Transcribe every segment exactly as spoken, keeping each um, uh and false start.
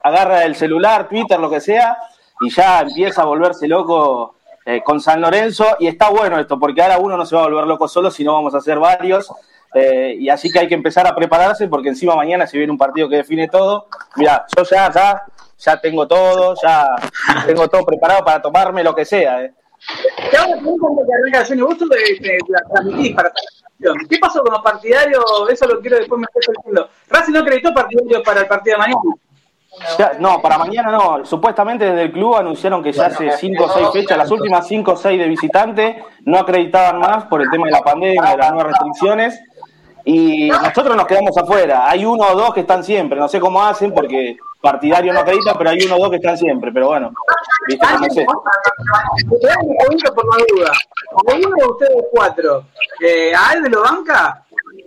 agarra el celular, Twitter, lo que sea, y ya empieza a volverse loco eh, con San Lorenzo, y está bueno esto, porque ahora uno no se va a volver loco solo, sino vamos a hacer varios, eh, y así que hay que empezar a prepararse, porque encima mañana se viene un partido que define todo. Mirá, yo ya, ya, ya tengo todo, ya tengo todo preparado para tomarme lo que sea. Eh. Te hago una pregunta antes de arrancar, Johnny, vos tú la transmitís para ¿qué pasó con los partidarios? Eso lo quiero después me estoy diciendo. Racing no acreditó partidarios para el partido de mañana. Ya, no, para mañana no. Supuestamente desde el club anunciaron que ya hace cinco o seis fechas, las últimas cinco o seis de visitante, no acreditaban más por el tema de la pandemia, de las nuevas restricciones, y nosotros nos quedamos afuera. Hay uno o dos que están siempre, no sé cómo hacen porque partidario no acredita, pero hay uno o dos que están siempre, pero bueno, viste, no sé. Te dan un poquito por la duda. ¿De uno de ustedes cuatro? Eh, ¿A Alves lo banca?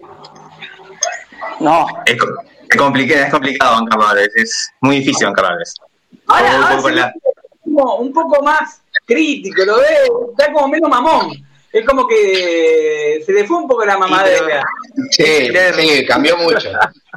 No. Es, es complicado, es complicado bancar a Alves, es muy difícil bancar a Alves. Ahora, ahora se la... como un poco más crítico, lo veo, está como menos mamón. Es como que se le fue un poco la mamadera. Sí, sí, cambió mucho.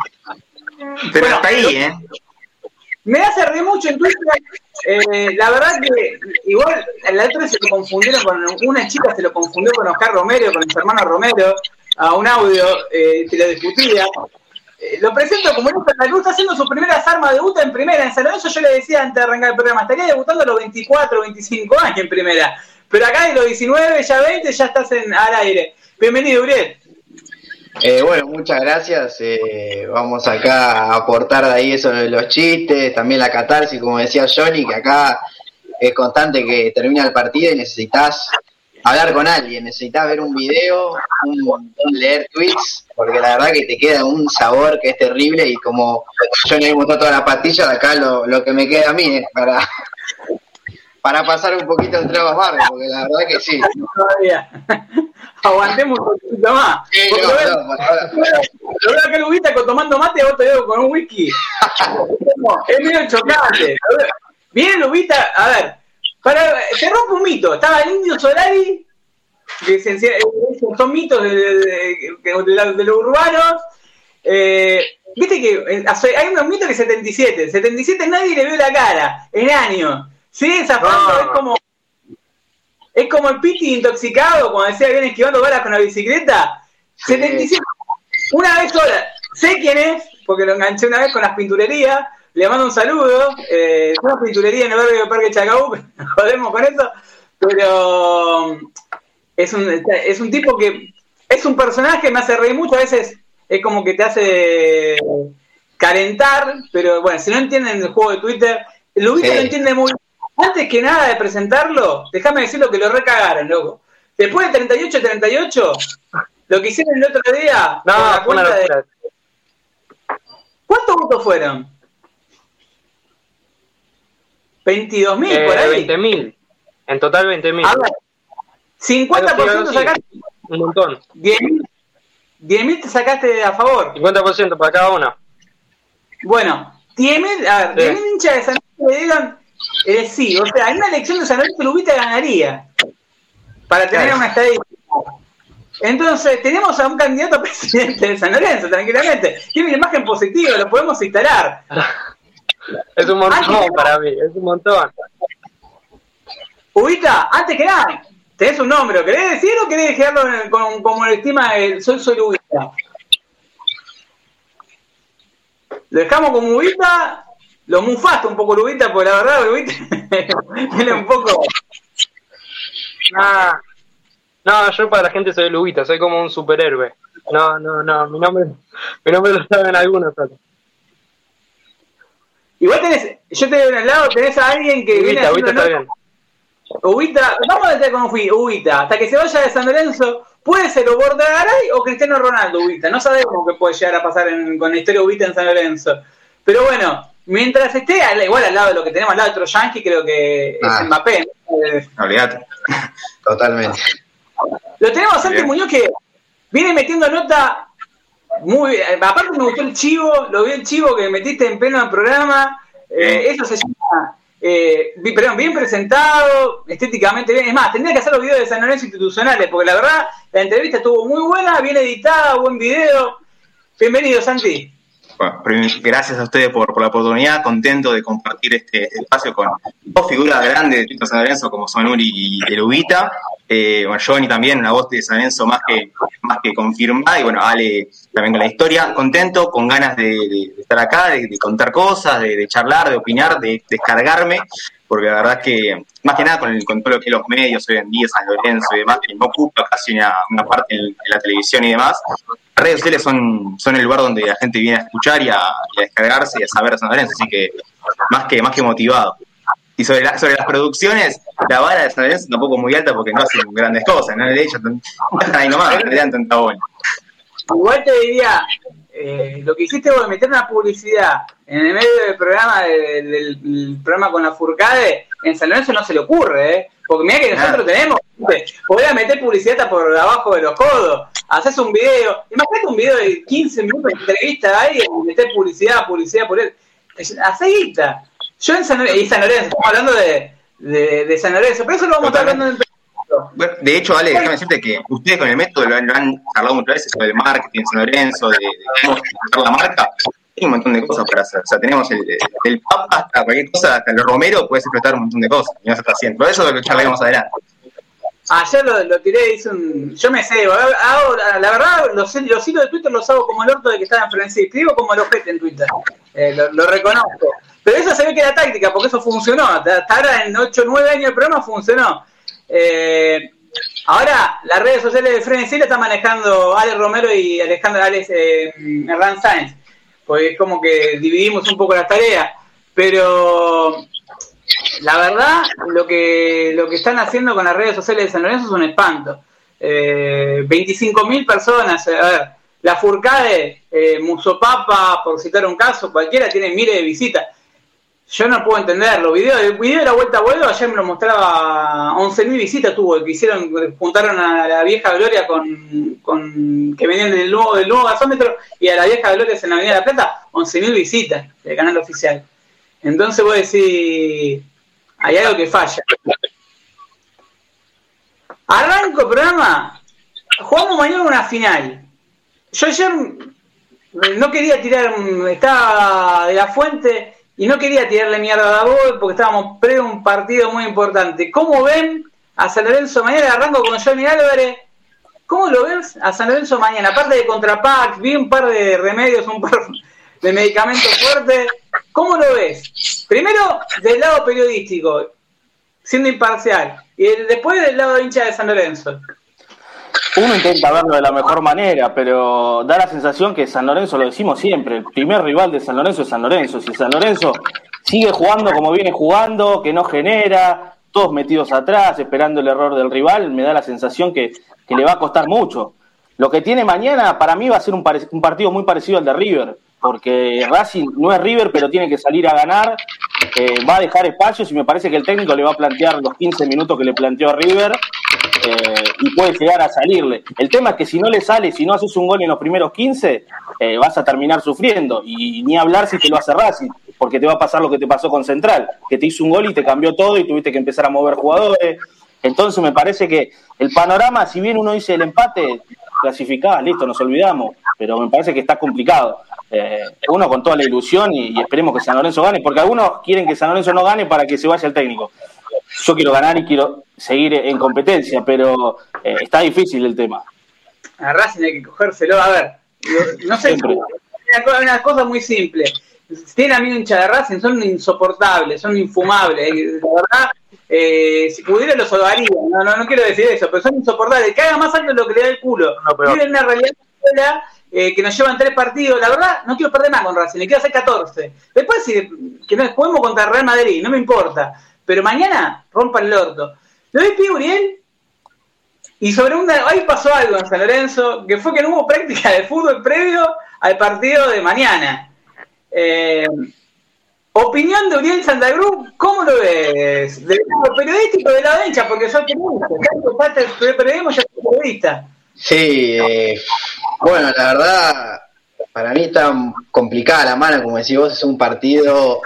Pero bueno, hasta ahí, ¿eh? Me hace reír mucho en Twitter. Eh, la verdad que igual la otra vez se lo confundieron con una chica, se lo confundió con Oscar Romero, con su hermano Romero, a un audio, eh, se lo discutía. Eh, lo presento como en Santa Cruz, está haciendo sus primeras armas, debuta en primera. En San Lorenzo yo le decía antes de arrancar el programa, estaría debutando a los veinticuatro, veinticinco años en primera. Pero acá de los diecinueve, ya veinte, ya estás en, al aire. Bienvenido, Uriel. Eh, bueno, muchas gracias. Eh, vamos acá a aportar de ahí eso de los chistes, también la catarsis, como decía Johnny, que acá es constante que termina el partido y necesitas hablar con alguien, necesitas ver un video, un, un leer tweets, porque la verdad que te queda un sabor que es terrible y como Johnny me mostró todas las pastillas, acá lo, lo que me queda a mí es para... para pasar un poquito el trago amargo, porque la verdad que sí. Todavía. Aguantemos un poquito más. Sí, no, lo, no, veo, no, lo veo acá Lubita tomando mate y vos te veo con un whisky. Es medio chocante. Viene Lubita, a ver, para, se rompe un mito. Estaba el Indio Solari, que se, son mitos de, de, de, de, de, de los urbanos. Eh, Viste que hay unos mitos que setenta y siete. setenta y siete nadie le vio la cara en años. Sí, esa foto no. es como es como el Piti intoxicado cuando decía viene esquivando balas con la bicicleta. Sí. setenta y siete Una vez sola, sé quién es, porque lo enganché una vez con las pinturerías, le mando un saludo, eh, una pinturería en el barrio de Parque Chacabuco, jodemos con eso, pero es un, es un tipo que es un personaje que me hace reír mucho, a veces es como que te hace calentar, pero bueno, si no entienden el juego de Twitter, Lubita sí. lo entiende muy bien. Antes que nada de presentarlo, déjame decirlo que lo recagaron, loco. Después de treinta y ocho treinta y ocho, lo que hicieron el otro día... No, la fue una locura. De... ¿Cuántos votos fueron? ¿veintidós mil eh, por ahí? veinte mil. En total veinte mil. A ver, cincuenta por ciento sacaste... Un montón. diez mil te sacaste a favor. cincuenta por ciento para cada uno. Bueno, diez mil, a ver, sí. diez mil hinchas de San Lorenzo le digan... Eh, sí, o sea, en una elección de San Lorenzo Lubita ganaría para tener claro. una estadística. Entonces, tenemos a un candidato a presidente de San Lorenzo, tranquilamente. Tiene una imagen positiva, lo podemos instalar. Es un montón antes para mí, es un montón. Ubita, antes que nada, tenés un nombre, ¿lo querés decir o querés dejarlo con, como el estima el Soy Soy Ubita? Lo dejamos como Ubita. Lo mufaste un poco, Lubita, porque la verdad, Lubita, tiene un poco... Nah, no, yo para la gente soy Lubita, soy como un superhéroe. No, no, no, mi nombre, mi nombre lo saben algunos. Igual tenés, yo te veo al lado, tenés a alguien que Ubita, viene... Ubita está no, bien. Ubita, vamos a decir cómo fui, Ubita, hasta que se vaya de San Lorenzo, puede ser o Bordaray o Cristiano Ronaldo, Ubita. No sabemos qué puede llegar a pasar en, con la historia de Ubita en San Lorenzo. Pero bueno... Mientras esté igual al lado de lo que tenemos al lado de otro yankee, creo que ah, es Mbappé. ¿No? Olvídate. Totalmente. Lo tenemos a Santi Muñoz que viene metiendo nota muy... Aparte me gustó el chivo, lo vi el chivo que metiste en pleno programa. Eh, eso se llama... Eh, perdón, bien presentado, estéticamente bien. Es más, tendría que hacer los videos de San Lorenzo institucionales, porque la verdad, la entrevista estuvo muy buena, bien editada, buen video. Bienvenido, Santi. Bueno, gracias a ustedes por, por la oportunidad, contento de compartir este, este espacio con dos figuras grandes de Tito San Lorenzo como son Uri y el Ubita. Eh, bueno, Johnny también, una voz de San Lorenzo más que, más que confirmada, y bueno, Ale también con la historia, contento, con ganas de, de, de estar acá, de, de contar cosas, de, de charlar, de opinar, de descargarme, porque la verdad es que, más que nada con, el, con todo lo que los medios hoy en día, San Lorenzo y demás, que no ocupa casi una, una parte en, en la televisión y demás, las redes sociales son, son el lugar donde la gente viene a escuchar y a, y a descargarse y a saber de San Lorenzo, así que más que, más que motivado. Y sobre, la, sobre las producciones, la vara de San Lorenzo tampoco es muy alta porque no hacen grandes cosas, ¿no? De hecho, están ahí nomás, no le dan tanta bola. Igual te diría, eh, lo que hiciste vos de meter una publicidad en el medio del programa, del, del, del programa con la Furcade, en San Lorenzo no se le ocurre, ¿eh? Porque mirá que nosotros ah. tenemos, podés meter publicidad hasta por abajo de los codos, haces un video, imagínate un video de quince minutos de entrevista ahí y meter publicidad, publicidad, publicidad, hacé guita. Yo en San Lorenzo, y San Lorenzo, estamos hablando de, de, de San Lorenzo, pero eso lo vamos a estar hablando en el bueno, de hecho, Ale, déjame decirte que ustedes con el método lo han, lo han hablado muchas veces sobre el marketing en San Lorenzo, de, de cómo explotar la marca. Hay un montón de cosas para hacer. O sea, tenemos el, del Papa hasta cualquier cosa, hasta los Romero, puedes explotar un montón de cosas. Y no se está haciendo. Por eso lo charlaremos adelante. Ayer lo, lo tiré, hice un. Yo me sé, ahora, la verdad, los, los hilos de Twitter los hago como el orto de que estaba en Frenesí. Escribo como el ojete en Twitter. Eh, lo, lo reconozco. Pero eso se ve que era táctica, porque eso funcionó. Hasta ahora, en ocho o nueve años el programa funcionó. Eh, ahora, las redes sociales de Frenesí la están manejando Alex Romero y Alejandro Alex eh, Hernán Sáenz. Porque es como que dividimos un poco las tareas. Pero la verdad, lo que lo que están haciendo con las redes sociales de San Lorenzo es un espanto. Eh, veinticinco mil personas, a ver, la Furcade, eh, Musopapa, por citar un caso, cualquiera tiene miles de visitas. Yo no puedo entenderlo. Video, el video de la Vuelta a Vuelo ayer me lo mostraba, once mil visitas tuvo, que hicieron, juntaron a la vieja Gloria con, con que venían del nuevo, del nuevo gasómetro y a la vieja Gloria en la Avenida de la Plata, once mil visitas del canal oficial. Entonces voy a decir, hay algo que falla. Arranco el programa, jugamos mañana una final. Yo ayer no quería tirar, estaba de la fuente y no quería tirarle mierda a Daboy porque estábamos pre un partido muy importante. ¿Cómo ven a San Lorenzo mañana? Arranco con Johnny Álvarez. ¿Cómo lo ves a San Lorenzo mañana? Aparte de Contrapack, vi un par de remedios, un par de medicamentos fuertes. ¿Cómo lo ves? Primero, del lado periodístico, siendo imparcial. Y después del lado de hincha de San Lorenzo. Uno intenta verlo de la mejor manera, pero da la sensación que San Lorenzo, lo decimos siempre, el primer rival de San Lorenzo es San Lorenzo. Si San Lorenzo sigue jugando como viene jugando, que no genera, todos metidos atrás, esperando el error del rival, me da la sensación que, que le va a costar mucho. Lo que tiene mañana, para mí, va a ser un, pare- un partido muy parecido al de River, porque Racing no es River, pero tiene que salir a ganar, eh, va a dejar espacios y me parece que el técnico le va a plantear los quince minutos que le planteó a River, eh, y puede llegar a salirle. El tema es que si no le sale, si no haces un gol en los primeros quince, eh, vas a terminar sufriendo, y ni hablar si te lo hace Racing, porque te va a pasar lo que te pasó con Central, que te hizo un gol y te cambió todo y tuviste que empezar a mover jugadores. Entonces me parece que el panorama, si bien uno dice el empate, clasificás, listo, nos olvidamos, pero me parece que está complicado. Eh, uno con toda la ilusión y, y esperemos que San Lorenzo gane, porque algunos quieren que San Lorenzo no gane para que se vaya el técnico. Yo quiero ganar y quiero seguir en competencia, pero eh, está difícil el tema. A Racing hay que cogérselo, a ver, no, no sé, hay una cosa muy simple. Si tienen amigos hincha de Racing, son insoportables, son infumables, la verdad. Eh, si pudiera los salvaría, no, no, no quiero decir eso, pero son insoportables, que haga más alto de lo que le da el culo. No, pero... Viven una realidad eh, que nos llevan tres partidos, la verdad no quiero perder más con Racing, le quiero hacer catorce. Después si que nos juguemos contra Real Madrid, no me importa, pero mañana rompan el orto. Lo vi Pi Uriel y sobre una, ahí pasó algo en San Lorenzo, que fue que no hubo práctica de fútbol previo al partido de mañana. Eh, Opinión de Uriel Santa Cruz, ¿cómo lo ves? ¿Del lado periodístico o del lado de hincha? Porque soy periodista. ¿Cuánto falta el periodismo? Yo soy periodista. Sí, eh, bueno, la verdad, para mí está complicada la mano, como decís vos, es un partido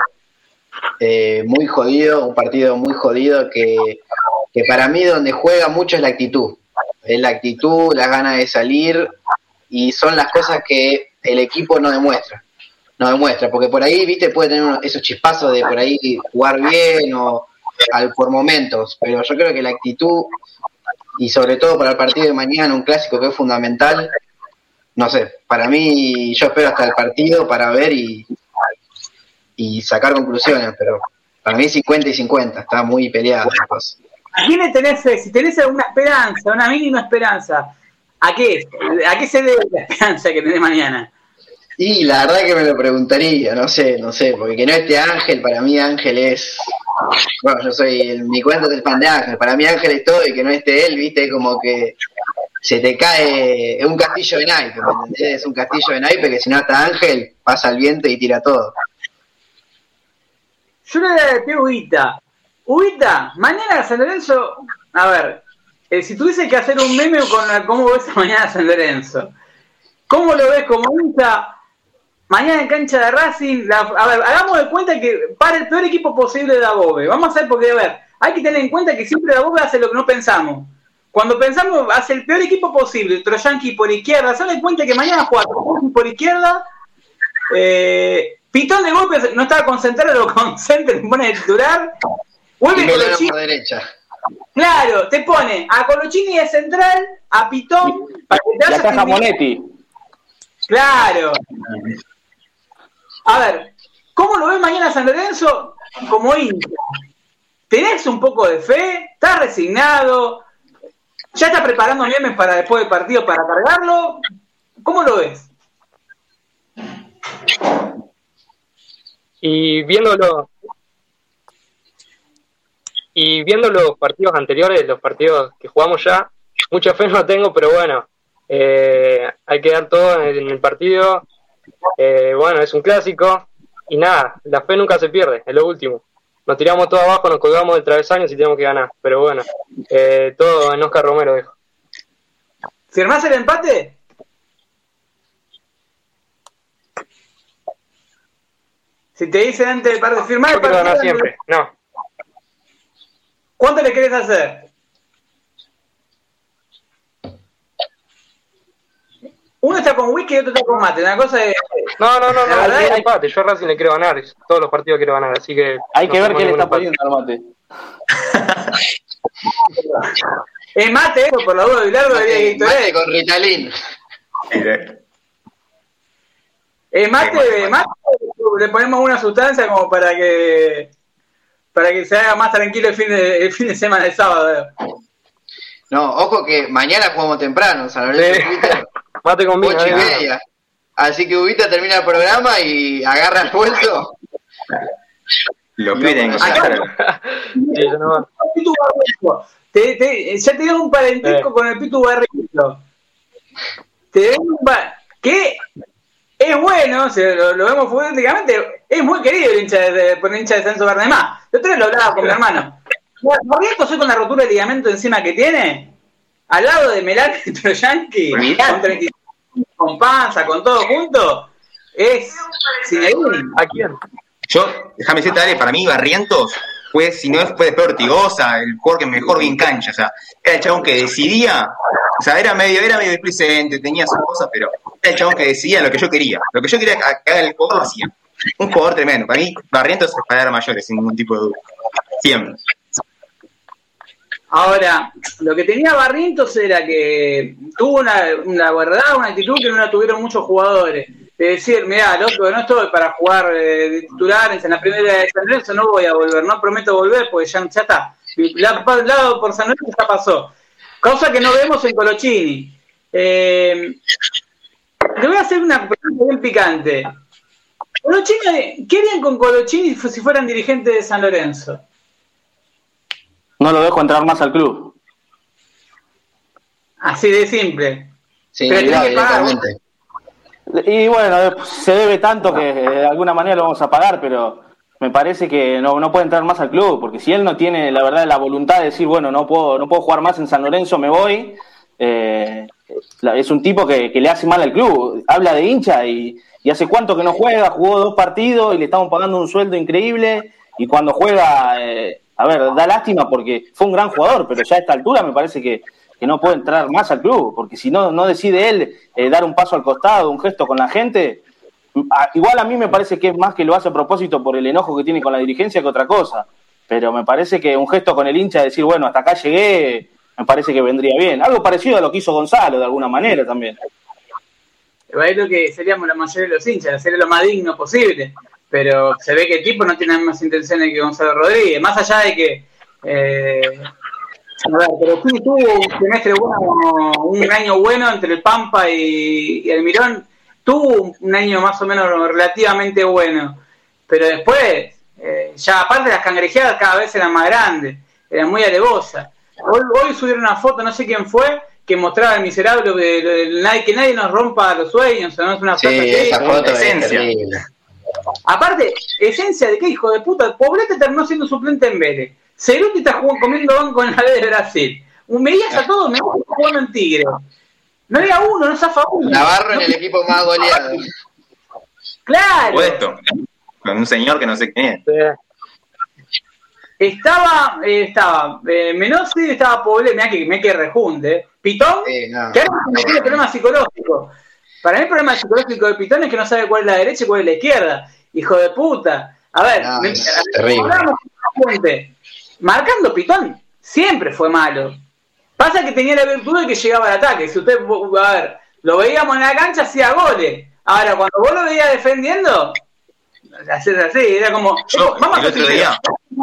eh, muy jodido, un partido muy jodido que, que para mí donde juega mucho es la actitud. Es la actitud, las ganas de salir, y son las cosas que el equipo no demuestra. no demuestra, porque por ahí, viste, puede tener unos, esos chispazos de por ahí jugar bien o al, por momentos, pero yo creo que la actitud, y sobre todo para el partido de mañana, un clásico que es fundamental, no sé, para mí, yo espero hasta el partido para ver y, y sacar conclusiones, pero para mí cincuenta y cincuenta, está muy peleada la cosa. ¿A quién le tenés fe? Si tenés alguna esperanza, una mínima esperanza, ¿a qué? ¿A qué se debe la esperanza que tenés mañana? Y la verdad que me lo preguntaría, no sé, no sé, porque que no esté Ángel, para mí Ángel es, bueno, yo soy, el, mi cuento es el fan de Ángel, para mí Ángel es todo y que no esté él, viste, como que se te cae, es un castillo de naipe, ¿me entendés? Es un castillo de naipe que si no está Ángel, pasa el viento y tira todo. Yo le decía a Ubita, Ubita, mañana San Lorenzo, a ver, eh, si tuviese que hacer un meme con la, cómo ves mañana San Lorenzo, ¿cómo lo ves como hincha? Mañana en cancha de Racing, la, a ver, hagamos de cuenta que para el peor equipo posible de Dabove. Vamos a hacer, porque, a ver, hay que tener en cuenta que siempre Dabove hace lo que no pensamos. Cuando pensamos, hace el peor equipo posible, Troyanqui por izquierda. Se dan cuenta que mañana juega Troyanqui por izquierda. Eh, Pitón de golpe no estaba concentrado, lo concentra, le pone de titular. Vuelve Colochini por derecha. Claro, te pone a Colochini de central, a Pitón, para que te hagas. Y a Monetti. Claro. A ver, ¿cómo lo ves mañana San Lorenzo como hincha? ¿Tenés un poco de fe? ¿Estás resignado? ¿Ya estás preparando memes para después del partido para cargarlo? ¿Cómo lo ves? Y viéndolo y viendo los partidos anteriores, los partidos que jugamos ya, mucha fe no tengo, pero bueno, eh, hay que dar todo en el partido. Eh, bueno, es un clásico y nada, la fe nunca se pierde, es lo último. Nos tiramos todo abajo, nos colgamos del travesaño y tenemos que ganar, pero bueno, eh, todo en Oscar Romero dejo. ¿Firmás el empate? Si te dicen antes del partido, firmar el partido. No, siempre, no. ¿Cuánto le querés hacer? Uno está con whisky y otro está con mate. Una cosa es. No, no, no, no, no hay empate. Yo a Racing le quiero ganar. Todos los partidos quiero ganar, así que. Hay que no ver qué le está poniendo al mate. Es mate, eso, por la duda de largo debería ir mate con Ritalin. Es mate, mate, le ponemos una sustancia como para que. Para que se haga más tranquilo el fin de, el fin de semana, el sábado. No, ojo que mañana jugamos temprano, San Lorenzo. Sí. Mate con vino. Ocho y media. Así que Ubita termina el programa y agarra el vuelto. Lo piden. Sí, no. te, te, ya te dio un parentesco eh. con el Pitu Barrito. Te dio un pa- ¿Qué? Es bueno, se lo, lo vemos futbolísticamente, es muy querido el hincha de, por el hincha de Sanso Bernamá. Yo otra vez lo hablaba con mi hermano. Barrientos hoy con la rotura de ligamento encima que tiene, al lado de Melán y Troyanqui, con treinta y cinco, con panza, con todo junto, es Zinedine. ¿A quién? Yo, déjame decirte, Ale, para mí Barrientos fue, si no fue después Ortigosa, el jugador que mejor vi en cancha, o sea, era el chabón que decidía, o sea, era medio, era medio displicente, tenía sus cosas, pero era el chabón que decidía lo que yo quería, lo que yo quería que haga el jugador lo hacía. Un jugador tremendo, para mí Barrientos es para mayores, sin ningún tipo de duda, siempre. Ahora, lo que tenía Barrientos era que tuvo una, una verdad, una actitud que no la tuvieron muchos jugadores. De decir, mirá, loco, no estoy para jugar eh, de titulares en la primera de San Lorenzo, no voy a volver, no prometo volver porque ya, ya está. El lado por San Lorenzo ya pasó. Cosa que no vemos en Colochini. Eh, le voy a hacer una pregunta bien picante. Colochini, ¿qué harían con Colochini si fueran dirigentes de San Lorenzo? No lo dejo entrar más al club. Así de simple. Sí, pero tiene que pagar. Y bueno, se debe tanto que de alguna manera lo vamos a pagar, pero me parece que no, no puede entrar más al club, porque si él no tiene la verdad la voluntad de decir, bueno, no puedo no puedo jugar más en San Lorenzo, me voy, eh, es un tipo que, que le hace mal al club, habla de hincha y, y hace cuánto que no juega, jugó dos partidos y le estamos pagando un sueldo increíble, y cuando juega, eh, a ver, da lástima porque fue un gran jugador, pero ya a esta altura me parece que que no puede entrar más al club, porque si no no decide él eh, dar un paso al costado, un gesto con la gente, igual a mí me parece que es más que lo hace a propósito por el enojo que tiene con la dirigencia que otra cosa, pero me parece que un gesto con el hincha de decir, bueno, hasta acá llegué, me parece que vendría bien. Algo parecido a lo que hizo Gonzalo, de alguna manera también. Es lo que seríamos la mayoría de los hinchas, hacer lo más digno posible, pero se ve que el tipo no tiene las mismas intenciones que Gonzalo Rodríguez, más allá de que eh, a ver, pero sí tuvo un semestre bueno, un año bueno entre el Pampa y, y el Mirón, tuvo un año más o menos relativamente bueno, pero después eh, ya aparte las cangrejeadas cada vez eran más grandes, eran muy alevosas. Hoy, hoy subieron una foto, no sé quién fue, que mostraba el miserable de, de, de, de que nadie nos rompa los sueños, ¿no? Es una sí, frase esa así, foto esencia. Es Aparte, esencia de qué, hijo de puta, Poblete terminó siendo suplente en Vélez, Ceruti está jugando, comiendo banco en la B de Brasil, Veías a todos, me está jugando en Tigre, no había uno, no zafa uno. Navarro no, en el equipo más goleado. Claro. Puesto, con un señor que no sé quién es. Estaba, eh, estaba eh, Menossi, estaba Poblete, mirá que me que rejunte, Pitón, Sí, no. que ahora tiene problemas psicológicos. Para mí el problema psicológico de Pitón es que no sabe cuál es la derecha y cuál es la izquierda. Hijo de puta. A ver, No, me, es terrible. fuente. Marcando Pitón siempre fue malo. Pasa que tenía la virtud de que llegaba al ataque. Si usted, a ver, lo veíamos en la cancha, hacía goles. Ahora, cuando vos lo veías defendiendo, haces así, era como... Yo, vamos el a otro día...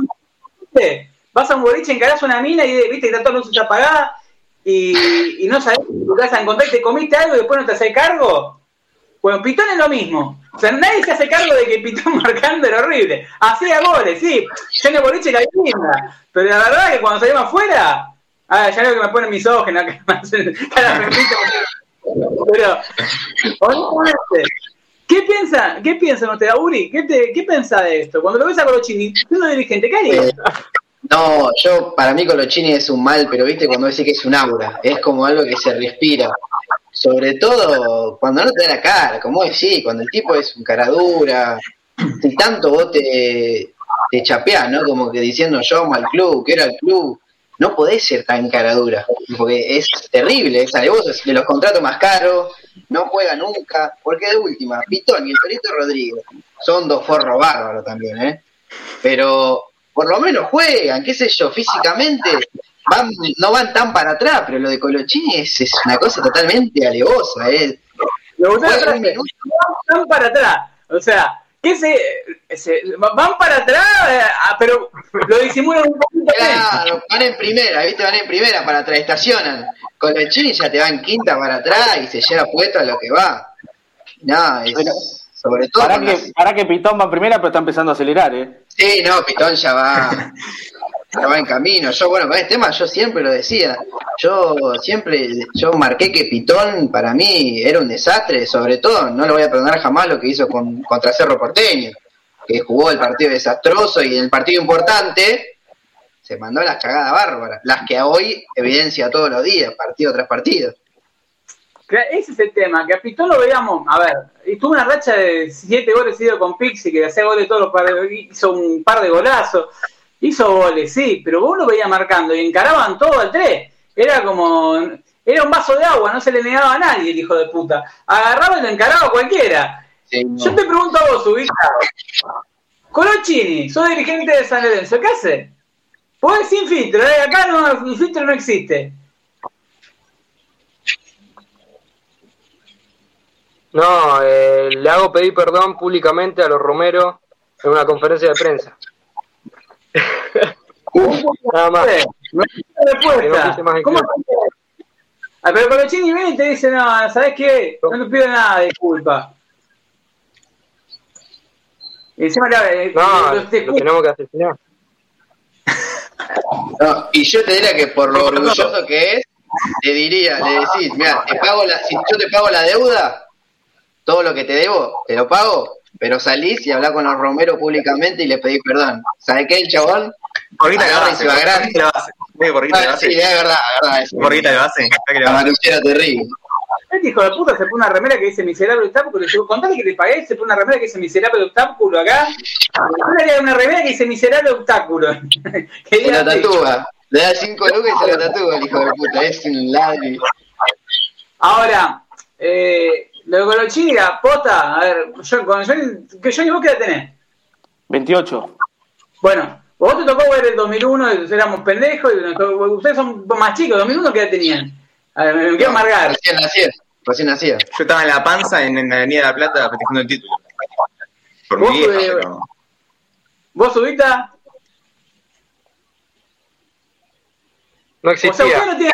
Vas a un boliche, encarás una mina y viste que está todas las luces apagadas y, y no sabés si te vas a encontrar y te comiste algo y después no te haces cargo. Bueno, Pitón es lo mismo. O sea, nadie se hace cargo de que Pitón marcando era horrible. Hacía goles, sí. Ya en el boliche la linda. Pero la verdad es que cuando salimos afuera, ah, ya veo que me ponen misógena, que me hacen cara repito. Pero, honestamente, ¿qué piensa, qué piensan ustedes, Uri? ¿Qué, te, ¿Qué piensa de esto? Cuando lo ves a Colochini, siendo dirigente, ¿qué haría? Eh, no, yo, para mí Colochini es un mal, pero viste cuando decís que es un aura, es como algo que se respira. Sobre todo cuando no te da la cara, como decís, cuando el tipo es un cara dura, y tanto vos te, te chapeás, ¿no? Como que diciendo yo amo al club, quiero al club. No podés ser tan cara dura, porque es terrible, es alevoso, es de los contratos más caros, no juega nunca, porque de última, Pitón y el Torito Rodríguez son dos forros bárbaros también, ¿eh? Pero por lo menos juegan, qué sé yo, físicamente van, no van tan para atrás, pero lo de Colochini es, es una cosa totalmente alevosa, ¿eh? Lo van para atrás, o sea, que se, se van para atrás, pero lo disimulan un poquito. Claro, van en primera, ¿viste? Van en primera para atrás, estacionan. Colochini ya te va en quinta para atrás y se lleva puesto a lo que va. No, es, bueno, sobre todo... Para que, las... para que Pitón va en primera, pero está empezando a acelerar, ¿eh? Sí, no, Pitón ya va... ya va en camino. Yo, bueno, con este tema yo siempre lo decía. Yo siempre, yo marqué que Pitón para mí era un desastre, sobre todo, no le voy a perdonar jamás lo que hizo con, contra Cerro Porteño, que jugó el partido desastroso y en el partido importante se mandó las cagadas bárbaras, las que hoy evidencia todos los días, partido tras partido. Ese es el tema, que a Pitón lo veíamos, a ver, tuvo una racha de siete goles seguidos con Pixi, que hacía goles todos los par, hizo un par de golazos. Hizo goles, sí, pero vos lo veías marcando y encaraban todo al tres. Era como... Era un vaso de agua, no se le negaba a nadie el hijo de puta. Agarraba y lo encaraba a cualquiera. Sí, no. Yo te pregunto a vos, Ubita. Colochini, sos dirigente de San Lorenzo, ¿qué hace? Pues sin filtro, ¿eh? Acá no, el filtro no existe. No, eh, le hago pedir perdón públicamente a los Romero en una conferencia de prensa. Nada más. No hay respuesta. ¿Cómo? Ah, pero Colochini viene y te dice, no, ¿sabés qué? No te pido nada de disculpa. Y encima le, no, lo, lo tenemos que asesinar. No, y yo te diría que por lo orgulloso que es, le diría, le decís, mira, te pago la, si yo te pago la deuda, todo lo que te debo, te lo pago, pero salís y hablás con los Romero públicamente y le pedís perdón. ¿Sabés qué? El chabón Porrita que lo hace, porrita que lo hace. Porrita que lo hace. Sí, es verdad, es verdad. Porrita que lo hace. La manuchera terrible. Este hijo de puta se pone una remera que dice miserable obstáculo. Le digo, contale que le pagué, se pone una remera que dice miserable obstáculo acá. Ahora una remera que dice miserable obstáculo. Se la tatúa. Le da cinco lucas y se la tatúa el hijo de puta. Es un ladri. Ahora, eh, Lo de Colochini, la pota, a ver, yo, con Johnny, que Johnny, ¿vos qué edad tenés? veintiocho. Bueno, vos te tocó ver el dos mil uno, éramos pendejos, y ustedes son más chicos, dos mil uno ¿qué edad tenían? A ver, me quiero amargar. Recién nacía, recién nacía. Yo estaba en La Panza, en, en la Avenida de La Plata, festejando el título. Por ¿Vos, mi vieja, eh, pero... ¿Vos subiste? No O sea, existía. ustedes no tienen,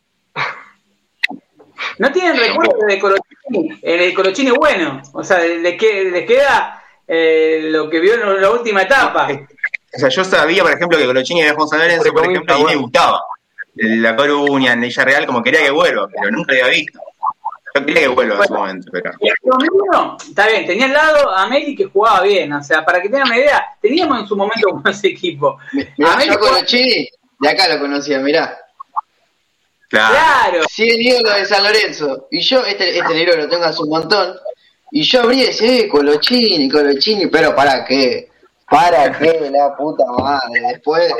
no tienen recuerdo de Colochini, el Colochini bueno, o sea, les, que, les queda eh, lo que vio en la última etapa. O sea, yo sabía, por ejemplo, que Colochini había jugado en San Lorenzo, por ejemplo, y me gustaba. La Coruña, en Villarreal, como quería que vuelva, pero nunca lo había visto. Yo quería que vuelva en su momento, pero... El dos mil uno, está bien, tenía al lado a Meli que jugaba bien, o sea, para que tengan una idea, teníamos en su momento un ese equipo. Mirá, América- yo Colochini, de acá lo conocía, mirá. Claro. Claro, cien ídolos de San Lorenzo. Y yo, este, este libro lo tengo hace un montón. Y yo abrí ese, eh, Colochini, Colochini, pero ¿para qué? ¿Para qué? La puta madre. Después,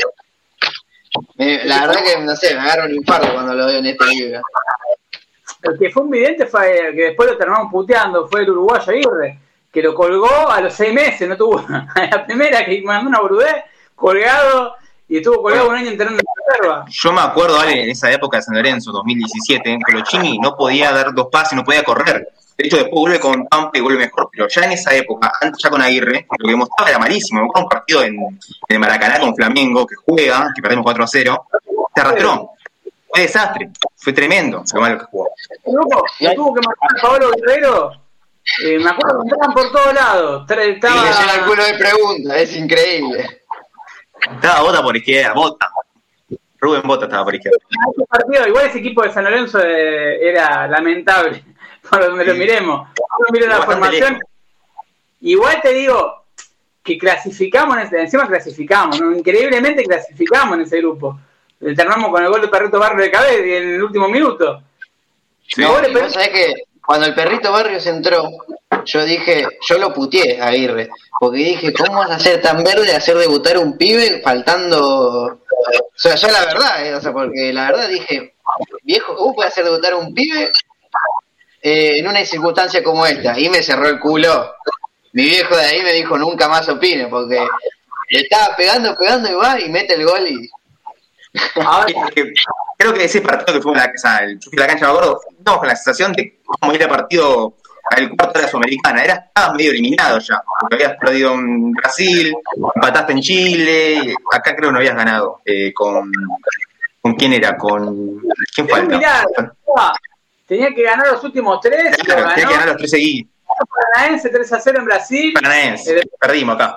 me- la verdad que, no sé, me agarra un infarto cuando lo veo en este libro. el que fue un vidente fue que después lo terminamos puteando, fue el uruguayo Aguirre, que lo colgó a los seis meses, no tuvo a la primera que mandó una burudez, colgado, y estuvo colgado un año entrenando en la reserva. Yo me acuerdo, Ale, en esa época de San Lorenzo, dos mil diecisiete, Colochini no podía dar dos pases, no podía correr. De hecho, después vuelve con Pampa y vuelve mejor. Pero ya en esa época, antes ya con Aguirre, lo que mostraba era malísimo. Me acuerdo un partido en, en el Maracaná con Flamengo, que juega, que perdimos cuatro a cero. Se arrastró. Fue desastre. Fue tremendo lo malo que jugó. Luego, lo tuvo que matar a Pablo Guerrero, eh, me acuerdo que estaban por todos lados. Tra- Y Estaba... le llena el culo de preguntas, es increíble. Estaba Bota por izquierda, Bota. Rubén Bota estaba por izquierda. Ese partido, igual ese equipo de San Lorenzo eh, era lamentable, por donde lo miremos. Yo miro la Bastante formación, lejos. igual te digo que clasificamos, en ese, encima clasificamos, ¿no? Increíblemente clasificamos en ese grupo. Terminamos con el gol de Perrito Barrio de Cabez en el último minuto. Sí. No, Y vos sabés que cuando el Perrito Barrios entró, yo dije, yo lo puteé a Aguirre, porque dije, ¿cómo vas a ser tan verde hacer debutar un pibe faltando? O sea, ya la verdad, eh, o sea, porque la verdad dije, viejo, ¿cómo puede hacer debutar un pibe eh, en una circunstancia como esta? Y me cerró el culo. Mi viejo de ahí me dijo, nunca más opine, porque le estaba pegando, pegando y va y mete el gol y... Ahora, Creo que ese partido que fue en la, o sea, el, yo fui a la cancha, me acuerdo, estábamos con la sensación de cómo era partido al cuarto de la Sudamericana. Era, estabas medio eliminado ya, porque habías perdido en Brasil, empataste en Chile, acá creo que no habías ganado. Eh, con, ¿Con quién era? ¿Con quién pero falta? mirá, tenía que ganar los últimos tres, lo Claro, tenía que ganó ganar los tres seguidos. Paranaense tres a cero en Brasil. Paranaense, Eh, perdimos acá.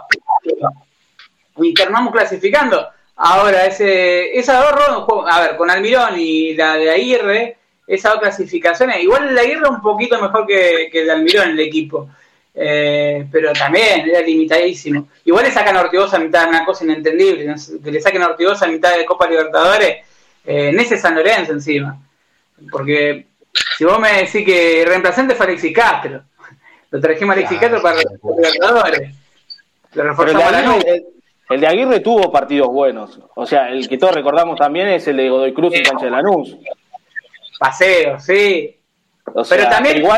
y terminamos clasificando. Ahora, ese, esas dos rondas, a ver, con Almirón y la de Aguirre, esas dos clasificaciones, igual el Aguirre un poquito mejor que, que el de Almirón en el equipo, eh, pero también era limitadísimo. Igual le sacan a Ortigosa a mitad de una cosa inentendible, ¿no? Que le saquen a Ortigosa a mitad de Copa Libertadores, eh, en ese San Lorenzo encima. Porque si vos me decís que el reemplazante fue Alexis Castro, lo trajimos a Alexis Castro para Copa Libertadores, lo Pero el, reforzamos de la Aguirre, nube. el, el de Aguirre tuvo partidos buenos. O sea, el que todos recordamos también es el de Godoy Cruz y Cancha de Lanús. Paseo, sí. O sea, Pero también igual,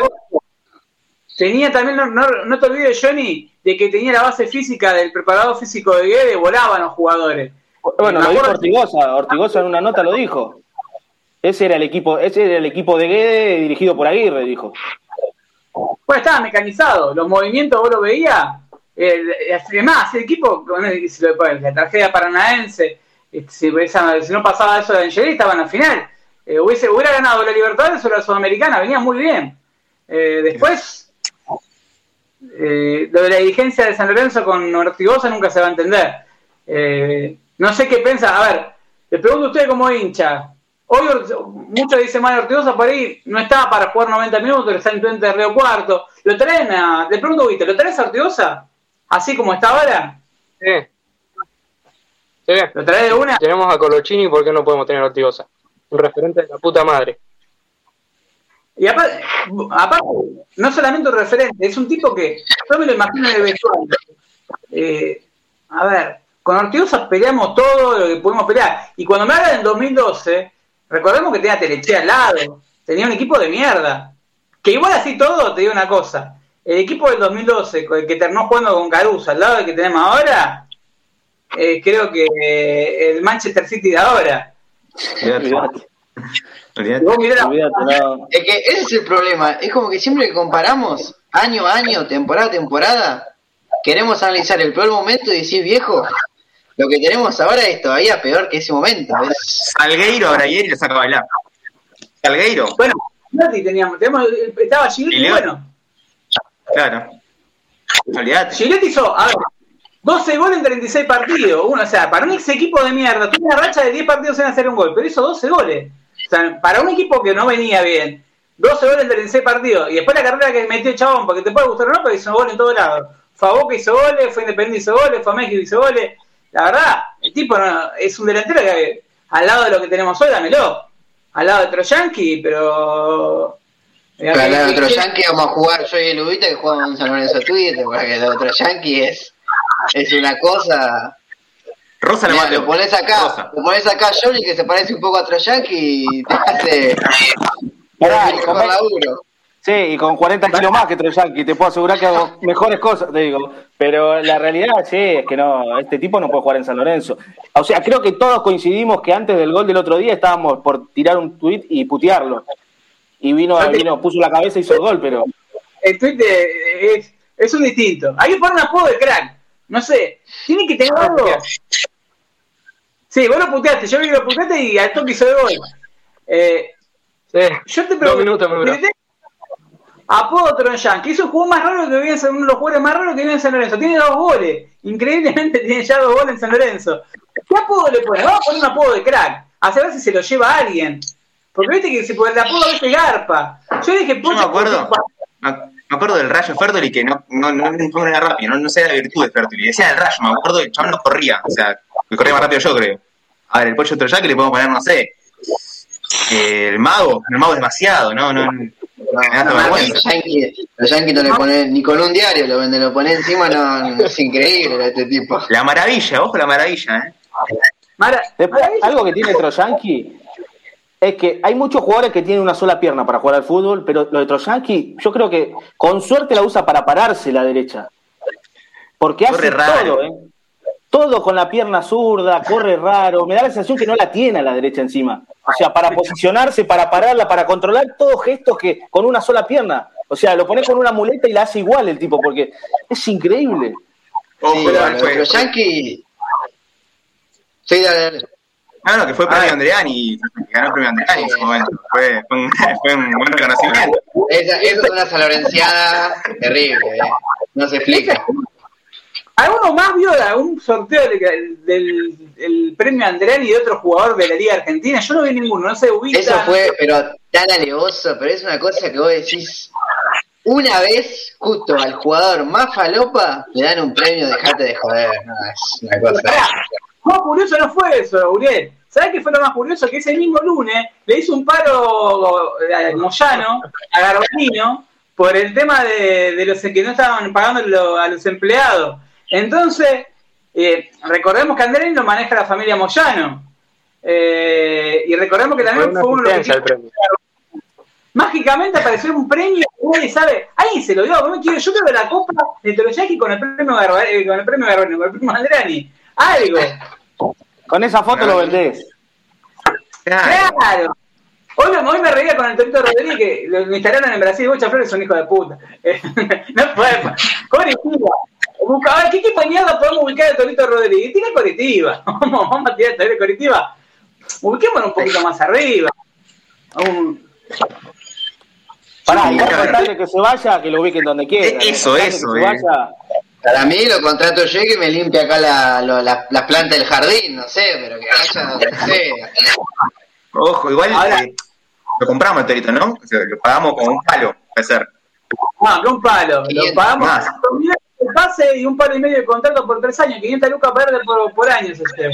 tenía también, no, no, no te olvides, Johnny, de que tenía la base física del preparador físico de Guede, volaban los jugadores. bueno, Me lo dijo acuerdo- Ortigosa. Ortigosa en una nota lo dijo. Ese era el equipo, ese era el equipo de Guede dirigido por Aguirre, dijo. Bueno, estaba mecanizado, los movimientos vos lo veías. El, además, el equipo, si lo, la tragedia paranaense, si, esa, si no pasaba eso de Angeli, estaban al final. Eh, hubiese, hubiera ganado la Libertadores o la Sudamericana, venía muy bien. Eh, después, eh, lo de la dirigencia de San Lorenzo con Ortigosa nunca se va a entender. Eh, no sé qué piensa. A ver, le pregunto a usted como hincha. Hoy muchos dicen mal Ortigosa por ahí, no estaba para jugar noventa minutos, está en Twente de Río Cuarto. ¿Lo traen a, le pregunto a Vito, ¿lo traes a Ortigosa? Así como está ahora, Sí. Sí. ¿lo traes de una? Tenemos a Colochini, ¿por qué no podemos tener a Ortigosa? Un referente de la puta madre. Y aparte, aparte, no solamente un referente, es un tipo que yo me lo imagino en el vestuario. Eh, a ver, con Ortigosa peleamos todo lo que pudimos pelear. Y cuando me hablan del dos mil doce, recordemos que tenía Telechea al lado, tenía un equipo de mierda. Que igual así todo, te digo una cosa. El equipo del dos mil doce, el que terminó jugando con Caruso, al lado del que tenemos ahora, eh, creo que eh, el Manchester City de ahora. Olvídate. Y vos mirá la- Olvídate, no. Es que ese es el problema. Es como que siempre que comparamos año a año, temporada a temporada, queremos analizar el peor momento y decir, viejo, lo que tenemos ahora es todavía peor que ese momento. Es... Salgueiro, Abrayer y le saca a bailar. Salgueiro, Bueno, Gigliotti teníamos, teníamos, estaba Gigliotti, Y Leo. bueno. claro. Olvídate. Gigliotti hizo, a ver, doce goles en treinta y seis partidos. Uno, o sea, para un ex equipo de mierda, tuvo una racha de diez partidos sin hacer un gol, pero hizo doce goles. O sea, para un equipo que no venía bien, doce goles en treinta y seis partidos. Y después la carrera que metió el chabón, porque te puede gustar o no, pero hizo gol en todos lados. Fue a Boca, hizo goles, fue a Independiente, hizo goles, fue a México, hizo goles. La verdad, el tipo no, es un delantero que al lado de lo que tenemos hoy, dámelo. Al lado de Troyanqui, pero... Pero al lado de otro Yankee vamos a jugar yo y el Ubita que jugamos en San Lorenzo Twitter, porque el otro Yankee es, es una cosa... Rosa la Mirá, mata. lo pones acá, Rosa. lo pones acá a Johnny que se parece un poco a otro Yankee y te hace... Pará, el con- mejor laburo. Sí, y con cuarenta kilos más que Troyanqui, te puedo asegurar que hago mejores cosas, te digo. Pero la realidad, sí, es que no, este tipo no puede jugar en San Lorenzo. O sea, creo que todos coincidimos que antes del gol del otro día estábamos por tirar un tuit y putearlo. Y vino, vino, puso la cabeza y hizo el gol, pero... El tweet de- es, es un distinto. Hay que poner un apodo de crack. No sé, tiene que tener algo. Sí, vos lo puteaste, yo vi que lo puteaste y al toque hizo el gol. Eh, Sí, yo te dos pregunto, minutos me duró. ¿tenés apodo Tronjan, que es un jugador más raro que vive en San, uno de los jugadores más raros que vive en San Lorenzo? Tiene dos goles. Increíblemente tiene ya dos goles en San Lorenzo. ¿Qué apodo le pones? Vamos a poner un apodo de crack. A saber si se lo lleva a alguien. Porque viste que se puede el apodo a veces garpa. Yo dije, Yo pucha, me acuerdo, pucha, me me acuerdo del Rayo Fertoli que no, no, no, no era rápido, no, no sé la virtud de Fertoli. Decía del Rayo, me acuerdo que el chabón no corría, o sea, que corría más rápido yo, creo. A ver, el pollo Troyaque le podemos poner, no sé, eh, el mago, el mago es demasiado, no, no, no, No, me da no, vergüenza. los Yankees, los Yankees no le ponen ni con un diario, lo venden, lo ponen encima, no, no, es increíble este tipo. La maravilla, ojo la maravilla, ¿eh? Mara- Después, Maravilloso. algo que tiene Troyanqui es que hay muchos jugadores que tienen una sola pierna para jugar al fútbol, pero lo de Troyanqui, yo creo que con suerte la usa para pararse la derecha. Porque Corre hace raro. todo, ¿eh? Todo con la pierna zurda, corre raro. Me da la sensación que no la tiene a la derecha encima. O sea, para posicionarse, para pararla, para controlar todos gestos que con una sola pierna. O sea, lo pones con una muleta y la hace igual el tipo, porque es increíble. Ojo, Sí, igual los, fue, los Yankees... Sí, dale, dale. no, no, que fue premio Ah. Andreani, ganó el premio Andreani en ese momento. Fue, fue, un, fue un buen reconocimiento. Esa, esa es una salorenciada terrible, eh. No se explica. ¿Alguno más vio algún sorteo del, del, del premio Andreani de otro jugador de la Liga Argentina? Yo no vi ninguno, no sé, ubica. Eso fue, pero tan alevoso, pero es una cosa que vos decís, una vez, justo al jugador más falopa, le dan un premio, dejate de joder, no, es una cosa. Más curioso no fue eso, Uriel. ¿Sabés qué fue lo más curioso? Que ese mismo lunes le hizo un paro a Moyano, a Garbanino, por el tema de, de los que no estaban pagando lo- a los empleados. Entonces, eh, recordemos que Andrés lo maneja la familia Moyano. Eh, y recordemos que Fue también una fue uno de los asistencia el que premio. mágicamente apareció un premio, nadie sabe, alguien se lo dio, no me quiero, yo creo que la copa de Troyaki con el premio Garba- eh, con el premio Garbanino, con el premio Andreani, algo. Con esa foto lo vendés. Claro. Claro. Hoy, me- hoy me reía con el Torito Rodríguez que lo, lo instalaron en Brasil. Bocha Flores es un hijo de puta. Eh, no puede. Coritiba. Busca, a ver, ¿qué equipo de mierda podemos ubicar el Torito Rodríguez? Tira Coritiba. Vamos, vamos a tirar el Torito Coritiba. Ubiquémonos un poquito más arriba. Un... Pará, igual con tal de que se vaya, que lo ubiquen donde quiera. Eso, Con tal de eso, que eh. se vaya, Para mí lo contrato yo y que me limpie acá la, lo- la, las plantas del jardín, no sé, pero que vaya donde sea. Ojo, igual Ahora- eh, lo compramos el Torito, ¿no? O sea, lo pagamos con un palo, puede ser. No, que un palo. Lo quinientos pagamos más. con mil de pase y un palo y medio de contrato por tres años. quinientas lucas verde por, por año. Este.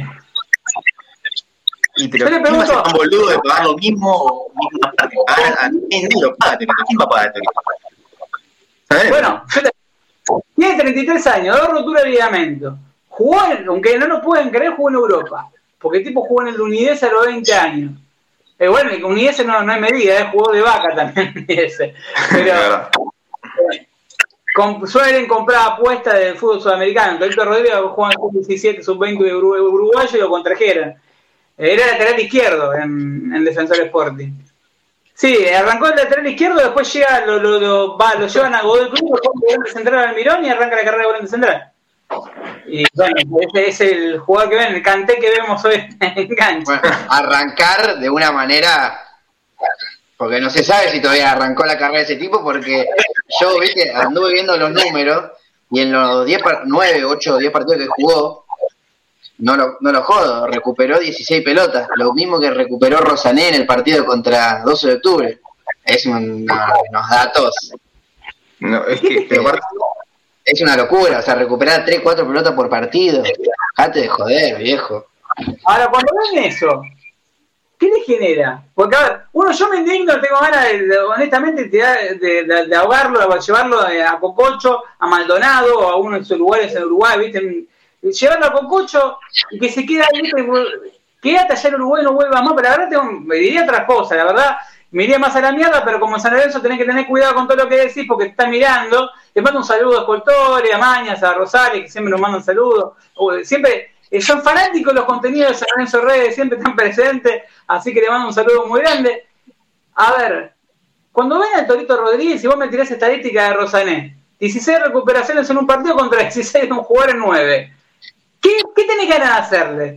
Y pero Yo le ¿quién va a ser pregunto- tan boludo de pagar lo mismo o misma parte? Pagar a quién lo paga Torito, ¿quién va a pagar el Torito? ¿Sabés? Bueno, yo te- tiene treinta y tres años, dos roturas de ligamento. Jugó, en- aunque no nos pueden creer, jugó en Europa. Porque el tipo jugó en el Udinese a los veinte años. Eh, bueno, con Uniese no, no hay medida, eh, jugó de vaca también Uniese. Pero eh, com, suelen comprar apuestas del fútbol sudamericano. Torito Rodríguez jugó en el sub diecisiete, sub veinte de Uruguayo y lo contrajeron. Era lateral izquierdo en, en Defensor Sporting. Sí, arrancó el lateral izquierdo, después llega, lo, lo, lo, va, lo llevan a Godoy Cruz, lo ponen de volante central al Almirón y arranca la carrera de volante central. Y bueno, ese es el jugador que ven, el Kanté que vemos hoy en cancha. Bueno, arrancar de una manera, porque no se sabe si todavía arrancó la carrera de ese tipo, porque yo, viste, anduve viendo los números y en los diez, nueve, ocho, diez partidos que jugó, no lo, no lo jodo, recuperó dieciséis pelotas, lo mismo que recuperó Rosané en el partido contra doce de octubre. Es un, no, unos datos. No, es que pero aparte, es una locura, o sea, recuperar tres, cuatro pelotas por partido. Dejate de joder, viejo. Ahora, cuando ven eso, ¿qué les genera? Porque, a ver, uno, yo me indigno, tengo ganas, de, de, honestamente, de, de, de, de ahogarlo, de llevarlo a Cococho, a Maldonado, o a uno de sus lugares en Uruguay, ¿viste? Llevarlo a Cococho y que se quede ahí, quédate allá en Uruguay y no vuelva más, pero la verdad tengo, me diría otras cosas, la verdad, me iría más a la mierda, pero como en San Lorenzo tenés que tener cuidado con todo lo que decís porque te están mirando. Les mando un saludo a Escoltore, a Mañas, a Rosales, que siempre nos mandan saludos. Siempre eh, son fanáticos los contenidos de San Lorenzo Redes, siempre están presentes, así que le mando un saludo muy grande. A ver, cuando ven al Torito Rodríguez y vos me tirás estadística de Rosané, dieciséis recuperaciones en un partido contra dieciséis de un jugador en nueve. ¿Qué, qué tenés ganas de hacerle?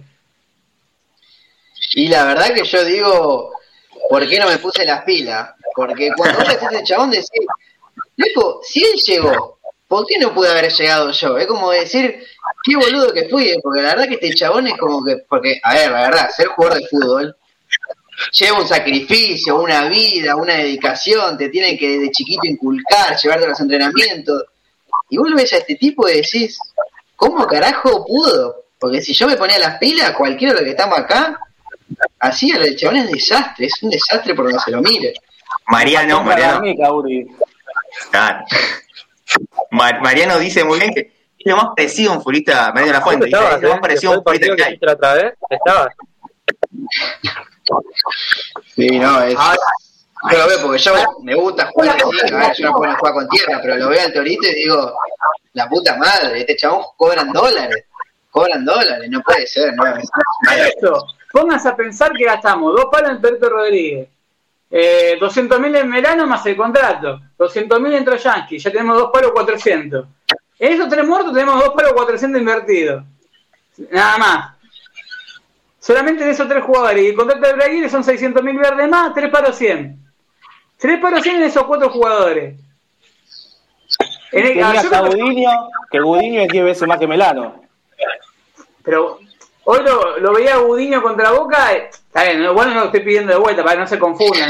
Y la verdad que yo digo, ¿por qué no me puse las pilas? Porque cuando vos le haces el chabón decís, loco, si él llegó, ¿por qué no pude haber llegado yo? Es como decir, qué boludo que fui, porque la verdad que este chabón es como que, porque, a ver, la verdad, ser jugador de fútbol lleva un sacrificio, una vida, una dedicación, te tienen que desde chiquito inculcar, llevarte a los entrenamientos, y vos lo ves a este tipo y decís, ¿cómo carajo pudo? Porque si yo me ponía las pilas, cualquiera de los que estamos acá, así el chabón es desastre, es un desastre por donde se lo mire. Mariano, Mariano. Claro. Mar, Mariano dice muy bien que es lo más parecido a un futbolista, Mariano La Fuente, dice, es lo más parecido a un futbolista que hay. ¿Otra vez? ¿Estabas? Sí, no, es... Yo lo veo porque yo me gusta jugar así, a ver, yo no puedo jugar con tierra, pero lo veo al Torito y digo, la puta madre, este chabón cobran dólares, cobran dólares, no puede ser, no. Eso, pónganse a pensar que gastamos dos palos en Torito Rodríguez, eh, doscientos mil en Melano más el contrato, doscientos mil en Troyansky, ya tenemos dos palos cuatrocientos. En esos tres muertos tenemos dos palos cuatrocientos invertidos, nada más. Solamente en esos tres jugadores, y el contrato de Braguil son seiscientos mil verdes más, tres palos cien. tres palos cien en esos cuatro jugadores. En el, Tenías a Gudiño, que Gudiño es diez veces más que Melano. Pero hoy lo, lo veía Gudiño contra Boca, eh, está bien, no, bueno, no lo estoy pidiendo de vuelta para que no se confundan.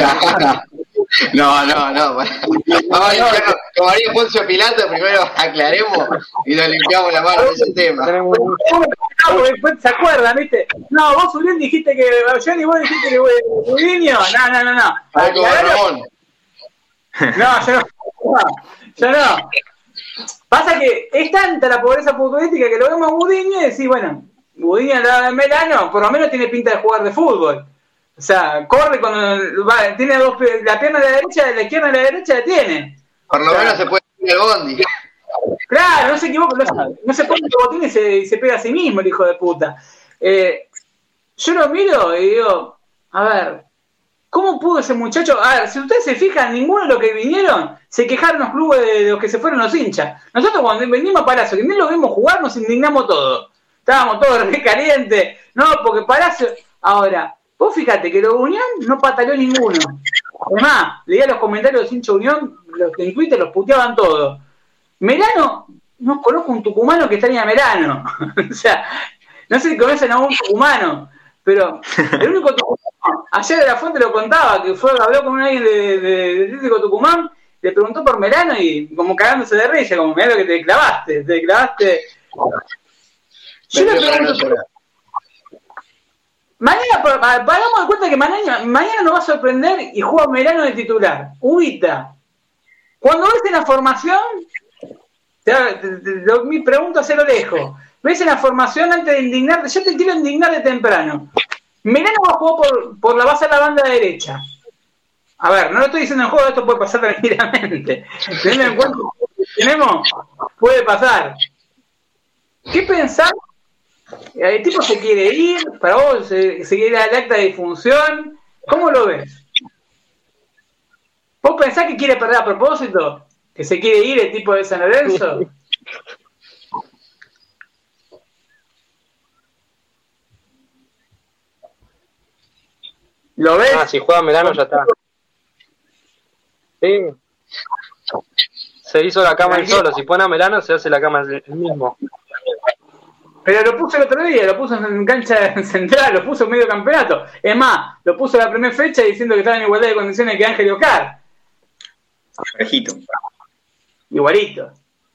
No, no, no. Vamos a limpiar, como haría Poncio Pilato, primero aclaremos y nos limpiamos la mano de ese tema. No, porque después se acuerdan, ¿viste? No, vos, Julián, dijiste que Johnny, vos dijiste que Gudiño. No, no, no, no. Ramón. No, yo no. No, yo no. Pasa que es tanta la pobreza futbolística que lo vemos a Gudiño y decís, bueno, Gudiño al lado de Melano, por lo menos tiene pinta de jugar de fútbol. O sea, corre cuando va, tiene dos, la pierna de la derecha, la izquierda y la derecha la tiene. Por lo o sea, menos se puede ir el bondi. Claro, no se equivoca, no, no se pone el botín y se, y se pega a sí mismo el hijo de puta. Eh, yo lo miro y digo, a ver, ¿cómo pudo ese muchacho? A ver, si ustedes se fijan, ninguno de los que vinieron se quejaron los clubes de los que se fueron los hinchas. Nosotros cuando venimos a Palacio, que ni lo vimos jugar, nos indignamos todos. Estábamos todos re calientes. No, porque Palacio... Ahora, vos fíjate que los Unión no pataleó ninguno. Además, leía los comentarios de los hinchas Unión, los que en Twitter los puteaban todos. Melano, no conozco un tucumano que extraña a Melano. O sea, no sé si conocen a un tucumano, pero el único tucumano, ayer de la Fuente lo contaba, que fue, habló con alguien de, de, de Atlético Tucumán, le preguntó por Melano y como cagándose de risa, como mirá lo que te clavaste, te clavaste. Yo le pregunto, mañana, pagamos de cuenta que mañana, mañana nos va a sorprender y juega Melano de titular. Ubita. Cuando ves en la formación, te, te, te, te, mi pregunta se lo dejo. Ves en la formación antes de indignarte, yo te quiero indignar de temprano. Melano va a jugar por, por la base de la banda derecha. A ver, no lo estoy diciendo en juego, esto puede pasar tranquilamente. Teniendo en cuenta que tenemos, puede pasar. ¿Qué pensás? El tipo se quiere ir, para vos se, se quiere ir al acta de difunción. ¿Cómo lo ves? ¿Vos pensás que quiere perder a propósito? ¿Que se quiere ir el tipo de San Lorenzo? ¿Lo ves? Ah, si juega Melano ya está. Sí. Se hizo la cama él solo. Si pone a Melano, se hace la cama él mismo. Pero lo puso el otro día, lo puso en cancha central, lo puso en medio campeonato. Es más, lo puso en la primera fecha diciendo que estaba en igualdad de condiciones que Ángel y Oscar. Parejito. Igualito.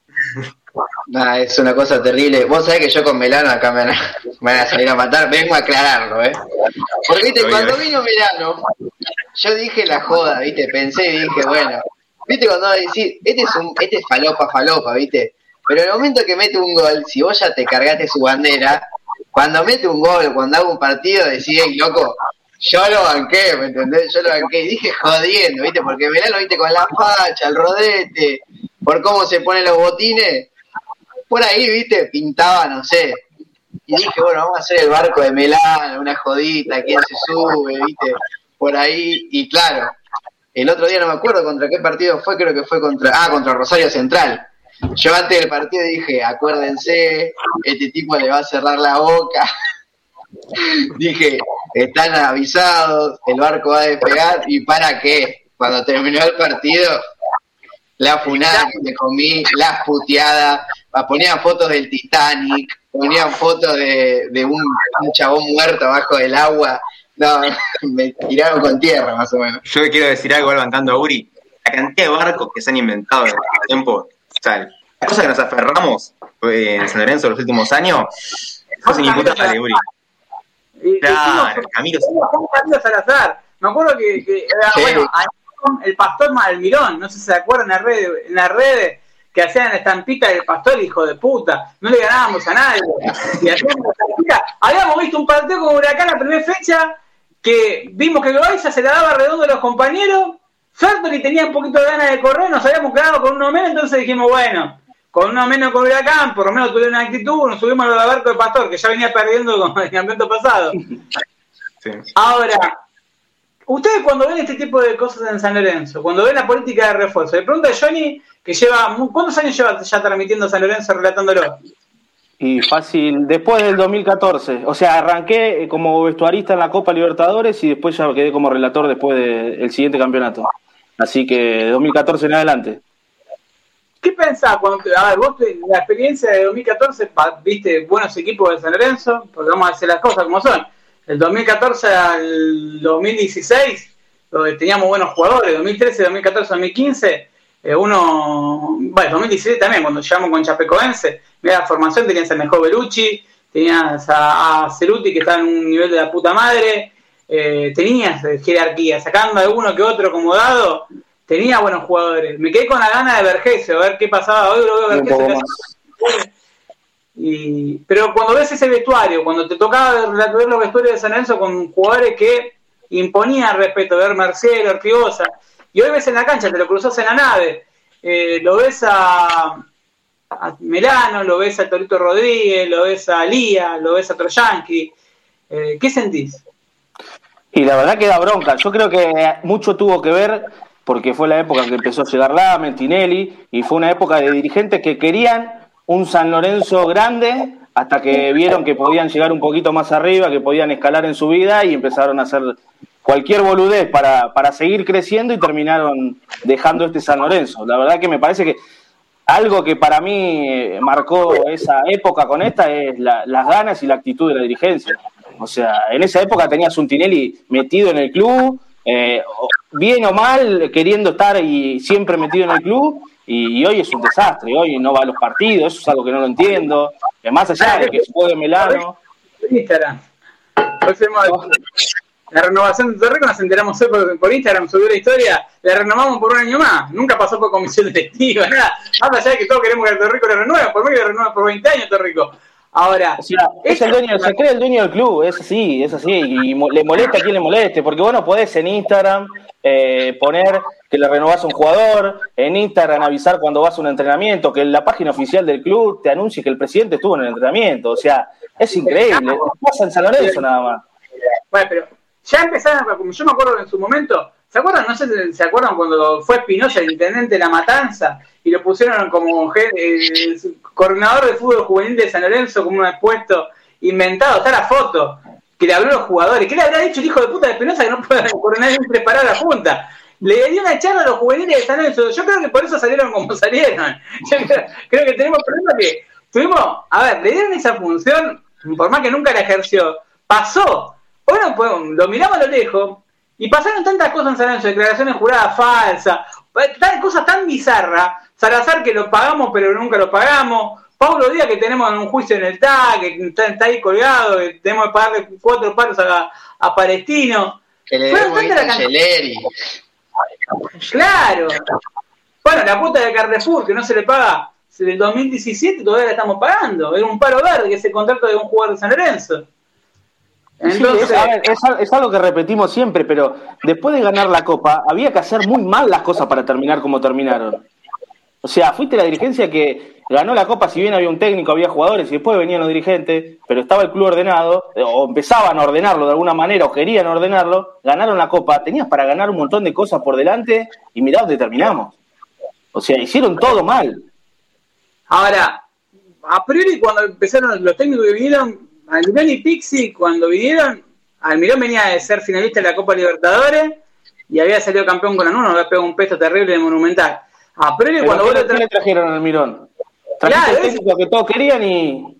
Nah, es una cosa terrible. Vos sabés que yo con Melano acá me van a, me van a salir a matar. Vengo a aclararlo, ¿eh? Porque, viste, cuando vino Melano, yo dije la joda, viste, pensé y dije, bueno, viste, cuando va a decir, este es un, este es falopa, falopa, viste, pero en el momento que mete un gol, si vos ya te cargaste su bandera, cuando mete un gol, cuando hago un partido, decís, hey, loco, yo lo banqué, ¿me entendés? Yo lo banqué, y dije jodiendo, viste, porque Melano, viste, con la facha, el rodete, por cómo se ponen los botines, por ahí, viste, pintaba, no sé. Y dije, bueno, vamos a hacer el barco de Melano, una jodita, quién se sube, viste, por ahí. Y claro, el otro día no me acuerdo contra qué partido fue, creo que fue contra, ah, contra Rosario Central. Yo antes del partido dije, acuérdense, este tipo le va a cerrar la boca. Dije, están avisados, el barco va a despegar, y ¿para qué? Cuando terminó el partido, la funada que me comí, las puteadas, ponían fotos del Titanic, ponían fotos de, de un, un chabón muerto abajo del agua. No, me tiraron con tierra, más o menos. Yo quiero decir algo, levantando a Uri. La cantidad de barcos que se han inventado en el tiempo, o sea, la cosa que nos aferramos en San Lorenzo los últimos años, fue sin imputable, Uri. Y, Claro, Camilo Salazar. Me acuerdo que, que era, Sí. bueno, el pastor Malmirón, no sé si se acuerdan en las redes, en las redes que hacían la estampita del pastor, hijo de puta, no le ganábamos a nadie. Y hacíamos la estampita. Habíamos visto un partido con Huracán la primera fecha, que vimos que Loaiza se la daba redondo a los compañeros, Fertoli tenía un poquito de ganas de correr, nos habíamos quedado con uno menos, entonces dijimos, bueno, con uno menos con Huracán, por lo menos tuvieron una actitud, nos subimos al barco del pastor, que ya venía perdiendo con el campeonato pasado. Sí. Ahora, ustedes cuando ven este tipo de cosas en San Lorenzo, cuando ven la política de refuerzo, le pregunto a Johnny, que lleva, ¿cuántos años lleva ya transmitiendo San Lorenzo, relatándolo? Y fácil, después del dos mil catorce, o sea, arranqué como vestuarista en la Copa Libertadores y después ya quedé como relator después del siguiente campeonato. Así que de dos mil catorce en adelante. ¿Qué pensás cuando, a ver, vos la experiencia de dos mil catorce, viste buenos equipos de San Lorenzo, porque vamos a hacer las cosas como son? El dos mil catorce al dos mil dieciséis, donde teníamos buenos jugadores, dos mil trece, dos mil catorce, dos mil quince, eh, uno, bueno, dos mil diecisiete también, cuando llegamos con Chapecoense, mira la formación, tenías al mejor Belucci, tenías a, a Ceruti que está en un nivel de la puta madre, eh, tenías jerarquía, sacando a uno que otro acomodado, tenía buenos jugadores. Me quedé con la gana de Vergesio, a ver qué pasaba. Hoy lo veo Vergesio. Y, pero cuando ves ese vestuario, cuando te tocaba ver los vestuarios de San Lorenzo con jugadores que imponían respeto, ver Marcelo, Ortigosa, y hoy ves en la cancha, te lo cruzas en la nave, eh, lo ves a, a Melano, lo ves a Torito Rodríguez, lo ves a Lía, lo ves a Troyanqui, eh, ¿qué sentís? Y la verdad que da bronca. Yo creo que mucho tuvo que ver porque fue la época que empezó a llegar Lame, Tinelli, y fue una época de dirigentes que querían un San Lorenzo grande hasta que vieron que podían llegar un poquito más arriba, que podían escalar en su vida y empezaron a hacer cualquier boludez para, para seguir creciendo y terminaron dejando este San Lorenzo. La verdad que me parece que algo que para mí marcó esa época con esta es la, las ganas y la actitud de la dirigencia. O sea, en esa época tenías un Tinelli metido en el club, eh, bien o mal, queriendo estar y siempre metido en el club, y, y hoy es un desastre, hoy no va a los partidos, eso es algo que no lo entiendo, más allá de que se juegue Melano. Instagram. La renovación de Torrico nos enteramos hoy por, por Instagram, subió la historia, la renovamos por un año más, nunca pasó por comisión directiva, nada, más allá de que todos queremos que el Torrico le renueve, por mí que le renueve por veinte años Torrico. Ahora, o sea, es el dueño, se cree el dueño del club, es así, es así, y mo- le molesta a quien le moleste, porque vos no podés en Instagram eh, poner que le renovás a un jugador, en Instagram avisar cuando vas a un entrenamiento, que en la página oficial del club te anuncie que el presidente estuvo en el entrenamiento, o sea, es increíble, pasa en San Lorenzo nada más. bueno, pero ya empezaron, como yo me acuerdo en su momento, ¿se acuerdan? No sé si se acuerdan cuando fue Espinosa, el intendente de La Matanza, y lo pusieron como eh, coordinador de fútbol juvenil de San Lorenzo, como un puesto inventado, está la foto, que le habló a los jugadores. ¿Qué le habrá dicho el hijo de puta de Espinosa que no puede coordinar ni preparar la junta? Le dio una charla a los juveniles de San Lorenzo. Yo creo que por eso salieron como salieron. Yo creo, creo que tenemos problemas que tuvimos, a ver, le dieron esa función, por más que nunca la ejerció, pasó. Bueno, pues lo miramos a lo lejos y pasaron tantas cosas en San Lorenzo, declaraciones juradas falsas, tal, cosas tan bizarras. Salazar que lo pagamos pero nunca lo pagamos. Pablo Díaz que tenemos un juicio en el T A, que está, está ahí colgado, que tenemos que pagarle cuatro palos a, a Palestino. Que le Fue demos bastante la a cantidad. Geleri. Claro. Bueno, la cuota de Carrefour que no se le paga desde el dos mil diecisiete todavía la estamos pagando. Era un paro verde, que es el contrato de un jugador de San Lorenzo. Entonces, sí, es, a ver, es, es algo que repetimos siempre, pero después de ganar la Copa, había que hacer muy mal las cosas para terminar como terminaron. O sea, fuiste la dirigencia que ganó la Copa, si bien había un técnico, había jugadores, y después venían los dirigentes, pero estaba el club ordenado, o empezaban a ordenarlo de alguna manera, o querían ordenarlo, ganaron la Copa, tenías para ganar un montón de cosas por delante, y mirá dónde terminamos. O sea, hicieron todo mal. ahora, a priori cuando empezaron los técnicos que vinieron, Almirón y Pixi, cuando vinieron, Almirón venía de ser finalista de la Copa Libertadores y había salido campeón con Lanús, había pegado un peso terrible de Monumental. A priori Pero cuando ¿qué, vos lo ¿qué le tra- trajeron al Almirón? Trajiste Claro, el técnico que todos querían y...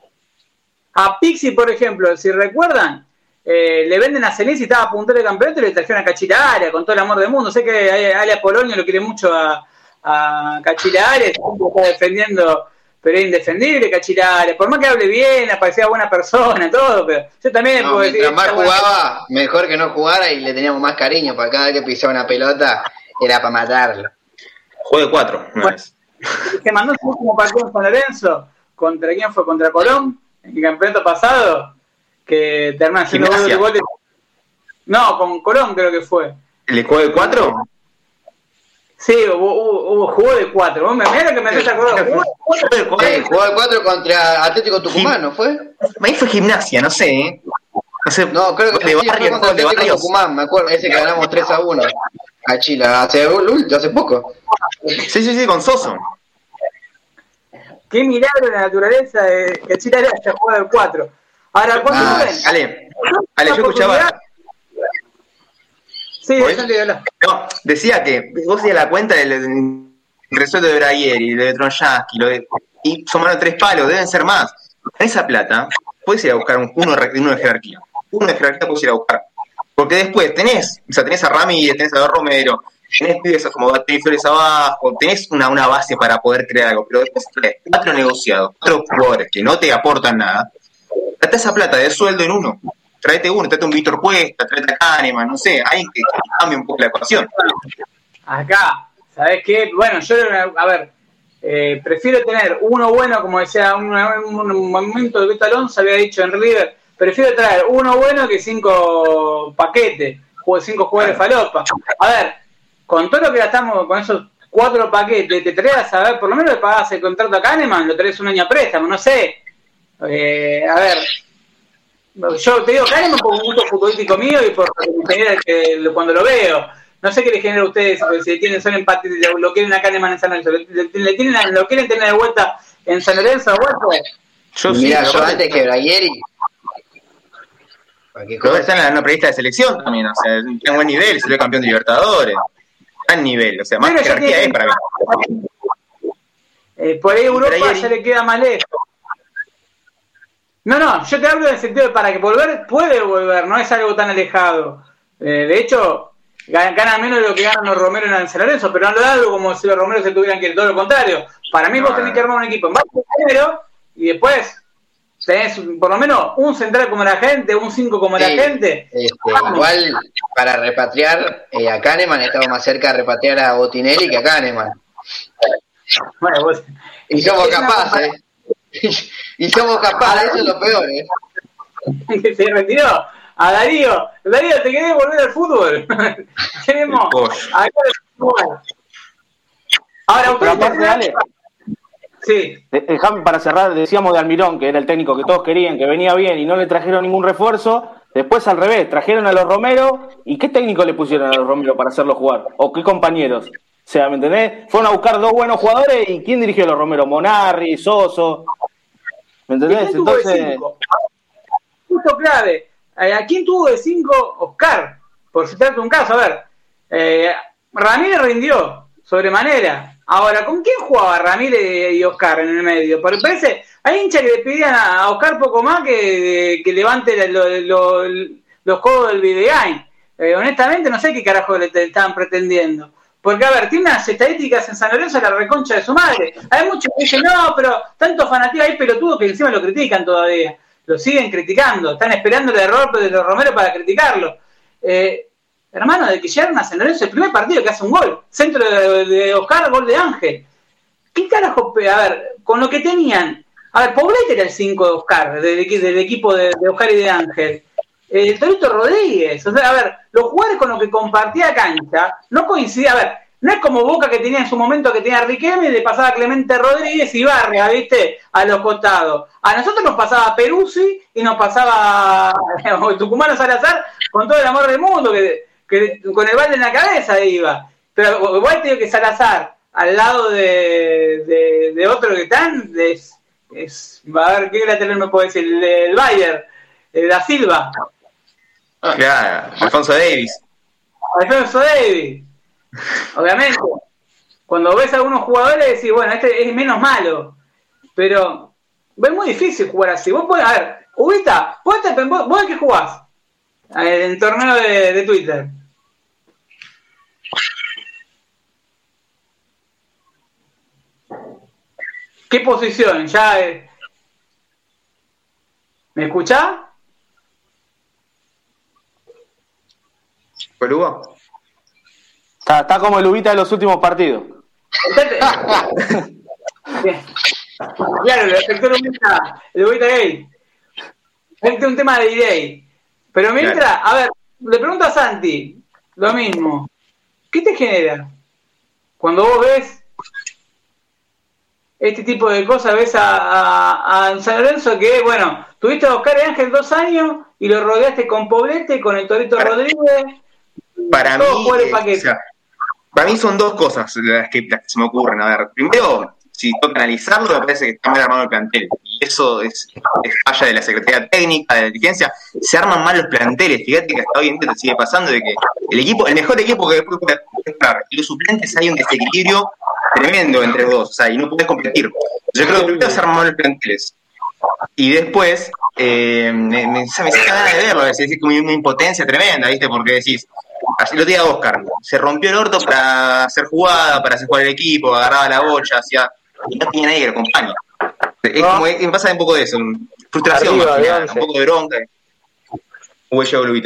a Pixi, por ejemplo, si recuerdan, eh, le venden a Celis y estaba a punto de campeonato y le trajeron a Cachila Arias con todo el amor del mundo. Sé que Alia Polonio lo quiere mucho a, a Cachila Arias, siempre está defendiendo, pero es indefendible Cachila Arias. Por más que hable bien, parecía buena persona, todo, pero yo también No, puedo decir. mientras más esta buena- jugaba, mejor que no jugara y le teníamos más cariño, porque cada vez que pisaba una pelota era para matarlo. Juego de cuatro, una Bueno. vez. Se mandó su último partido en San Lorenzo. ¿Contra quién fue? ¿Contra Colón? En el campeonato pasado. Que termina haciendo Gimnasia. goles. No, con Colón creo que fue. ¿El juego de cuatro? Sí, hubo, hubo, hubo jugó de cuatro. Vos me mirá lo que me haces acordar. Jugó de cuatro. Juego de cuatro. Sí, jugó al cuatro contra Atlético Tucumán, ¿no fue? Ahí fue gimnasia, no sé, ¿eh? No sé, No, creo que de sí, fue barrio, contra de Atlético barrios. Tucumán, me acuerdo, ese que ganamos tres a uno a Chile, hace, hace poco. Sí, sí, sí, con Soso. Qué milagro de la naturaleza de que Chile haya jugado de cuatro. Ahora, cuando Ah, ven. Ale, Ale, yo escuchaba. Sí, ¿Oís? Santi, habla. No, decía que vos hacías la cuenta del resuelto de Braguieri, lo de Tronjaski, lo de. Y sumaron tres palos, deben ser más. Con esa plata, puedes ir a buscar un, uno, de- uno de jerarquía. Uno de jerarquía puedes ir a buscar. Porque después tenés, o sea, tenés a Ramírez, tenés a Romero, tenés pibes como Batey Flores abajo, tenés una, una base para poder crear algo, pero después tenés cuatro negociados, cuatro jugadores que no te aportan nada. Trata esa plata de sueldo en uno. Tráete uno, tráete un Víctor Cuesta, tráete a Kahneman, no sé, alguien que, que cambie un poco la ecuación. Acá, ¿sabés qué? Bueno, yo, a ver, eh, prefiero tener uno bueno, como decía un, un, un momento de Beto Alonso había dicho en River, prefiero traer uno bueno que cinco paquetes, cinco jugadores de falopa. A ver, con todo lo que gastamos con esos cuatro paquetes, te traes a ver, por lo menos le pagás el contrato a Kahneman, lo traes un año a préstamo, no sé. Eh, a ver, yo te digo Kahneman por un gusto futbolístico mío y por lo que me genera que, cuando lo veo. No sé qué les genera a ustedes, si tienen solo empate, lo quieren a Kahneman en San Lorenzo, le, le tienen, lo quieren tener de vuelta en San Lorenzo, bueno. Yo sí, Mirá, yo yo antes que Braguieri. Pero está en la, en la prevista de selección también, o sea, tiene buen nivel, salió campeón de Libertadores. Gran nivel, o sea, más Bueno, ya jerarquía tiene- es para mí. Eh, por ahí Europa Pero ahí- ya le queda más lejos. No, no, yo te hablo en el sentido de para que volver, puede volver, no es algo tan alejado. Eh, de hecho, gana, gana menos de lo que ganan los Romero en San Lorenzo, pero no lo da algo como si los Romeros se tuvieran que ir, todo lo contrario. Para mí vos tenés que armar un equipo en base primero y después tenés por lo menos un central como la gente, un cinco como Sí, la gente. este, igual para repatriar eh, a Kahneman estaba más cerca de repatriar a Botinelli que a Kahneman. Bueno, vos, Y somos es una capaces. y somos capaces, eso es lo peor, ¿eh? Que se retiró. A Darío, Darío, ¿te querés volver al fútbol? Queremos. Ahora, pero aparte, dale. Sí. Déjame para cerrar, decíamos de Almirón, que era el técnico que todos querían, que venía bien y no le trajeron ningún refuerzo. Después al revés, trajeron a los Romero. ¿Y qué técnico le pusieron a los Romero para hacerlo jugar? ¿O qué compañeros? O sea, ¿me entendés? Fueron a buscar dos buenos jugadores y ¿quién dirigió a los Romero? Monarri, Soso. ¿Me entendés? Entonces... Justo clave. ¿A quién tuvo de cinco? Oscar, por citarte un caso. A ver, eh, Ramírez rindió sobremanera. Ahora, ¿con quién jugaba Ramírez y Oscar en el medio? Porque parece, hay hinchas que le pedían a Oscar poco más que, que levante lo, lo, los codos del videogame. Eh, honestamente, no sé qué carajo le, le estaban pretendiendo. Porque, a ver, tiene unas estadísticas en San Lorenzo de la reconcha de su madre. Hay muchos que dicen, no, pero tanto fanáticos, hay pelotudos que encima lo critican todavía. Lo siguen criticando, están esperando el error de los Romero para criticarlo. Eh, hermano, de que llegaron a San Lorenzo, el primer partido que hace un gol, centro de, de Oscar, gol de Ángel. ¿Qué carajo? A ver, con lo que tenían, a ver, Poblete era el cinco de Oscar, del, del equipo de, de Oscar y de Ángel. El Torito Rodríguez, o sea, a ver, los jugadores con los que compartía cancha no coincidían. A ver, no es como Boca que tenía en su momento que tenía Riquelme y le pasaba a Clemente Rodríguez y Barria, ¿viste? A los costados. A nosotros nos pasaba Peruzzi y nos pasaba Tucumano Salazar con todo el amor del mundo, que, que con el balde en la cabeza iba. Pero igual te digo que Salazar, al lado de, de, de otro que están, es, es, a ver, ¿qué lateral me puede decir? El, el Bayer, el Da Silva. Claro, Alfonso Davis. Alfonso Davis. Obviamente, cuando ves a algunos jugadores decís, bueno, este es menos malo, pero es muy difícil jugar así. Vos podés, a ver, Ubita, vos, te, vos, vos ¿qué jugás? En el torneo de, de Twitter. ¿Qué posición? Ya eh... ¿Me escuchás? ¿Peluga? Está, está como el Ubita de los últimos partidos. Claro, el efector Ubita, el Ubita gay. Este es un tema de delay. Pero mientras, claro. A ver, le pregunto a Santi, lo mismo. ¿Qué te genera? Cuando vos ves este tipo de cosas, ves a, a, a San Lorenzo que, bueno, tuviste a Oscar y Ángel dos años y lo rodeaste con Poblete, con el Torito para, Rodríguez. Para mí, eh, o sea, para mí son dos cosas las que, las que se me ocurren. A ver, primero, si tengo que analizarlo, me parece que está mal armado el plantel. Y eso es, es falla de la Secretaría Técnica, de la dirigencia. Se arman mal los planteles. Fíjate que hasta hoy en día te sigue pasando de que el equipo, el mejor equipo que después puede estar y los suplentes hay un desequilibrio tremendo entre los dos. O sea, y no puedes competir. Yo creo que primero se arman mal los planteles. Y después, eh, me, me, me saca ganas de verlo, es decir, como una impotencia tremenda, ¿viste? Porque decís, así lo diga Oscar, se rompió el orto para hacer jugada, para hacer jugar el equipo, agarraba la bocha, hacía, y no tenía nadie que lo acompañe. Es como, me pasa un poco de eso, frustración, Arriba, más final, un poco de bronca. Huella de Ubita.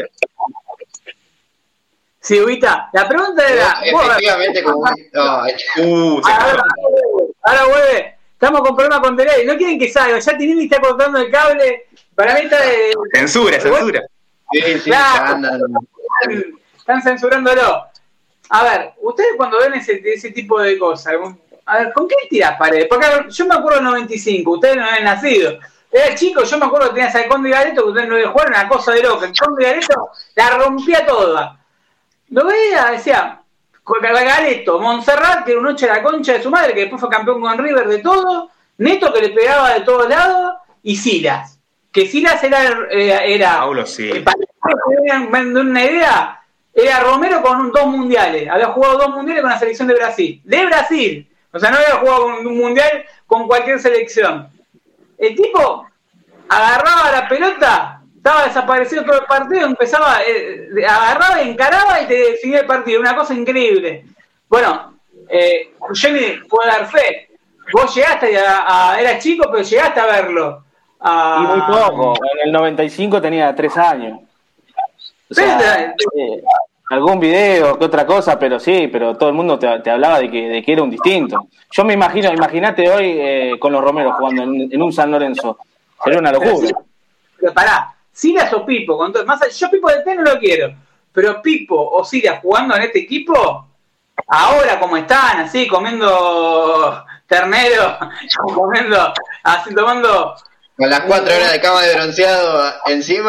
Sí, Ubita, la pregunta era... Efectivamente, como... No, uh, se ahora, ahora vuelve, estamos con problemas con delay, no quieren que salga, ya Tinelli está cortando el cable, para mí está de... Censura, censura. Sí, sí, claro. están, Están censurándolo. A ver, ustedes cuando ven ese, ese tipo de cosas, a ver, ¿con qué tirás paredes? Porque ver, yo me acuerdo del noventa y cinco, ustedes no habían nacido. Era chico, yo me acuerdo que tenías al Conde Gareto, que ustedes no habían jugado, una cosa de loca. El Conde Gareto la rompía toda. Lo veía, decía, Gareto, Montserrat, que era un ocho de la concha de su madre, que después fue campeón con River de todo, Neto, que le pegaba de todos lados, y Silas. Que Silas era... era, era Paulo, sí. Para que tengan una idea, era Romero con dos mundiales. Había jugado dos mundiales con la selección de Brasil. De Brasil. O sea, no había jugado con un mundial con cualquier selección. El tipo agarraba la pelota, estaba desaparecido todo el partido, empezaba, eh, agarraba, encaraba y te definía el partido. Una cosa increíble. Bueno, eh, Jenny puede dar fe. Vos llegaste a, a... Eras chico, pero llegaste a verlo. A... Y muy poco. En el noventa y cinco tenía tres años. O sea, eh, algún video, que otra cosa, pero sí, pero todo el mundo te, te hablaba de que, de que era un distinto. Yo me imagino, imagínate hoy eh, con los Romeros jugando en, en un San Lorenzo. Sería una locura. Pero, sí, pero pará, Silas o Pipo, con todo, más allá, yo Pipo de T no lo quiero, pero Pipo o Silas jugando en este equipo, ahora como están, así, comiendo ternero, comiendo, así, tomando... Con las cuatro horas de cama de bronceado encima.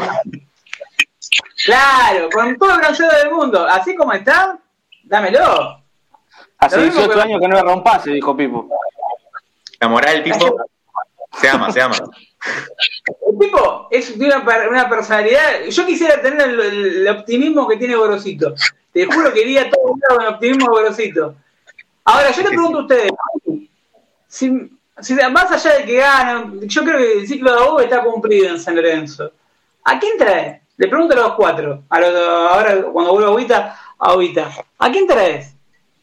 Claro, con todo el bronceado del mundo, así como están, dámelo. Hace Lo mismo dieciocho que- años que no le rompase, dijo Pipo. La moral del Pipo se ama, se ama. El tipo es de una, per- una personalidad. Yo quisiera tener el, el- el optimismo que tiene Gorosito. Te juro que iría todo el día con el optimismo de Gorosito. Ahora, yo le pregunto a ustedes: si, si más allá de que ganan, yo creo que el ciclo de Abobe está cumplido en San Lorenzo. ¿A quién traes? Le pregunto a los cuatro. A los, ahora, cuando vuelva Agüita, a Agüita. ¿A quién traes?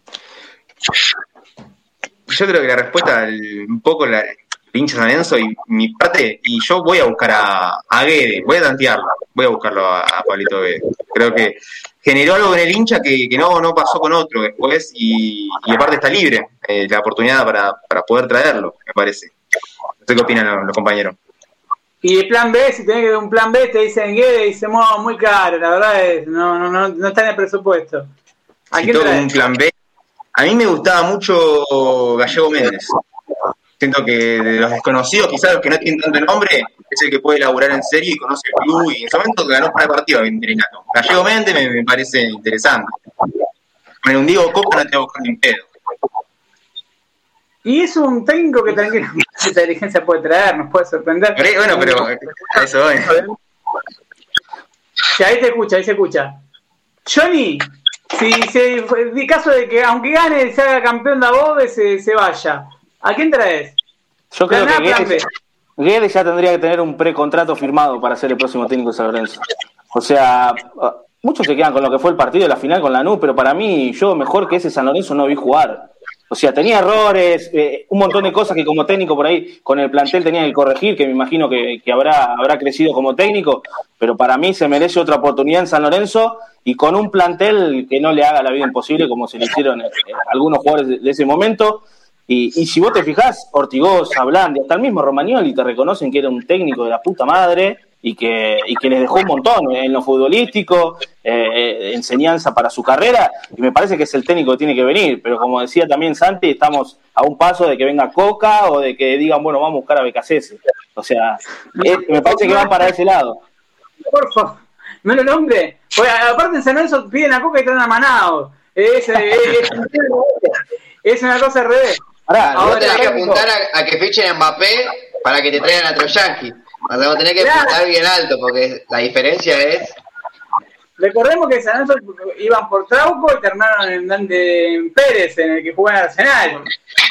Yo creo que la respuesta, el- un poco la el hincha San Lorenzo y mi parte, y yo voy a buscar a, a Guede, voy a tantearlo, voy a buscarlo a, a Pablito Guede. Creo que generó algo en el hincha que, que no, no pasó con otro después, y, y aparte está libre eh, la oportunidad para, para poder traerlo, me parece. No sé qué opinan los, los compañeros. Y el plan B, si tenés que ver un plan B, te dicen Guede y dicen, "Oh, muy caro, la verdad es, no, no, no, no está en el presupuesto". ¿A Si quién todo traes? un plan B, a mí me gustaba mucho Gallego Méndez. Siento que de los desconocidos, quizás los que no tienen tanto nombre, es el que puede laburar en serio y conoce el club, y en ese momento ganó para el partido en Interinato. Gallego Méndez me, me parece interesante. Con un Diego Coca no te voy a buscar ni un pedo. Y es un técnico que tranquilamente esa inteligencia puede traer, nos puede sorprender. Pero, bueno, pero a eso voy. Sí, ahí te escucha, ahí se escucha. Johnny, si se en caso de que aunque gane se haga campeón de Abobe, se, se vaya, ¿a quién traes? Yo creo Plan A, que plan Guedes, Guedes ya tendría que tener un precontrato firmado para ser el próximo técnico de San Lorenzo. O sea, muchos se quedan con lo que fue el partido de la final con Lanús, pero para mí, yo mejor que ese San Lorenzo no vi jugar. O sea, tenía errores, eh, un montón de cosas que como técnico por ahí con el plantel tenía que corregir, que me imagino que, que habrá, habrá crecido como técnico, pero para mí se merece otra oportunidad en San Lorenzo y con un plantel que no le haga la vida imposible como se le hicieron eh, algunos jugadores de, de ese momento. Y, y si vos te fijás, Ortigosa, Blandi, hasta el mismo Romagnoli te reconocen que era un técnico de la puta madre y que, y que les dejó un montón en lo futbolístico, eh, enseñanza para su carrera, y me parece que es el técnico que tiene que venir, pero como decía también Santi, estamos a un paso de que venga Coca o de que digan, bueno, vamos a buscar a B K C S. O sea, eh, me parece que van para ese lado. Por favor, no lo nombre. Pues, aparte en San Lorenzo piden a Coca y traen a Manao. Es, es, es, es una cosa al revés. Pará, Vos Ahora, tenés que técnico. apuntar a, a que fichen a Mbappé para que te traigan a Troyanqui. O sea, vos tenés que Claro. apuntar bien alto, porque la diferencia es... Recordemos que San Lorenzo iban por Trauco y terminaron en, Dante- en Pérez, en el que jugaba en Arsenal.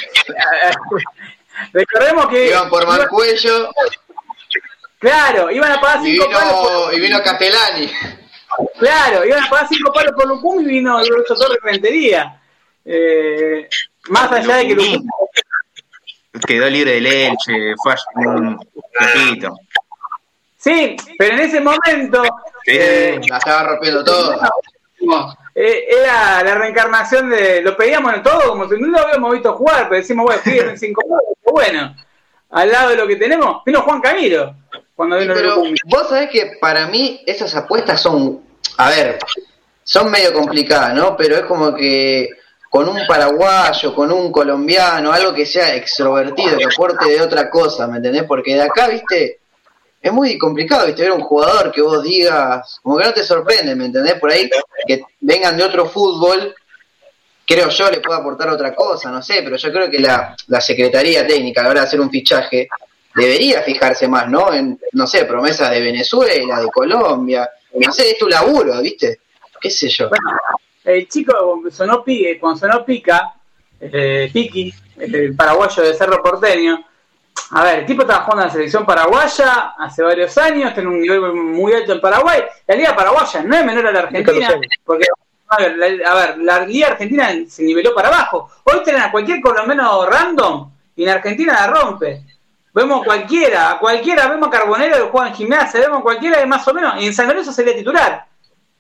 Recordemos que... Iban por Mancuello Claro, iban a pagar y cinco palos vino, por... y vino Castellani. Claro, iban a pagar cinco palos por Lucum y vino Lorenzo Torres Rentería. Eh, más allá de que Lucum... Quedó libre del Elche, fue un poquito. Sí, pero en ese momento... eh, La estaba rompiendo todo. Eh, era la reencarnación de... Lo pedíamos en todo, como si no lo habíamos visto jugar, pero decimos, bueno, piden cinco palos, bueno. Al lado de lo que tenemos, vino Juan Camilo. Cuando Sí, vino pero el vos sabés que para mí esas apuestas son, a ver, son medio complicadas, ¿no? Pero es como que con un paraguayo, con un colombiano, algo que sea extrovertido, que aporte de otra cosa, ¿me entendés? Porque de acá, viste, es muy complicado, viste, ver un jugador que vos digas, como que no te sorprende, ¿me entendés? Por ahí que vengan de otro fútbol, creo yo le puedo aportar otra cosa, no sé, pero yo creo que la, la Secretaría Técnica a la hora de hacer un fichaje debería fijarse más, ¿no? En, no sé, promesas de Venezuela, de Colombia, no sé, es tu laburo, ¿viste? ¿Qué sé yo? Bueno, el chico sonó pique, cuando sonó Pica, eh, Piqui, el paraguayo de Cerro Porteño, a ver, el tipo estaba jugando en la selección paraguaya hace varios años, tiene un nivel muy alto en Paraguay, la liga paraguaya no es menor a la Argentina, porque a ver, la, a ver, la liga argentina se niveló para abajo, hoy tienen a cualquier colombiano random y en Argentina la rompe. Vemos cualquiera, a cualquiera, vemos a Carbonero que juega en Gimnasia, vemos a cualquiera que más o menos, y en San Lorenzo sería titular.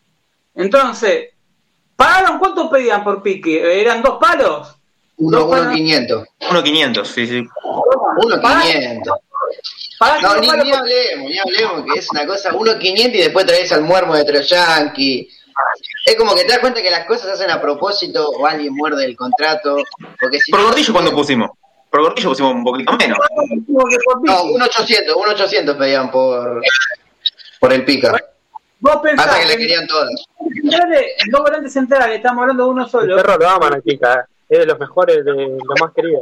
Entonces, ¿pagaron cuánto pedían por pique? ¿Eran dos palos? Uno, uno quinientos. Uno quinientos, sí, sí. Uno quinientos. No, ni, ni hablemos, ni hablemos, que es una cosa, uno quinientos y después traes al muermo de Troyanqui. Es como que te das cuenta que las cosas se hacen a propósito o alguien muerde el contrato. Porque si por no, Gordillo, ¿cuándo pusimos? Por Gordillo pusimos un poquito menos. No, un ochocientos, un ochocientos pedían por, por el Pica. Vos pensás hasta que le querían todas. En dos volantes centrales, estamos hablando de uno solo. El perro lo aman al Pica, ¿eh? Es de los mejores, de lo más querido.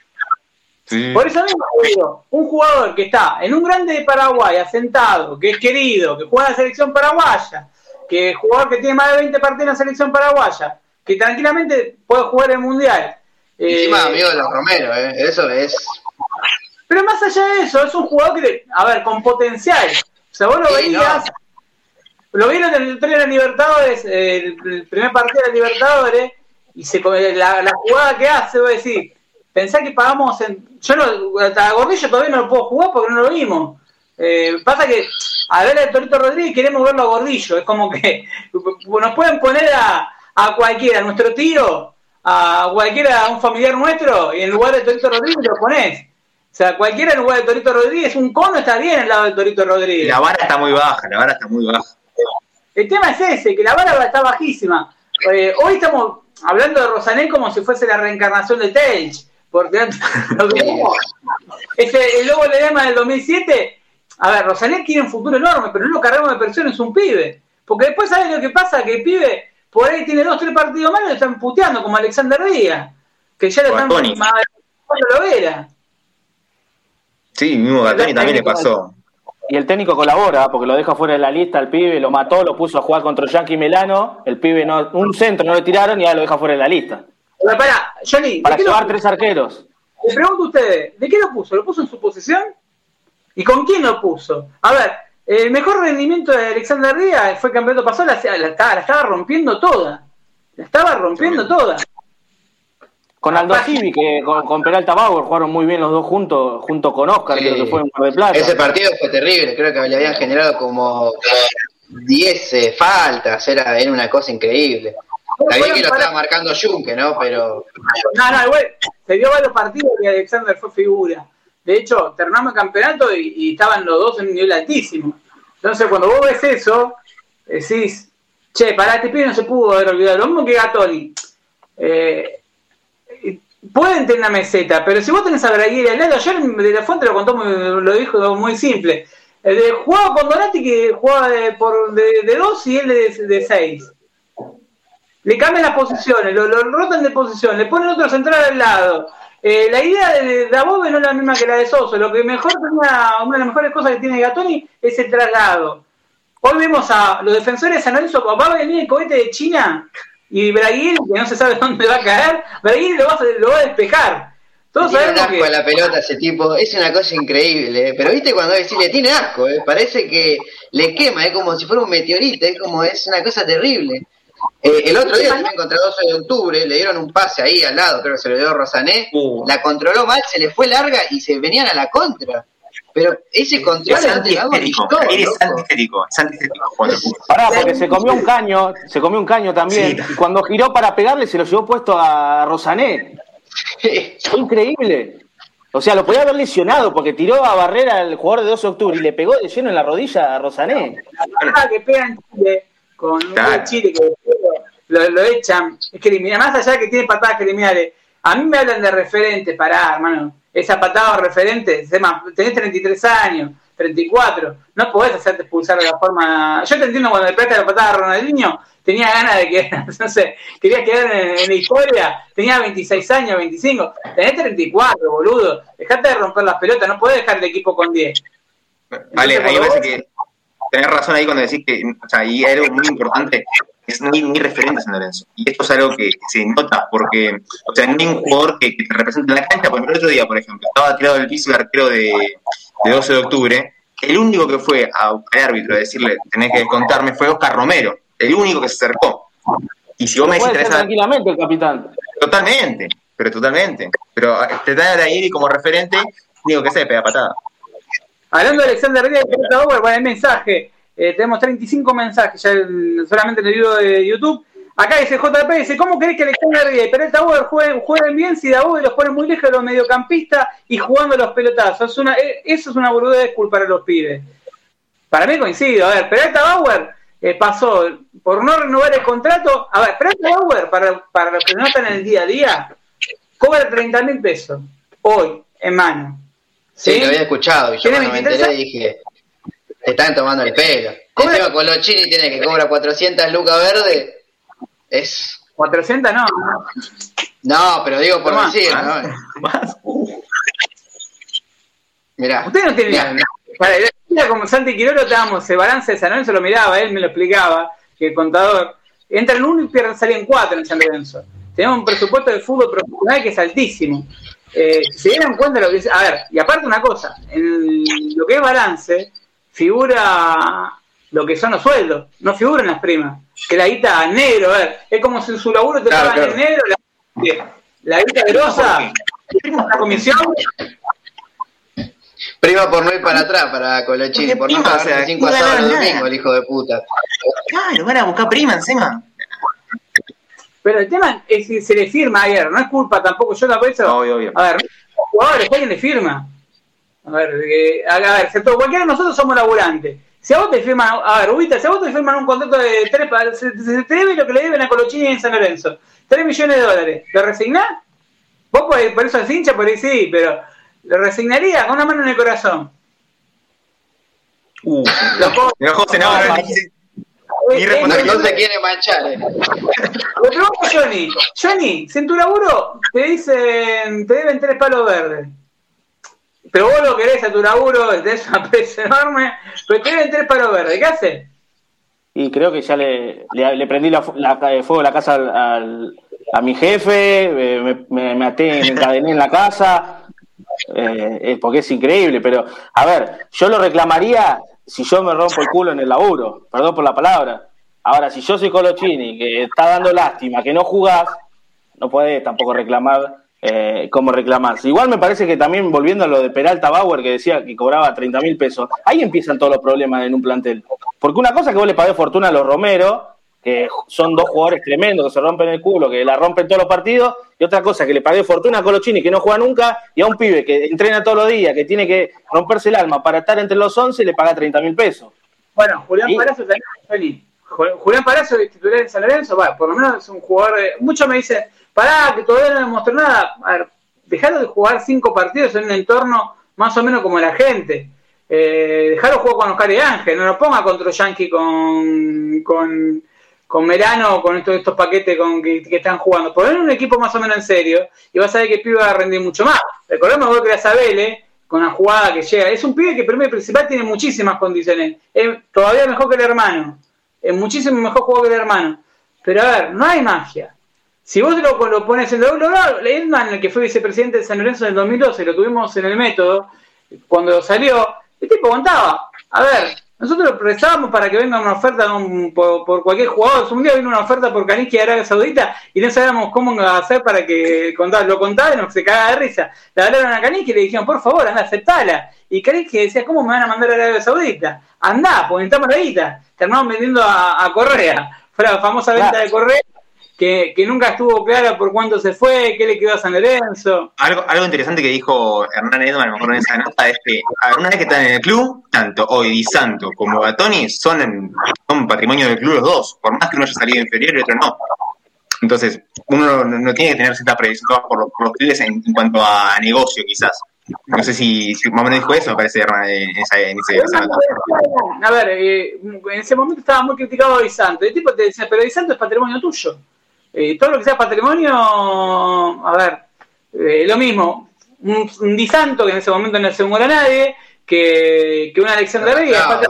Sí. Por eso mismo digo, un jugador que está en un grande de Paraguay, asentado, que es querido, que juega en la selección paraguaya, que es jugador que tiene más de veinte partidos en la selección paraguaya, que tranquilamente puede jugar el Mundial. Encima eh, amigo de los Romero, ¿eh? Eso es... Pero más allá de eso, es un jugador que, a ver, con potencial. O sea, vos lo sí, veías, no. lo vieron en el tren de la Libertadores, el, el primer partido de la Libertadores, y se, la, la jugada que hace, voy a decir, pensá que pagamos en... Yo no, hasta Gordillo todavía no lo puedo jugar porque no lo vimos. Eh, pasa que a ver a Torito Rodríguez queremos verlo a Gordillo. Es como que nos pueden poner a, a cualquiera, a nuestro tío, a cualquiera, a un familiar nuestro, y en lugar de Torito Rodríguez lo ponés. O sea, cualquiera en lugar de Torito Rodríguez, un cono está bien al lado de Torito Rodríguez. La vara está muy baja, la vara está muy baja. El tema es ese, que la vara está bajísima. Eh, hoy estamos hablando de Rosané como si fuese la reencarnación de Telch. Porque lo que vimos, ese, el Lobo Ledesma del dos mil siete, a ver, Rosané tiene un futuro enorme, pero no lo cargamos de presión, es un pibe. Porque después, ¿sabes lo que pasa? Que el pibe por ahí tiene dos, tres partidos más y lo están puteando, como Alexander Díaz, que ya le están más lo era. Sí, mismo Gatoni también le pasó. Y el técnico colabora, porque lo deja fuera de la lista, el pibe lo mató, lo puso a jugar contra Yankee Melano, el pibe no, un centro no le tiraron y ahora lo deja fuera de la lista. Pero para, Johnny, para llevar tres arqueros. Les pregunto a ustedes, ¿de qué lo puso? ¿Lo puso en su posición? ¿Y con quién lo puso? A ver, el mejor rendimiento de Alexander Díaz fue el campeonato pasado, la, la, la, la estaba rompiendo toda. La estaba rompiendo toda. Con Aldo Civi, que con, con Peralta Bauer jugaron muy bien los dos juntos, junto con Oscar, sí, creo que fue en Mar del Plata. Ese partido fue terrible, creo que le habían generado como diez eh, faltas, era, era una cosa increíble. Está bien que lo estaba marcando Junque, ¿no? Pero... No, no, igual, se dio varios partidos y Alexander fue figura. De hecho, terminamos el campeonato y, y estaban los dos en un nivel altísimo. Entonces, cuando vos ves eso, decís, che, pará, este pibe no se pudo haber olvidado. Lo mismo que Gatoni. Eh, pueden tener una meseta, pero si vos tenés a Braguieri al lado, ayer de la Fuente lo contó, muy, lo dijo muy simple. Eh, de, jugaba con Donati que jugaba de, por, de, de dos y él de, de seis. Le cambian las posiciones, lo, lo rotan de posición, le ponen otro central al lado. Eh, la idea de Dabove no es la misma que la de Soso. Lo que mejor tenía, una de las mejores cosas que tiene Gatoni es el traslado. Hoy vemos a los defensores de San Lorenzo, va a venir el cohete de China y Braguieri, que no se sabe dónde va a caer, Braguieri lo va a, lo va a despejar. Todos tiene sabemos asco que... a la pelota ese tipo, es una cosa increíble, ¿eh? Pero viste cuando decís, le tiene asco, ¿eh? Parece que le quema, es como si fuera un meteorito, es como, es una cosa terrible. Eh, el otro día también contra el doce de octubre le dieron un pase ahí al lado, creo que se lo dio Rosané, uh. la controló mal, se le fue larga y se venían a la contra. Pero ese control es antiestético, es antiestético, es antiestético. Pará, porque se comió un caño, se comió un caño también, sí. Y cuando giró para pegarle se lo llevó puesto a Rosané. Fue increíble. O sea, lo podía haber lesionado porque tiró a barrera al jugador de doce de octubre y le pegó de lleno en la rodilla a Rosané. Ah, que pegan Chile con claro. Un Chile que lo, lo echan, es criminal, más allá de que tiene patadas criminales. A mí me hablan de referentes, pará, hermano. Esa patada o referente, tenés treinta y tres años, treinta y cuatro, no podés hacerte expulsar de la forma... Yo te entiendo cuando le pega la patada a Ronaldinho, tenía ganas de que, no sé, quería quedar en, en la historia, tenía veintiséis años, veinticinco, tenés treinta y cuatro, boludo, dejate de romper las pelotas, no podés dejar el equipo con diez. Vale, ahí me parece que tenés razón ahí cuando decís que, o sea, y algo muy importante, es no hay ni referentes en Lorenzo. Y esto es algo que se nota porque, o sea, no hay un jugador que, que te represente en la cancha. Por ejemplo, el otro día, por ejemplo, estaba tirado del piso el arquero de, de doce de octubre. El único que fue al árbitro a decirle, tenés que descontarme, fue Oscar Romero. El único que se acercó. Y si vos me decís... tranquilamente el capitán. Totalmente, pero totalmente. Pero te trae a Braguieri como referente, digo que se le pega patada. Hablando de Alexander Díaz, bueno, el mensaje... Eh, tenemos treinta y cinco mensajes ya en, solamente en el video de YouTube. Acá dice J P, dice, ¿cómo querés que Alexander Díaz y Peralta Bauer jueguen, jueguen bien si Daboud los pone muy lejos de los mediocampistas y jugando los pelotazos? Es una, eso es una boludez culpar a los pibes. Para mí coincido. A ver, Peralta Bauer eh, pasó por no renovar el contrato. A ver, Peralta Bauer, para, para los que no están en el día a día, cobra treinta mil pesos hoy en mano. Sí, ¿sí? Lo había escuchado. Y yo cuando me enteré dije, te están tomando el pelo. Encima Colochini tiene que cobrar cuatrocientas lucas verdes. Es cuatrocientas no. No, pero digo por más, decir, más, ¿no? Más. Mirá. Usted no tiene nada. Para, como Santi Quirolo estábamos, el balance de San Lorenzo lo miraba, él me lo explicaba, que el contador entra en uno y pierde, salen cuatro en San Lorenzo. Tenemos un presupuesto de fútbol profesional que es altísimo. Eh, si se dieran cuenta de lo que es, a ver, y aparte una cosa, en lo que es balance, figura lo que son los sueldos, no figuran las primas. Que la guita negro, a ver, es como si en su laburo te claro, pagan claro. en negro, la, la guita grosa, la comisión. Prima por no ir para atrás para Colochini, por no pagarse cinco asados el domingo, el hijo de puta. Claro, van a buscar prima encima. Pero el tema es que se le firma ayer, no es culpa tampoco, yo la pienso. Obvio, obvio. A ver, los jugadores, alguien le firma. A ver, eh, a ver, excepto cualquiera de nosotros somos laburantes. Si a vos te firman, a ver, Ubita, si a vos te firman un contrato de tres, se, se te debe lo que le deben a Colochini en San Lorenzo, tres millones de dólares, ¿lo resignás? Vos por, por eso es hincha, por ahí sí, pero lo resignaría con una mano en el corazón. Uh, pero José, no, no, ni responder, no se quiere manchar. Eh. Le pregunto a Johnny, Johnny, si en tu laburo te dicen, te deben tres palos verdes, pero vos lo querés a tu laburo, tenés una presa enorme, pero te deben tres palos verdes, ¿qué haces? Y creo que ya le, le, le prendí la, la, el fuego a la casa al, al, a mi jefe, me, me, me até, me encadené en la casa, eh, porque es increíble, pero a ver, yo lo reclamaría si yo me rompo el culo en el laburo, perdón por la palabra. Ahora, si yo soy Colochini, que está dando lástima, que no jugás, no podés tampoco reclamar eh, como reclamás. Igual me parece que también, volviendo a lo de Peralta Bauer, que decía que cobraba treinta mil pesos, ahí empiezan todos los problemas en un plantel. Porque una cosa es que vos le pagués fortuna a los Romero, que son dos jugadores tremendos, que se rompen el culo, que la rompen todos los partidos, y otra cosa que le pagué fortuna a Colochini, que no juega nunca, y a un pibe que entrena todos los días, que tiene que romperse el alma para estar entre los once, le paga treinta mil pesos. Bueno, Julián ¿Y? Parazo también es feliz. Julián Parazo, titular de San Lorenzo, va, por lo menos es un jugador, de, muchos me dicen, pará, que todavía no demostró nada. A ver, dejalo de jugar cinco partidos en un entorno más o menos como la gente. Eh, dejalo jugar con Oscar y Ángel, no lo ponga contra Yankee con... con con Merano, con estos, estos paquetes con que, que están jugando. Poner un equipo más o menos en serio y vas a ver que el pibe va a rendir mucho más. Recordemos que la Sabele, con la jugada que llega, es un pibe que primero y principal tiene muchísimas condiciones. Es todavía mejor que el hermano. Es muchísimo mejor jugador que el hermano. Pero a ver, no hay magia. Si vos lo, lo pones en doble, Edman, el que fue vicepresidente de San Lorenzo en el dos mil doce, lo tuvimos en el método, cuando salió, el tipo contaba. A ver, nosotros rezábamos para que venga una oferta un, por, por cualquier jugador. Un día vino una oferta por Kaniki de Arabia Saudita y no sabíamos cómo hacer para que contara. Lo contaba y nos se cagaba de risa. Le hablaron a Kaniki y le dijeron, por favor, anda, aceptala. Y Kaniki decía, ¿cómo me van a mandar a Arabia Saudita? Andá, pues necesitamos la guita. Terminamos vendiendo a, a Correa. Fue la famosa venta de Correa, que, que nunca estuvo clara por cuánto se fue, qué le quedó a San Lorenzo. Algo, algo interesante que dijo Hernán Edman, a lo mejor en esa nota, es que a ver, una vez que están en el club, tanto hoy Di Santo como Gatoni son, en, son patrimonio del club los dos, por más que uno haya salido inferior y el otro no. Entonces, uno no, no tiene que tener cierta previsión por los, por los clubes en, en cuanto a negocio, quizás. No sé si, si más o menos dijo eso, me parece, Hernán, en esa, en esa nota. A ver, eh, en ese momento estaba muy criticado Di Santo. El tipo te decía, pero Di Santo es patrimonio tuyo. Eh, todo lo que sea patrimonio, a ver, eh, lo mismo, un, un Di Santo que en ese momento no se muera nadie, que, que una Alexander Reyes.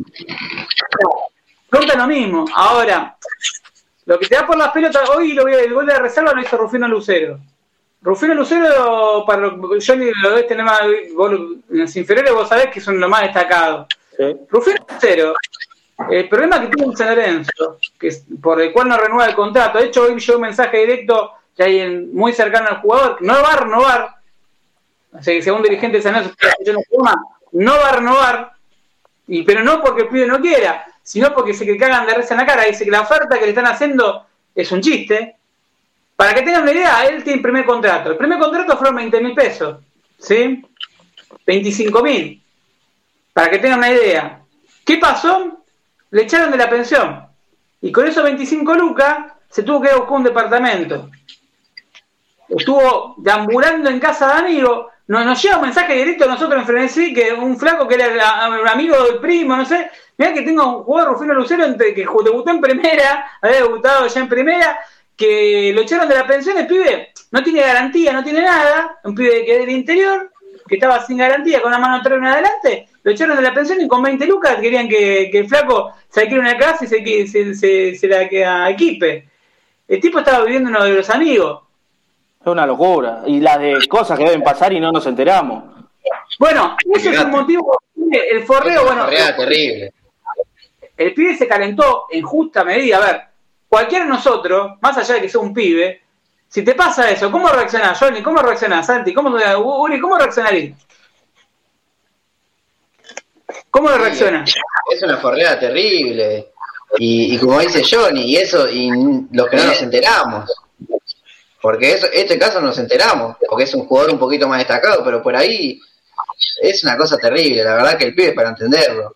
Pronto lo mismo. Ahora, lo que te da por las pelotas, hoy lo, el gol de la reserva lo hizo Rufino Lucero. Rufino Lucero, para lo, yo lo ves tener más, vos, en los inferiores vos sabés que son lo más destacado. Sí. Rufino Lucero. El problema que tiene San Lorenzo, que por el cual no renueva el contrato, de hecho hoy llegó un mensaje directo que hay en, muy cercano al jugador, no va a renovar, o sea que según dirigente de San Lorenzo, no va a renovar, Y, pero no porque el pibe no quiera, sino porque se que cagan de risa en la cara. Dice que la oferta que le están haciendo es un chiste. Para que tengan una idea, él tiene el primer contrato. El primer contrato fueron veinte mil pesos. ¿Sí? veinticinco mil. Para que tengan una idea. ¿Qué pasó? Le echaron de la pensión. Y con esos veinticinco lucas se tuvo que ir a buscar un departamento. Estuvo deambulando en casa de amigos. Nos, nos llega un mensaje directo a nosotros en Frenesí que un flaco que era un amigo del primo, no sé. Mirá que tengo un jugador, Rufino Lucero, entre, que debutó en primera, había debutado ya en primera, que lo echaron de la pensión. El pibe no tiene garantía, no tiene nada. Un pibe que es del interior, que estaba sin garantía, con una mano atrás y una adelante. Lo echaron de la pensión y con veinte lucas querían que, que el flaco se alquile una casa y se, se, se, se la que equipe. El tipo estaba viviendo uno de los amigos. Es una locura. Y las de cosas que deben pasar y no nos enteramos. Bueno, ese es un motivo. El forreo, bueno. Forrea terrible. El pibe se calentó en justa medida. A ver, cualquiera de nosotros, más allá de que sea un pibe, si te pasa eso, ¿cómo reaccionás, Johnny? ¿Cómo reaccionás, Santi? ¿Cómo, Uri, ¿cómo reaccionarías? ¿Cómo Sí, reaccionas? es una forrea terrible. Y, y como dice Johnny, y eso, y los que no nos enteramos. Porque eso, este caso nos enteramos, porque es un jugador un poquito más destacado, pero por ahí es una cosa terrible, la verdad que el pibe es para entenderlo.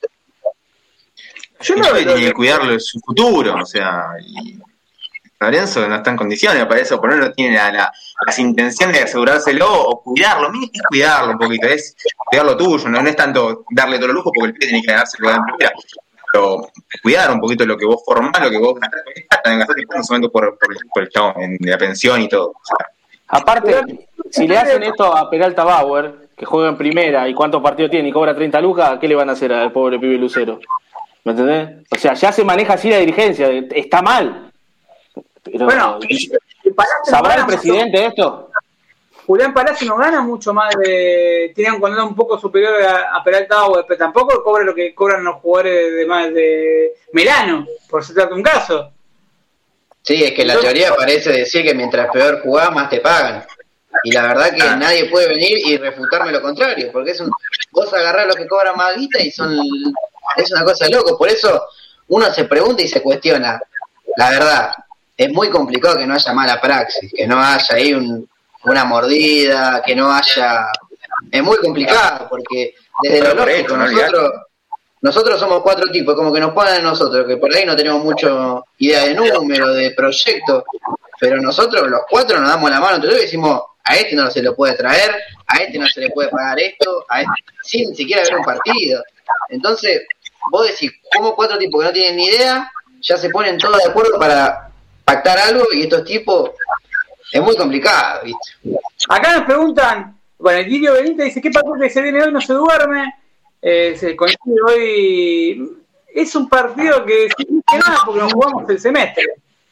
Yo no Yo lo tiene que cuidarlo de su futuro, o sea, y Lorenzo no está en condiciones para eso, por eso no tiene la, la, las intenciones de asegurárselo o cuidarlo. Mira, es cuidarlo un poquito, es cuidar lo tuyo, no, no es tanto darle todo el lujo porque el pibe tiene que dárselo en primera, pero cuidar un poquito lo que vos formás, lo que vos gastás, también gastás en un momento por, por, por el chavo, en la pensión y todo. O sea, aparte, si le hacen esto a Peralta Bauer, que juega en primera y cuántos partidos tiene y cobra treinta lucas, ¿qué le van a hacer al pobre pibe Lucero? ¿Me entendés? O sea, ya se maneja así la dirigencia, está mal. Pero, bueno, ¿sabrá el presidente mucho esto? Julián Palacio no gana mucho más de... Tiene un contrato un poco superior a, a Peralta Bauer, pero tampoco cobra lo que cobran los jugadores de más de Melano, por se trata de un caso. Sí, es que la teoría parece decir que mientras peor jugás, más te pagan. Y la verdad que ah. nadie puede venir y refutarme lo contrario, porque es un, vos agarrás los que cobran más guita y son es una cosa de loco. Por eso uno se pregunta y se cuestiona. La verdad, es muy complicado que no haya mala praxis, que no haya ahí un, una mordida, que no haya... Es muy complicado, porque desde lo lógico, nosotros... Nosotros somos cuatro tipos, como que nos ponen a nosotros, que por ahí no tenemos mucho idea de número, de proyecto, pero nosotros los cuatro nos damos la mano entre todos y decimos, a este no se lo puede traer, a este no se le puede pagar esto, a este, sin ni siquiera ver un partido. Entonces, vos decís, como cuatro tipos que no tienen ni idea, ya se ponen todos de acuerdo para pactar algo y estos tipos, es muy complicado, ¿viste? Acá nos preguntan, bueno, el Guido Benítez dice, ¿qué partido que se viene hoy no se duerme? Eh, se coincide hoy, es un partido que que nada porque nos jugamos el semestre.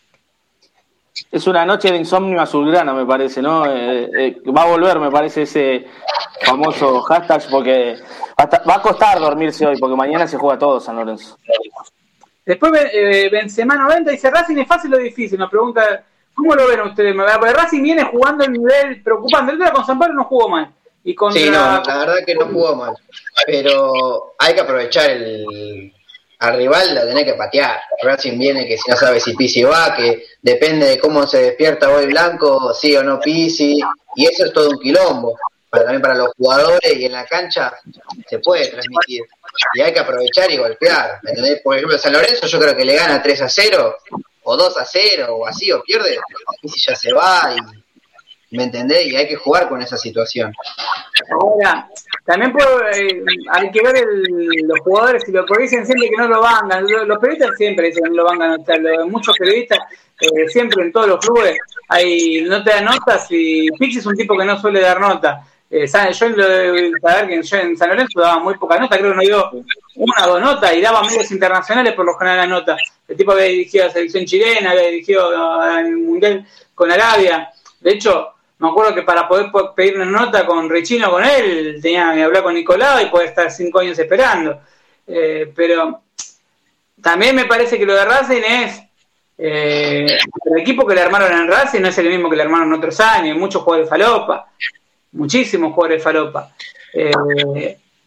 Es una noche de insomnio azulgrana, me parece, ¿no? Eh, eh, va a volver, me parece, ese famoso hashtag, porque hasta, va a costar dormirse hoy, porque mañana se juega todo San Lorenzo. Después eh, Benzema noventa dice, Racing es fácil o difícil, nos pregunta, ¿cómo lo ven ustedes? Porque Racing viene jugando el nivel preocupante, el día con San Pablo no jugó mal. Y contra... Sí, no, la verdad que no jugó mal, pero hay que aprovechar el al rival, la tenés que patear. Racing viene que si no sabe si Pizzi va, que depende de cómo se despierta hoy Blanco, sí o no Pizzi, y eso es todo un quilombo, para, también para los jugadores, y en la cancha se puede transmitir, y hay que aprovechar y golpear, ¿me entendés? Por ejemplo, San Lorenzo yo creo que le gana tres a cero, o dos a cero, o así, o pierde, Pizzi ya se va, y ¿me entendés? Y hay que jugar con esa situación. Ahora, también puedo, eh, hay que ver el, los jugadores, y lo que dicen siempre que no lo vangan, los, los periodistas siempre dicen que no lo vangan, o sea, los, muchos periodistas, eh, siempre en todos los clubes, hay no te dan notas, y Pizzi es un tipo que no suele dar nota. Eh, yo lo saber que yo en San Lorenzo daba muy poca nota, creo que no dio una o dos notas, y daba medios internacionales por lo general la nota. El tipo había dirigido a la selección chilena, había dirigido al Mundial con Arabia. De hecho, me acuerdo que para poder pedir una nota con Richino con él, tenía que hablar con Nicolau y poder estar cinco años esperando. Eh, pero también me parece que lo de Racing es... Eh, el equipo que le armaron en Racing no es el mismo que le armaron en otros años. Muchos jugadores falopa. Muchísimos jugadores falopa. Eh,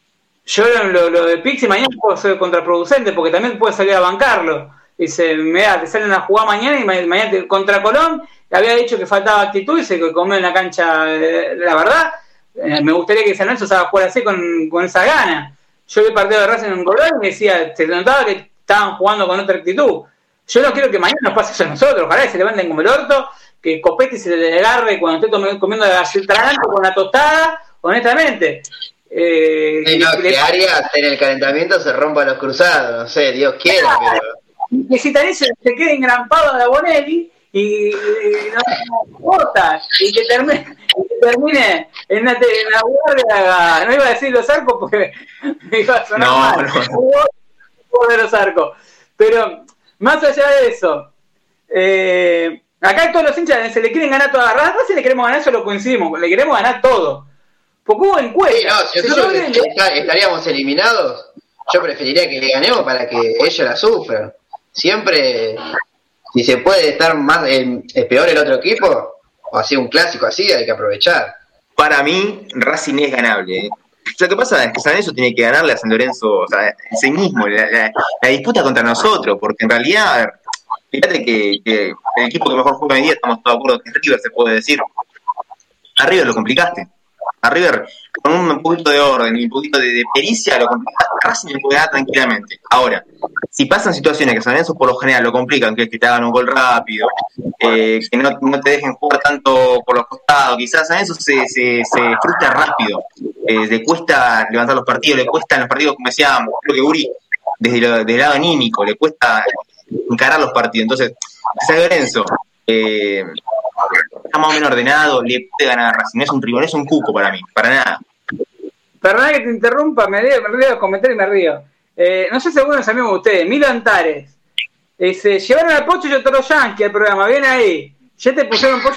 yo lo, lo de Pixi mañana puedo ser contraproducente porque también puede salir a bancarlo. Dice, mira, te salen a jugar mañana y mañana te, contra Colón, había dicho que faltaba actitud y se comió en la cancha. Eh, la verdad, eh, me gustaría que San Lorenzo se haga jugar así con, con esa gana. Yo vi el partido de Racing en Colón y me decía, se notaba que estaban jugando con otra actitud. Yo no quiero que mañana nos pase eso a nosotros, ojalá que se levanten como el orto, que Copetti se le agarre cuando esté comiendo la tragante con la tostada, honestamente. Eh, sí, no, que, que Arias en el calentamiento se rompa los cruzados, no sé, Dios quiera, pero... Que si tal se, se quede engrampado a la Bonelli y, y no importa, y que termine, y que termine en la, en la guardia, no iba a decir los arcos porque me iba a sonar no, mal, no. de los arcos, pero más allá de eso, eh, acá todos los hinchas se le quieren ganar todas las razas, si le queremos ganar, eso lo coincidimos, le queremos ganar todo. Porque hubo encuestas. Sí, no, si nosotros si yo le... estaríamos eliminados, yo preferiría que le ganemos para que ellos la sufran. Siempre, si se puede estar más, eh, es peor el otro equipo, o así un clásico así, hay que aprovechar. Para mí, Racing es ganable. ¿eh? Lo que pasa es que San Lorenzo tiene que ganarle a San Lorenzo, o sea, en sí mismo, la, la, la disputa contra nosotros, porque en realidad, a ver, fíjate que, que el equipo que mejor juega hoy día, estamos todos de acuerdo que es River, se puede decir. A River lo complicaste. A River, con un poquito de orden y un poquito de, de pericia, lo complicaste. Racing lo puede ganar tranquilamente. Ahora, si pasan situaciones que San Lorenzo por lo general lo complican, que es que te hagan un gol rápido, eh, que no, no te dejen jugar tanto por los costados, quizás San Lorenzo se, se, se frustra rápido, eh, le cuesta levantar los partidos, le cuesta en los partidos, como decía, creo que Uri, desde, lo, desde el lado anímico, le cuesta encarar los partidos. Entonces, San Lorenzo eh, está más o menos ordenado, le puede ganar a Racing, no es un tribunal, no es un cuco para mí, para nada. Perdón que te interrumpa, me río, me río de comentar y me río. Eh, no sé si algunos amigos de ustedes, Milo Antares, eh, se llevaron al Pocho y otro Yankee al programa, bien ahí. Ya te pusieron Pocho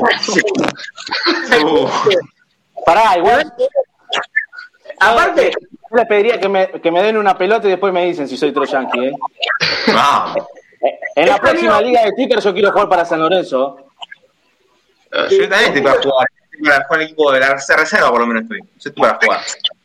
y uh. Pará, igual. Aparte, yo les pediría que me, que me den una pelota y después me dicen si soy Troyanqui, ¿eh? No. En la próxima liga de Twitter yo quiero jugar para San Lorenzo. Yo también estoy para jugar. Estoy para jugar el equipo de la reserva, por lo menos estoy. Yo estoy para jugar.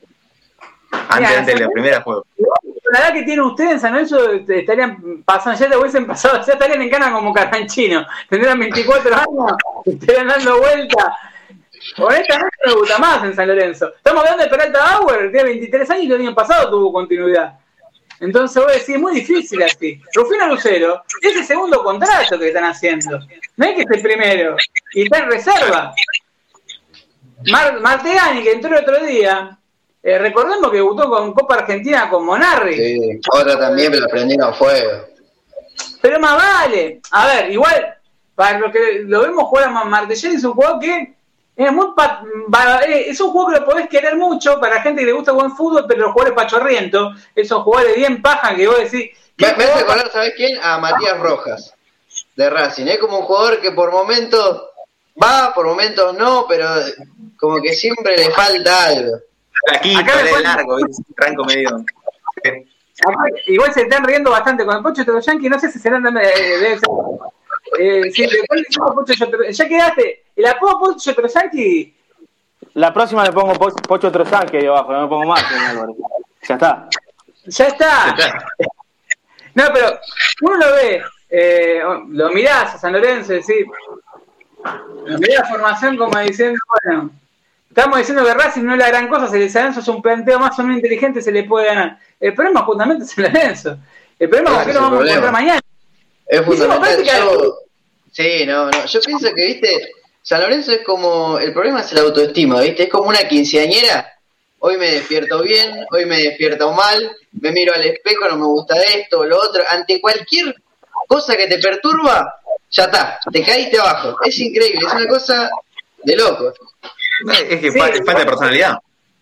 Antes, Mira, antes de la primera juego. La edad que tienen ustedes en San Lorenzo estarían pasando, ya te hubiesen pasado, ya estarían en cana como Carranchino. Tendrían veinticuatro años, estarían dando vuelta. Honestamente me gusta más en San Lorenzo. Estamos hablando de Peralta Bauer, tiene veintitrés años y el año pasado tuvo continuidad. Entonces voy a decir, es muy difícil así. Rufino Lucero es el segundo contrato que están haciendo. No es que es el primero. Y está en reserva. Mar- Martegani, que entró el otro día, eh, recordemos que debutó con Copa Argentina con Monarri. Sí, otra también me la prendieron fuego. Pero más vale. A ver, igual, para los que lo vemos jugar a Martegani, es un jugador que es muy pa- es un juego que lo podés querer mucho para la gente que le gusta buen fútbol, pero los jugadores pachorrientos, esos jugadores bien paja que vos decís. Me, me hace acordar, ¿sabés quién? A Matías Rojas, de Racing. Es como un jugador que por momentos va, por momentos no, pero como que siempre le falta algo. Aquí, acá es largo, es un tranco medio. Igual se están riendo bastante con el Pocho Troyanqui, no sé si serán de, de, de eh, sí, Pocho, ya quedaste. El apodo Pocho Troyanqui. La próxima le pongo po- Pocho Troyanqui ahí abajo, no me pongo más. Ya está. Ya está. No, pero uno lo ve, eh, lo mirás a San Lorenzo y decís, lo mirás la formación como diciendo, bueno, estamos diciendo que Racing no es la gran cosa, se le San Lorenzo es un planteo más o menos inteligente, se le puede ganar. El problema justamente es San Lorenzo. El problema es que no vamos a encontrar mañana. Es fundamental. Yo, sí, no, no. Yo pienso que, viste, San Lorenzo es como, el problema es el autoestima, viste, es como una quinceañera. Hoy me despierto bien, hoy me despierto mal, me miro al espejo, no me gusta esto o lo otro. Ante cualquier cosa que te perturba, ya está, te caíste abajo. Es increíble, es una cosa de loco. Es que sí, falta, falta de personalidad.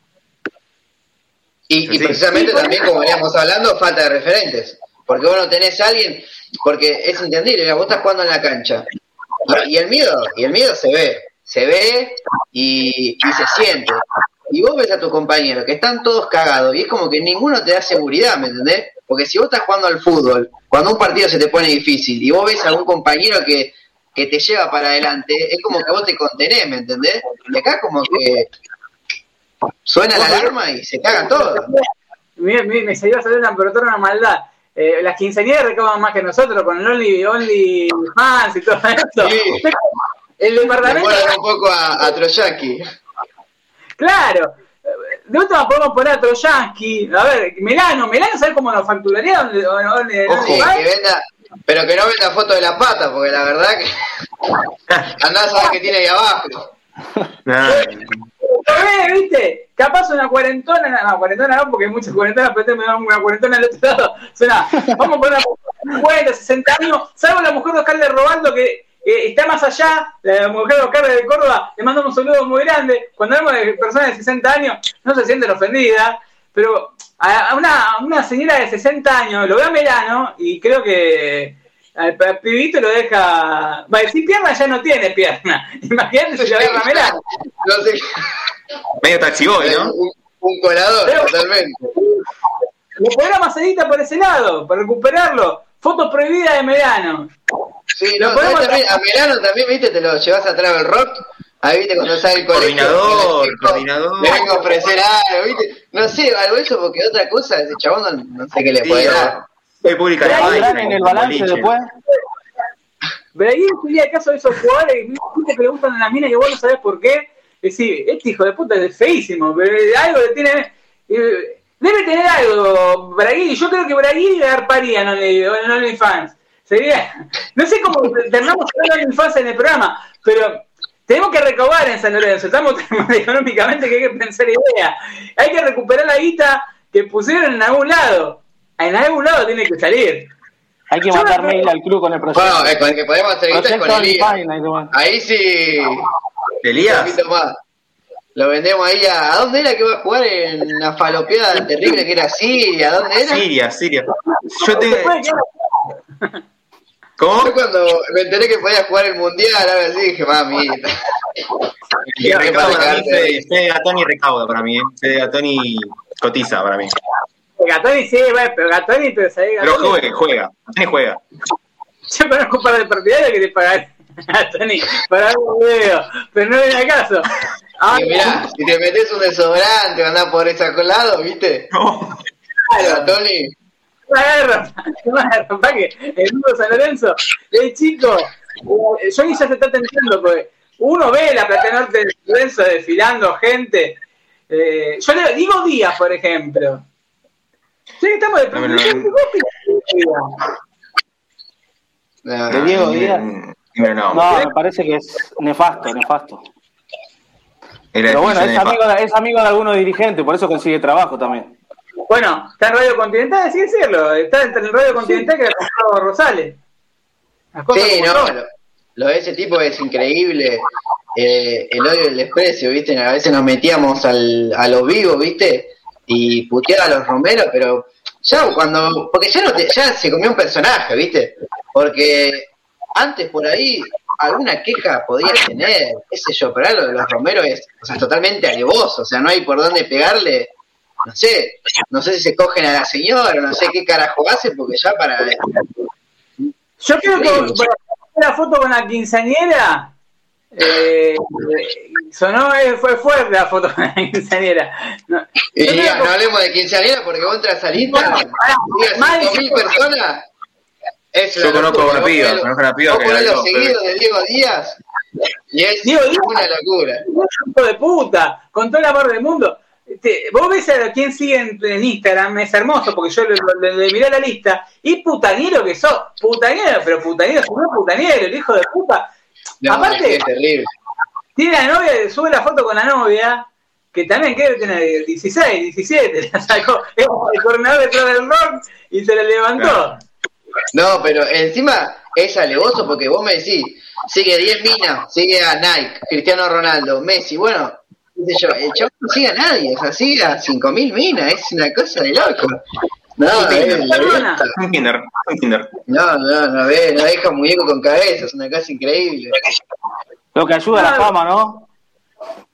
Y, y sí, precisamente sí, también, como veníamos hablando, falta de referentes. Porque vos no tenés a alguien, porque es entendible, vos estás jugando en la cancha. Y, y el miedo, y el miedo se ve, se ve y, y se siente. Y vos ves a tus compañeros que están todos cagados y es como que ninguno te da seguridad, ¿me entendés? Porque si vos estás jugando al fútbol, cuando un partido se te pone difícil y vos ves a algún compañero que, que te lleva para adelante, es como que vos te contenés, ¿me entendés? Y acá como que Suena la alarma y se cagan todos. Me, me, me salió a salir una, pero toda una maldad. Eh, las quinceañeras recaudan más que nosotros con el Only, Only Fans y todo eso. Sí. El departamento. Me acuerdo un poco a, a Troyaki. Claro. De última podemos poner a Troyansky. A ver, Melano, Melano, ¿sabes cómo nos facturaría? ¿Dónde, dónde, Ojo, que venda, pero que no venda fotos de la pata, porque la verdad que andás a ver qué tiene ahí abajo. Eh, ¿viste? Capaz una cuarentona, no, cuarentona no, porque hay muchas cuarentonas, pero me dan una cuarentona al otro lado. Suena, vamos a poner una cincuenta, sesenta años, salvo la mujer de Oscar de Robando que eh, está más allá, la mujer de Oscar de Córdoba, le mandamos un saludo muy grande. Cuando hablamos de personas de sesenta años, no se sienten ofendidas, pero a, a una, una señora de sesenta años lo ve a Melano y creo que al, al pibito lo deja. Va a decir pierna, ya no tiene pierna. Imagínate si lo ve a Melano. No sé. Medio taxiboy, ¿no? Un, un colador, pero, totalmente. Le podrá Macedita por ese lado, para recuperarlo. Fotos prohibidas de Melano. Sí, no, también, a Melano también, viste, te lo llevas a Travel Rock. Ahí viste cuando sale el colegio. Coordinador, coordinador. Le vengo a ofrecer algo, viste. No sé, algo eso, porque otra cosa, ese chabón no, no sé qué le sí, puede dar. Soy pública la máquina, en el balance boliche. Después. Pero ahí sería el caso de esos jugadores que le gustan a las minas y vos no sabés por qué. Es decir, este hijo de puta es feísimo, pero algo le tiene. Eh, debe tener algo, Braguiri. Yo creo que Braguiri le garparía en OnlyFans. Sería. No sé cómo terminamos hablando de OnlyFans en el programa, pero tenemos que recaudar en San Lorenzo. Estamos económicamente que hay que pensar idea. Hay que recuperar la guita que pusieron en algún lado. En algún lado tiene que salir. Hay que mandar no, mail al club con el proyecto. Bueno, eh, con el que podemos hacer guita es con Elías. Ahí sí. Elías. Lo vendemos ahí a... ¿A dónde era que iba a jugar? En una falopeada terrible que era Siria. ¿Dónde era? Siria, Siria. Yo tengo... ¿Cómo? Yo cuando me enteré que podía jugar el mundial, ahora sí dije, mamita. Y recauda para mí, Fede, Fede Gatoni recauda para mí, ¿eh? Fede Gatoni cotiza para mí. Gatoni sí, pero Gatoni, pero ¿sabés? Pero juega, juega, Gatoni juega. Yo conozco un par de partidarios que te pagan Gatoni para ver un video, pero no viene al caso. Ah, y mirá, si te metes un desodorante, andás por ese colado, ¿viste? No. Claro, Gatoni. Para que el mundo de San Lorenzo, el chico, Johnny ya se está tentando porque uno ve la Platea Norte de San Lorenzo desfilando gente. Eh, yo le digo Díaz, por ejemplo. Sí, estamos de no, no, no. ¿De Diego Díaz? No, no. No, me parece que es nefasto, nefasto. Pero bueno, es amigo, de, es amigo de algunos dirigentes, por eso consigue trabajo también. Bueno, está en Radio Continental, así decirlo. Está en Radio Continental, sí. Que ha comprado Rosales. Sí, no, lo, lo de ese tipo es increíble. Eh, el odio y el desprecio, ¿viste? A veces nos metíamos al, a los vivos, ¿viste? Y puteaba a los romeros, pero ya cuando. Porque ya, no te, ya se comió un personaje, ¿viste? Porque antes por ahí alguna queja podía tener, qué sé yo, pero lo de los romeros es, o sea, totalmente alevoso, o sea, no hay por dónde pegarle. No sé, no sé si se cogen a la señora, no sé qué carajo hace, porque ya para... Yo creo que para la foto con la quinceañera, eh, sonó, fue fuerte la foto con la quinceañera. No, y ya, no hablemos de quinceañera porque vos entras a lista, más de cinco mil personas. Es yo conozco a una piba, conozco a una piba que... los seguidos de Diego Díaz, y es Diego Díaz, una locura. Hijo de puta, con todo el amor del mundo. Este, vos ves a quién sigue en, en Instagram, es hermoso porque yo le, le, le miré la lista y putanero que sos, putanero, pero putanero, no putanero, el hijo de puta. No, aparte, es terrible. Tiene la novia, sube la foto con la novia, que también creo que tiene dieciséis, diecisiete, la sacó el coordinador detrás del rock y se la levantó. No, pero encima es alevoso porque vos me decís, sigue diez minas, sigue a Nike, Cristiano Ronaldo, Messi, bueno. Yo, el chavo no sigue a nadie, o sea, sigue a cinco mil minas, es una cosa de loco. No, un kinder, un kinder. No, no, no ve, no deja un muñeco con cabeza, es una cosa increíble. Lo que ayuda a la fama, ¿no?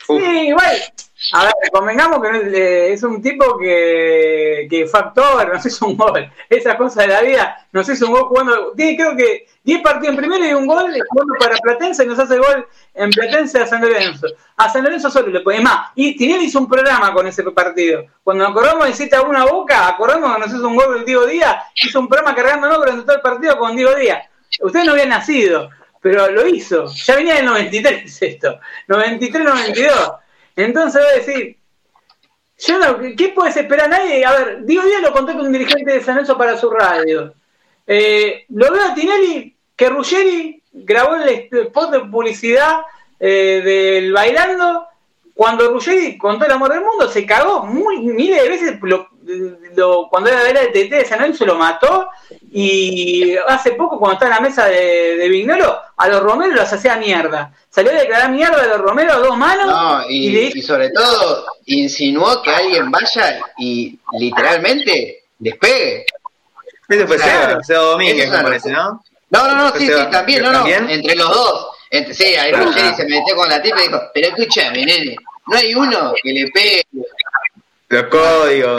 Sí, igual. A ver, convengamos que es un tipo que, que fue actor, nos hizo un gol. Esas cosas de la vida, nos hizo un gol jugando. Tiene, creo que diez partidos en primero y un gol jugando para Platense y nos hace gol en Platense a San Lorenzo. A San Lorenzo solo le pone más. Y Tinelli hizo un programa con ese partido. Cuando nos acordamos de Cita una Boca, acordamos que nos hizo un gol el Diego Díaz, hizo un programa cargándonos durante todo el partido con Diego Díaz. Ustedes no habían nacido, pero lo hizo. Ya venía del noventa y tres esto. noventa y tres noventa y dos. Entonces voy a decir, yo no, ¿qué puedes esperar nadie? A ver, Diego Díaz lo contó con un dirigente de San Lorenzo para su radio. Eh, lo veo a Tinelli que Ruggeri grabó el spot de publicidad eh, del Bailando. Cuando Ruggeri, con todo el amor del mundo, se cagó muy, miles de veces. Lo, lo, cuando era el T T de San Lorenzo lo mató. Y hace poco, cuando estaba en la mesa de, de Vignolo, a los Romero los hacía mierda. Salió a declarar mierda a los Romero a dos manos. No, y, y, le... y sobre todo insinuó que alguien vaya y literalmente les pegue. Ese fue Seba Domínguez, me parece, ¿no? No, no, no, sí, sí, también, no, no, entre los dos. Entre, sí, ahí Ruggeri se metió con la tipa y dijo, pero escúchame, nene, no hay uno que le pegue. Los códigos.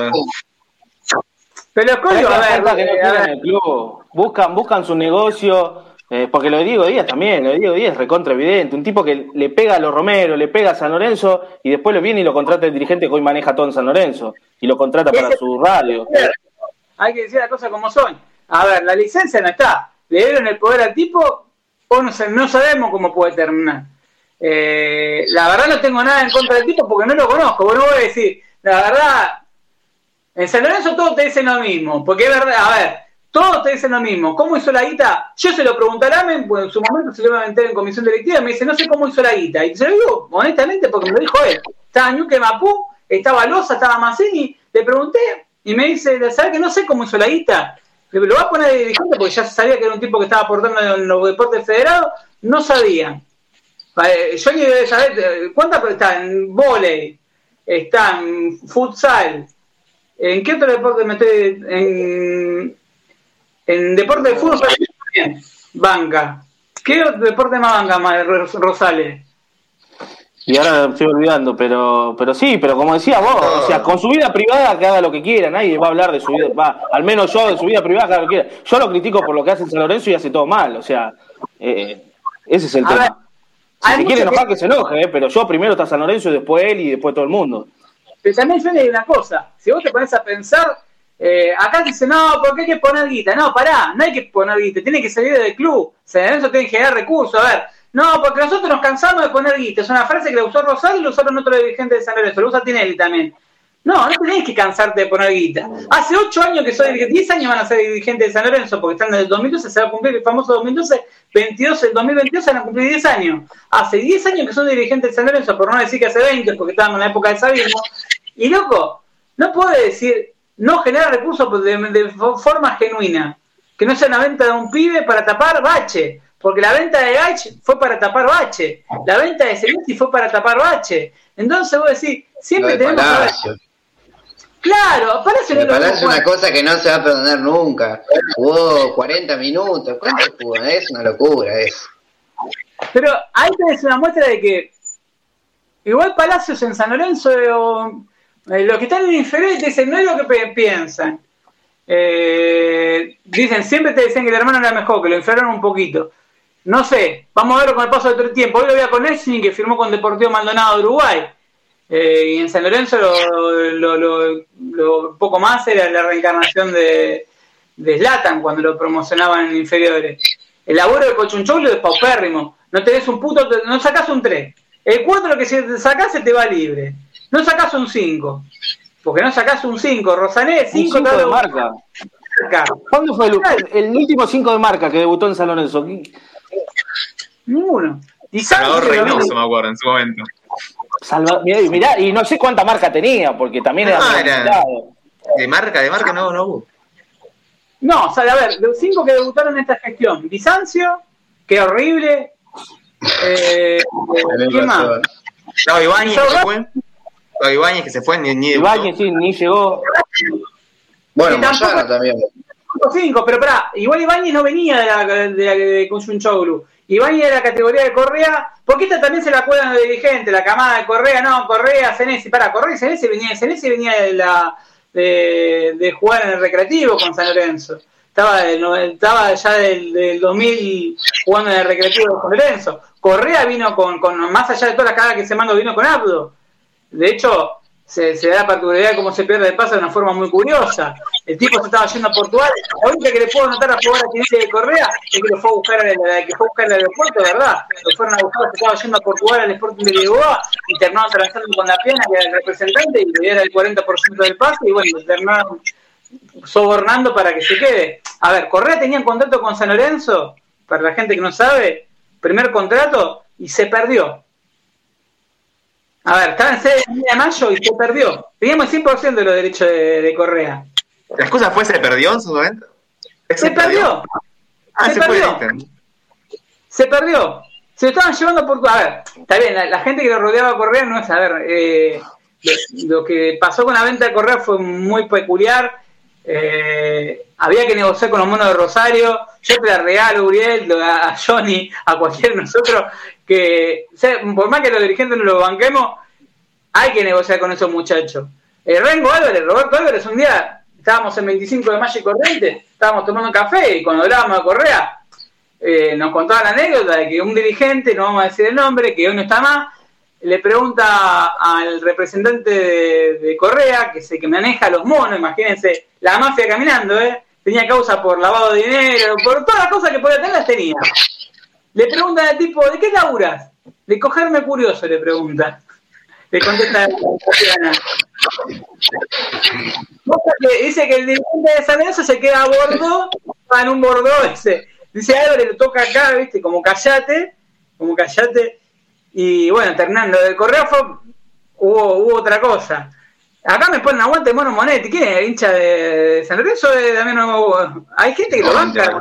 Pero los códigos, a ver, que no quieren el club. Buscan, buscan su negocio, eh, porque lo de Diego Díaz también, lo de Diego Díaz es recontra evidente. Un tipo que le pega a los Romero, le pega a San Lorenzo y después lo viene y lo contrata el dirigente que hoy maneja todo en San Lorenzo y lo contrata para su radio. Hay que decir las cosas como son. A ver, la licencia no está. Le dieron el poder al tipo, o no, no sabemos cómo puede terminar. Eh, la verdad no tengo nada en contra del tipo porque no lo conozco. Bueno, voy a decir, la verdad, en San Lorenzo todos te dicen lo mismo. Porque es verdad, a ver, todos te dicen lo mismo. ¿Cómo hizo la guita? Yo se lo pregunté a Lamen, pues en su momento se lo iba a meter en comisión directiva y me dice, no sé cómo hizo la guita. Y se lo digo honestamente porque me lo dijo él. Estaba Ñuque Mapú, estaba Loza, estaba Mazzini. Le pregunté y me dice, ¿sabes que no sé cómo hizo la guita? Lo va a poner de dirigente porque ya sabía que era un tipo que estaba aportando en los deportes federados. No sabía. Yo ni debe saber cuántas está en vóley, está en futsal. ¿En qué otro deporte me estoy? En, en deporte de fútbol también. Banca. ¿Qué otro deporte más banca, Rosales? Y ahora me estoy olvidando, pero pero sí, pero como decía vos, no. O sea, con su vida privada que haga lo que quiera, nadie va a hablar de su vida, va, al menos yo de su vida privada que haga lo que quiera. Yo lo critico por lo que hace en San Lorenzo y hace todo mal, o sea, eh, ese es el a tema. Ver, si se quiere enojar que... que se enoje, eh, pero yo primero está San Lorenzo y después él y después todo el mundo. Pero también yo le digo una cosa, si vos te pones a pensar, eh, acá se dice, no, ¿por qué hay que poner guita? No, pará, no hay que poner guita, tiene que salir del club, San Lorenzo tiene que generar recursos, a ver. No, porque nosotros nos cansamos de poner guita. Es una frase que la usó Rosario y lo usaron otros dirigentes de San Lorenzo. Lo usa Tinelli también. No, no tenés que cansarte de poner guita. Hace ocho años que soy dirigente, diez años van a ser dirigentes de San Lorenzo, porque están en el dos mil doce, se va a cumplir el famoso dos mil doce, veintidós, el dos mil veintidós se van a cumplir diez años. Hace diez años que son dirigentes de San Lorenzo, por no decir que hace veinte, porque estaban en la época del Sabismo. Y loco, no puede decir, no generar recursos de, de forma genuina. Que no sea una venta de un pibe para tapar bache. Porque la venta de Gaich fue para tapar bache. La venta de Celesti fue para tapar bache. Entonces vos decís, siempre tenemos Palacio. Que... Claro, Palacio no lo Palacio es una cosa que no se va a perdonar nunca. Jugó cuarenta minutos. ¿Cuánto jugó? Es una locura eso. Pero ahí tenés una muestra de que igual Palacios en San Lorenzo, eh, los que están en inferior te dicen, no es lo que pe- piensan. Eh, dicen, siempre te decían que el hermano era mejor, que lo inflaron un poquito. No sé, vamos a verlo con el paso del tiempo. Hoy lo voy a con Essing, que firmó con Deportivo Maldonado de Uruguay. Eh, y en San Lorenzo lo, lo, lo, lo poco más era la reencarnación de, de Zlatan cuando lo promocionaban en inferiores. El laburo de Cochuncholo es paupérrimo. No tenés un puto, no sacás un tres. El cuatro que si te sacás se te va libre. No sacás un cinco. Porque no sacás un cinco. Rosané, cinco de marca. ¿Cuándo fue el, el último cinco de marca que debutó en San Lorenzo? Ninguno. Y Salvador Reynoso, me acuerdo, en su momento. Salva, mirá, mirá, y no sé cuánta marca tenía, porque también era, no, era de marca, de marca no, no hubo. No, o sea, a ver, los cinco que debutaron en esta gestión, Bizancio, que horrible. Eh, ¿Quién más? No, Ibáñez que se fue. No, Ibáñez que se fue, ni, ni Ibáñez sí, ni llegó. Bueno, Moyano también. cinco cinco, pero pará, igual Ibáñez no venía de la de, de, de Kunchunchoglu. Ibáñez de la categoría de Correa, porque esta también se la cuelan los dirigentes, la camada de Correa, no, Correa, Senesi, pará, Correa y Senesi venía, Senesi venía de la de, de jugar en el Recreativo con San Lorenzo. Estaba, de, estaba ya del, del dos mil jugando en el Recreativo de San Lorenzo. Correa vino con, con, más allá de todas las cagadas que se mandó, vino con Abdo. De hecho, se, se da la particularidad de cómo se pierde el paso de una forma muy curiosa. El tipo se estaba yendo a Portugal. La única que le puedo notar a jugar a Tinelli de Correa es que lo fue a buscar al, que fue a buscar al aeropuerto, ¿verdad? Lo fueron a buscar, se estaba yendo a Portugal al Sporting de Lisboa y terminaron transando con la pena que era el representante y le diera el cuarenta por ciento del pase y bueno, terminaron sobornando para que se quede. A ver, Correa tenía un contrato con San Lorenzo, para la gente que no sabe, primer contrato, y se perdió. A ver, estaba en sede de mayo y se perdió. Teníamos el cien por ciento de los derechos de, de Correa. ¿La excusa fue se perdió en su momento? Se perdió. Ah, se, se perdió. puede. Se perdió. Se lo estaban llevando por... A ver, está bien, la, la gente que lo rodeaba a Correa no es... A ver, eh, lo, lo que pasó con la venta de Correa fue muy peculiar. Eh, había que negociar con los monos de Rosario. Yo te la regalo, Uriel, a Johnny, a cualquiera de nosotros, que o sea, por más que los dirigentes no lo banquemos, hay que negociar con esos muchachos. El Rengo Álvarez, Roberto Álvarez, un día estábamos en veinticinco de mayo y Corrientes, estábamos tomando café y cuando hablábamos de Correa, eh, nos contaba la anécdota de que un dirigente, no vamos a decir el nombre, que hoy no está más, le pregunta al representante de, de Correa, que es el que maneja los monos, imagínense, la mafia caminando, ¿eh? Tenía causa por lavado de dinero, por todas las cosas que podía tener, las tenía. Le pregunta al tipo, ¿de qué laburas? De cogerme curioso, le pregunta. Le contesta la dice que el dirigente de San Lorenzo se queda a bordo, va en un bordo ese. Dice, algo le toca acá, viste, como callate, como callate. Y bueno, terminando, de Correa fue, hubo, hubo otra cosa. Acá me ponen aguante Mono Monetti. ¿Quién es? ¿Hincha de San Lorenzo? De, también no, hay gente que lo banca.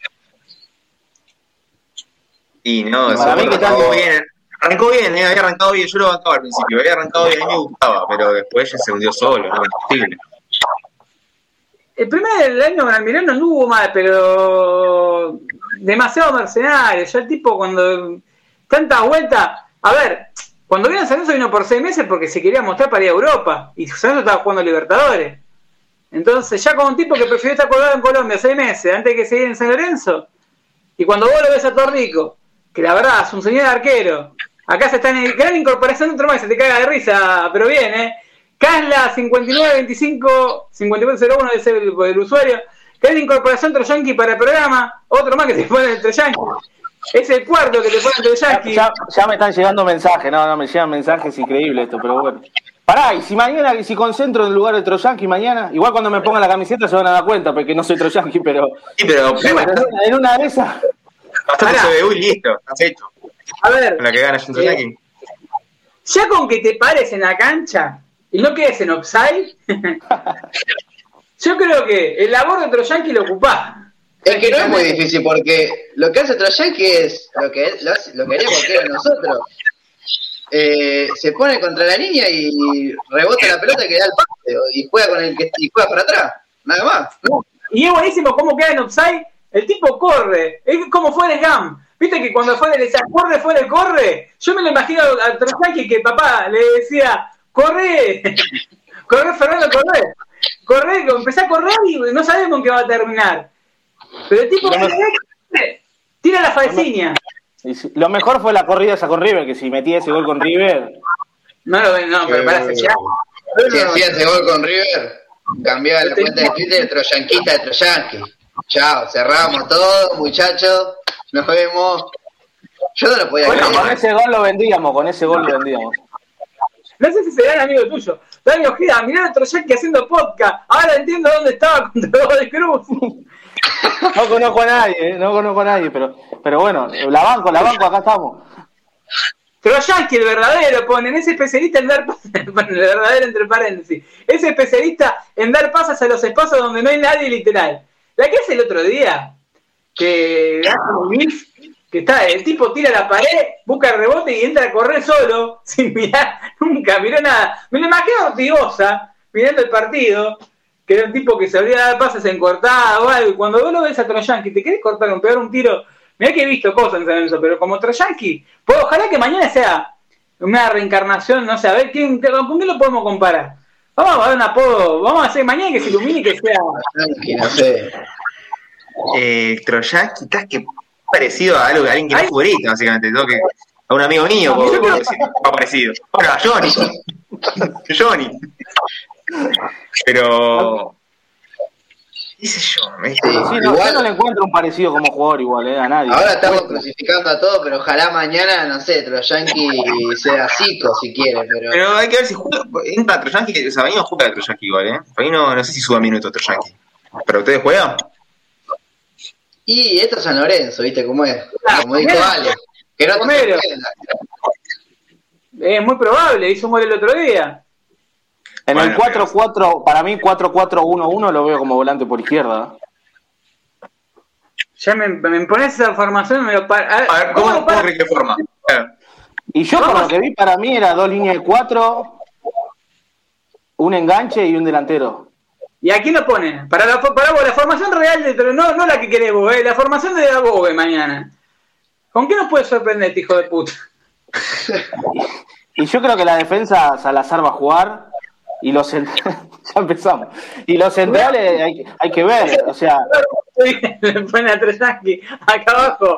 Y no, eso para mí que arrancó tanto... bien. Arrancó bien, eh, había arrancado bien. Yo lo bancaba al principio. Había arrancado bien, a mí me gustaba. Pero después ya se hundió solo. No es posible. El primer año con Almirón no anduvo mal, pero demasiado mercenario. Ya el tipo cuando... Tanta vuelta. A ver... Cuando vino a San Lorenzo vino por seis meses porque se quería mostrar para ir a Europa. Y San Lorenzo estaba jugando Libertadores. Entonces, ya con un tipo que prefirió estar colgado en Colombia seis meses antes de que se en San Lorenzo. Y cuando vos lo ves a Torrico, que la verdad es un señor arquero. Acá se está en gran incorporación de otro más, se te caga de risa, pero bien, ¿eh? Casla cincuenta y nueve veinticinco, cincuenta y cuatro cero uno es el, el usuario. Gran incorporación Troyanqui para el programa. Otro más que se pone el Troyanqui. Es el cuarto que te ponen de Yankee. Ya, ya me están llegando mensajes, no, no, me llegan mensajes, increíble esto, pero bueno. Pará, y si mañana, si concentro en lugar de Troyanqui mañana, igual cuando me ponga la camiseta se van a dar cuenta, porque no soy Troyanqui, pero... Sí, pero... pero en una de esas... Bastante C B U y listo, has hecho. A ver... Con la que gana John Troyanqui. Eh, ya con que te pares en la cancha y no quedes en offside, yo creo que el labor de Troyanqui lo ocupás. Es que no es muy difícil porque lo que hace Troyanqui es lo que lo, hace, lo que haría cualquiera de nosotros. Eh, se pone contra la línea y rebota la pelota que da el pase y juega con el que y juega para atrás, nada más. ¿No? Y es buenísimo cómo queda en offside, el tipo corre, es como Forrest Gump. Viste que cuando fue le decía corre, fuera, corre. Yo me lo imagino a Troyanqui que papá le decía corre, corre Fernando, corre, corre, empecé a correr y no sabemos en qué va a terminar. Pero el tipo no me... tira la falsiña. Lo mejor fue la corrida esa con River, que si metía ese gol con River... No lo ven, no, pero eh, para fechar. Si hacía ese gol con River, cambiaba la cuenta de Twitter de Troyanquita de Troyanqui. Chao, cerramos todo, muchachos. Nos vemos. Yo no lo podía bueno, creer. con ese gol lo vendíamos, con ese gol lo vendíamos. No sé si será el amigo tuyo. Dani Ojeda, mirá a Troyanqui haciendo podcast. Ahora entiendo dónde estaba contra Godoy Cruz. No conozco a nadie, ¿eh? no conozco a nadie, pero pero bueno, la banco, la banco, acá estamos. Troyanqui, el verdadero, ponen, es especialista en dar pases, el verdadero entre paréntesis, es especialista en dar pases a los espacios donde no hay nadie literal. La que hace el otro día, que que está, el tipo tira la pared, busca el rebote y entra a correr solo, sin mirar, nunca miró nada. Me lo imagino a Ortigosa, mirando el partido, que era un tipo que sabía dar pases encortados o algo, y cuando vos lo ves a Troyanqui, te querés cortar un pegar un tiro. Mirá que he visto cosas en San Lorenzo, pero como Troyanqui, pues ojalá que mañana sea una reencarnación, no sé, a ver quién, con qué lo podemos comparar. Vamos a dar un apodo, vamos a hacer mañana que se ilumine y que sea. No sé. Eh, Troyanqui, estás que parecido a algo de alguien que no es futbolista, básicamente. Tengo que, a un amigo mío, no, por, decir, parecido. Bueno, a Johnny. Johnny. Pero. ¿Qué sé yo? ¿Me sí, sí, no, yo no le encuentro un parecido como jugador igual, eh, a nadie. Ahora estamos crucificando a todos, pero ojalá mañana, no sé, Troyanqui sea Zico si quiere. Pero pero hay que ver si juega. Entra Troyanqui, o sea, a mí no juega Troyanqui igual, ¿eh? A mí no, no sé si suba minutos Troyanqui. ¿Pero ustedes juegan? Y esto es San Lorenzo, ¿viste cómo es? Como dijo Ale. Que no te sorprenda. Es muy probable, hizo un gol el otro día. En bueno, el cuatro cuatro, pero... para mí cuatro cuatro uno uno lo veo como volante por izquierda. Ya me, me pones esa formación y me lo para. A ver, a ver ¿cómo, ¿cómo, ¿cómo crees que forma? Y yo por lo que vi para mí era dos líneas de cuatro, un enganche y un delantero. ¿Y a quién lo pone? Para la, para vos, la formación real, de, no, no la que querés vos, eh, la formación de Dabobe mañana. ¿Con qué nos puede sorprender este hijo de puta? Y yo creo que la defensa Salazar va a jugar y los ya empezamos. Y los centrales hay, hay que ver, o sea, le pone a Troyanqui acá abajo.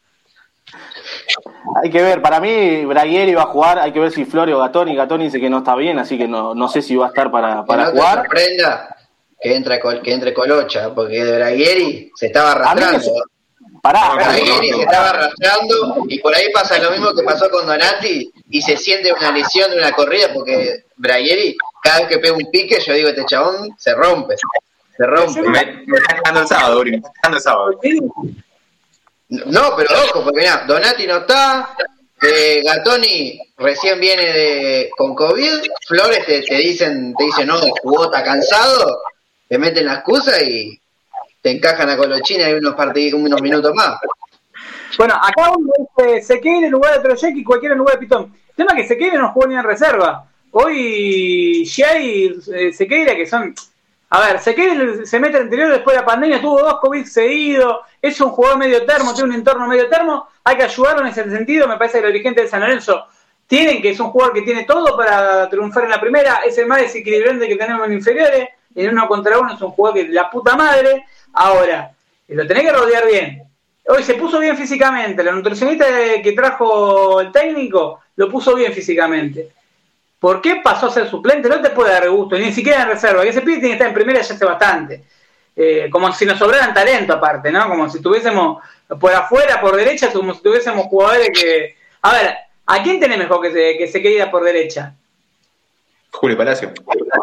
Hay que ver, para mí Braguieri va a jugar, hay que ver si Florio o Gatoni, Gatoni dice que no está bien, así que no, no sé si va a estar para, para no jugar. Te sorprenda que entre, que entre Colocha, porque de Braguieri se estaba arrastrando. Se... Pará, Braguieri se estaba arrastrando y por ahí pasa lo mismo que pasó con Donati y se siente una lesión de una corrida porque Braguieri cada vez que pega un pique yo digo este chabón se rompe, se rompe. Me, me está quedando el sábado, Uri, me está quedando el sábado. No, pero ojo, porque mirá, Donati no está, eh, Gatoni recién viene de con COVID, Flores te, te dicen, te dicen no, jugó, está cansado, te meten la excusa y te encajan a Colochina y unos partidos, unos minutos más. Bueno, acá uno dice Sequeira en lugar de Troyanqui y cualquiera en lugar de Pitón. El tema es que Sequeira no jugó ni en reserva. Hoy Gia y eh, Sequeira, que son... A ver, Sequeira se mete al interior después de la pandemia, tuvo dos COVID seguidos, es un jugador medio termo, tiene un entorno medio termo, hay que ayudarlo en ese sentido. Me parece que los dirigentes de San Lorenzo tienen que es un jugador que tiene todo para triunfar en la primera, es el más desequilibrante que tenemos en inferiores, en uno contra uno es un jugador que la puta madre. Ahora, lo tenés que rodear bien. Hoy se puso bien físicamente, la nutricionista que trajo el técnico lo puso bien físicamente. ¿Por qué pasó a ser suplente? No te puede dar gusto, ni siquiera en reserva. Que ese pibe tiene que estar en primera ya hace bastante. Eh, como si nos sobraran talento aparte, ¿no? Como si tuviésemos por afuera, por derecha, como si tuviésemos jugadores que... A ver, ¿a quién tenés mejor que se, que se quede por derecha? Julio Palacio.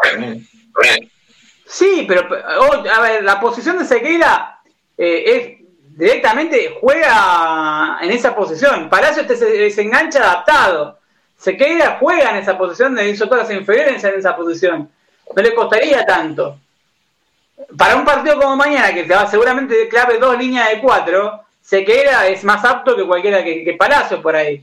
Sí, pero a ver, la posición de Sequeira eh, es directamente juega en esa posición. Palacio te se, se engancha adaptado. Sequeira juega en esa posición, de hizo todas las inferiores en esa posición. No le costaría tanto. Para un partido como mañana, que te va seguramente clave dos líneas de cuatro, Sequeira es más apto que cualquiera que, que Palacio por ahí.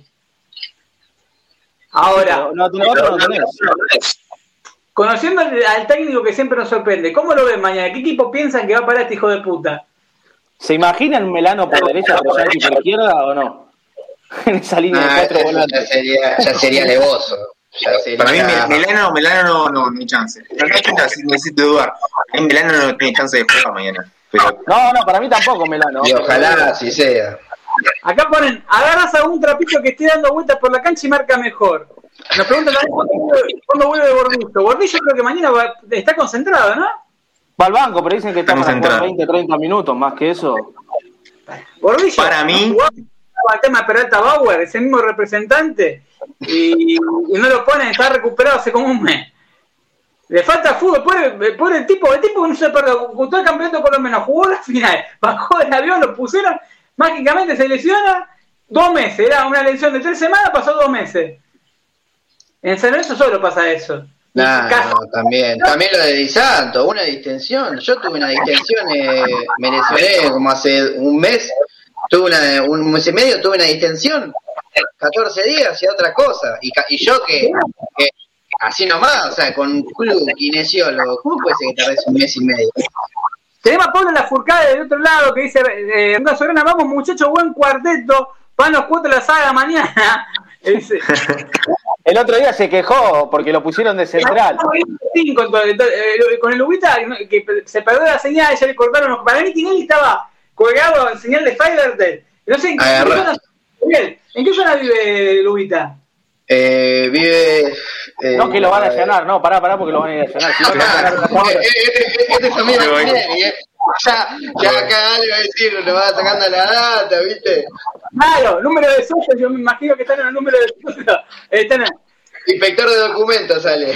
Ahora, no, no, no, no, no, no. Conociendo al técnico que siempre nos sorprende, ¿cómo lo ven mañana? ¿Qué equipo piensan que va a parar este hijo de puta? ¿Se imaginan Melano por derecha, Troyanqui por izquierda o no? En esa línea ah, de cuatro volantes. Ya sería, ya sería levoso. Ya sería... Para mí, Melano, Melano no, no, no hay chance. No hay chance, necesito dudar. En Melano no tiene chance de jugar mañana. Pero... No, no, para mí tampoco Melano. Y ojalá así sea. Acá ponen, agarras a un trapito que esté dando vueltas por la cancha y marca mejor. Nos preguntan cuándo vuelve Gordillo. Gordillo creo que mañana va, está concentrado, ¿no? Va al banco, pero dicen que está para jugar veinte, treinta minutos, más que eso. Gordillo, para mí... el tema de Peralta Bauer, ese mismo representante, y, y no lo ponen, está recuperado hace como un mes. Le falta fútbol, pobre, pobre el tipo, el tipo que no se perdió, gustó el campeonato por lo menos, jugó la final, bajó del avión, lo pusieron, mágicamente se lesiona, dos meses, era una lesión de tres semanas, pasó dos meses. En San Lorenzo solo pasa eso. Nah, no, también, también lo de Di Santo, una distensión, yo tuve una distensión, eh, me lesioné como hace un mes, tuve una, un mes y medio, tuve una distensión, catorce días y otra cosa, y, y yo que, que así nomás, o sea, con club, kinesiólogo, ¿cómo puede ser que tardes un mes y medio? Tenemos a Pablo Lafourcade del otro lado que dice, eh, Sorena, vamos muchachos, buen cuarteto, van los cuatro de la saga mañana. Ese. El otro día se quejó porque lo pusieron de central. Cinco, entonces, eh, con el Ubita, que se perdió la señal, ya le cortaron los... Para mí Tinelli estaba colgado en señal de Fivertel. No sé, ¿en qué, ¿en qué, zona, ¿en qué zona vive el Ubita? Eh, vive... Eh, no, que lo van a allanar, no, pará, pará, porque lo van a ir a allanar. Si no, no, este es amigo de Tinelli, ¿eh? Ya, ya acá le va a decir, lo va sacando la data, ¿viste? Claro, número de socios, yo me imagino que están en el número de socios. Están en... Inspector de documentos sale.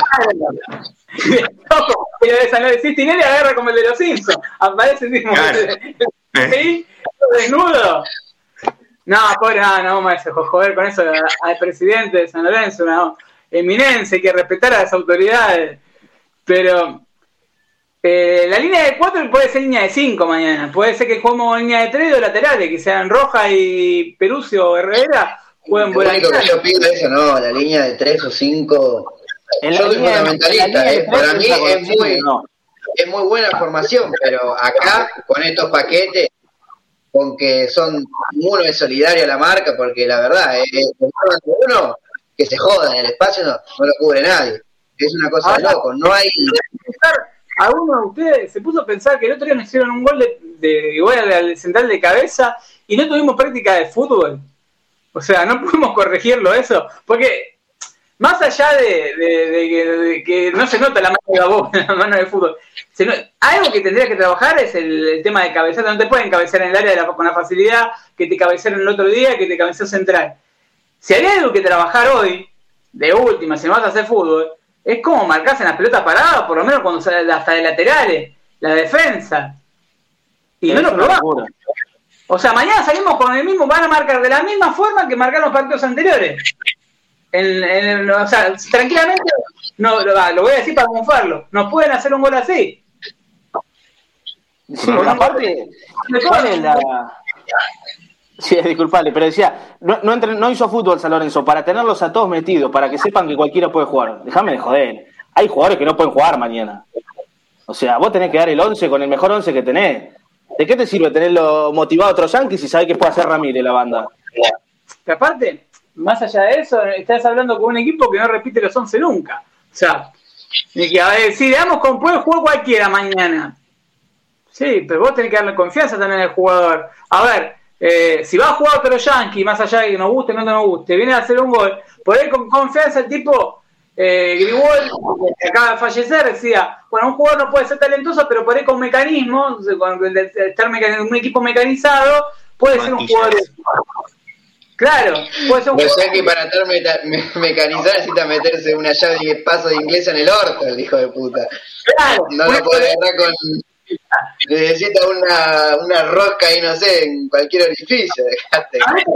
Ojo, pero esa no decís Tinelli, agarra como el de los Simpsons. Aparece el mismo. ¿Sí? Desnudo. No, pobre, no, no vamos a joder con eso al presidente de San Lorenzo, una eminencia, hay que respetar a las autoridades. Pero eh, la línea de cuatro puede ser línea de cinco mañana. Puede ser que juguemos línea de tres o laterales, que sean Roja y Perucio o Herrera. Pueden Lo único que yo pido es eso, no, la línea de tres o cinco. En yo soy línea, fundamentalista, eh, para mí es muy, no. es muy buena formación, pero acá, con estos paquetes, con que son, uno es solidario a la marca, porque la verdad, eh, uno que se joda en el espacio no, no lo cubre nadie. Es una cosa de loco, no hay... A uno de ustedes se puso a pensar que el otro día nos hicieron un gol de, de igual al central de cabeza y no tuvimos práctica de fútbol. O sea, no pudimos corregirlo eso, porque más allá de, de, de, de, de que no se nota la mano de Gabón, la mano de fútbol, se no, algo que tendría que trabajar es el, el tema de cabecear. No te pueden cabecear en el área de la, con la facilidad que te cabecearon el otro día, que te cabeceó central. Si hay algo que trabajar hoy, de última, si no vas a hacer fútbol, es como marcarse en las pelotas paradas, por lo menos cuando sale hasta de laterales, la defensa. Y no lo probamos. O sea, mañana salimos con el mismo, van a marcar de la misma forma que marcaron los partidos anteriores. En, en, o sea, tranquilamente, no, lo, lo voy a decir para mofarlo, nos pueden hacer un gol así. Sí, aparte, ¿cuál es la...? Sí, disculpale, pero decía, no, no, entre, no hizo fútbol San Lorenzo para tenerlos a todos metidos, para que sepan que cualquiera puede jugar. Déjame de joder. Hay jugadores que no pueden jugar mañana. O sea, vos tenés que dar el once con el mejor once que tenés. ¿De qué te sirve tenerlo motivado a otros yankees si sabés que puede hacer Ramírez la banda? Que aparte, más allá de eso, estás hablando con un equipo que no repite los once nunca. O sea, que, a ver, si digamos con puede jugar cualquiera mañana. Sí, pero vos tenés que darle confianza también al jugador. A ver, eh, si va a jugar otro yankee, más allá de que nos guste o no nos guste, viene a hacer un gol, por ahí con confianza el tipo... Eh, Grigol, que acaba de fallecer, decía, bueno, un jugador no puede ser talentoso, pero por ahí con mecanismo, con estar en un equipo mecanizado, puede Matilla. Ser un jugador. Claro, puede ser un o jugador. sea que para estar meta- me- mecanizado necesita meterse una llave de paso de inglés en el orto, el hijo de puta. Claro, no lo puede agarrar con. Necesita una, una rosca ahí, no sé, en cualquier orificio, dejate.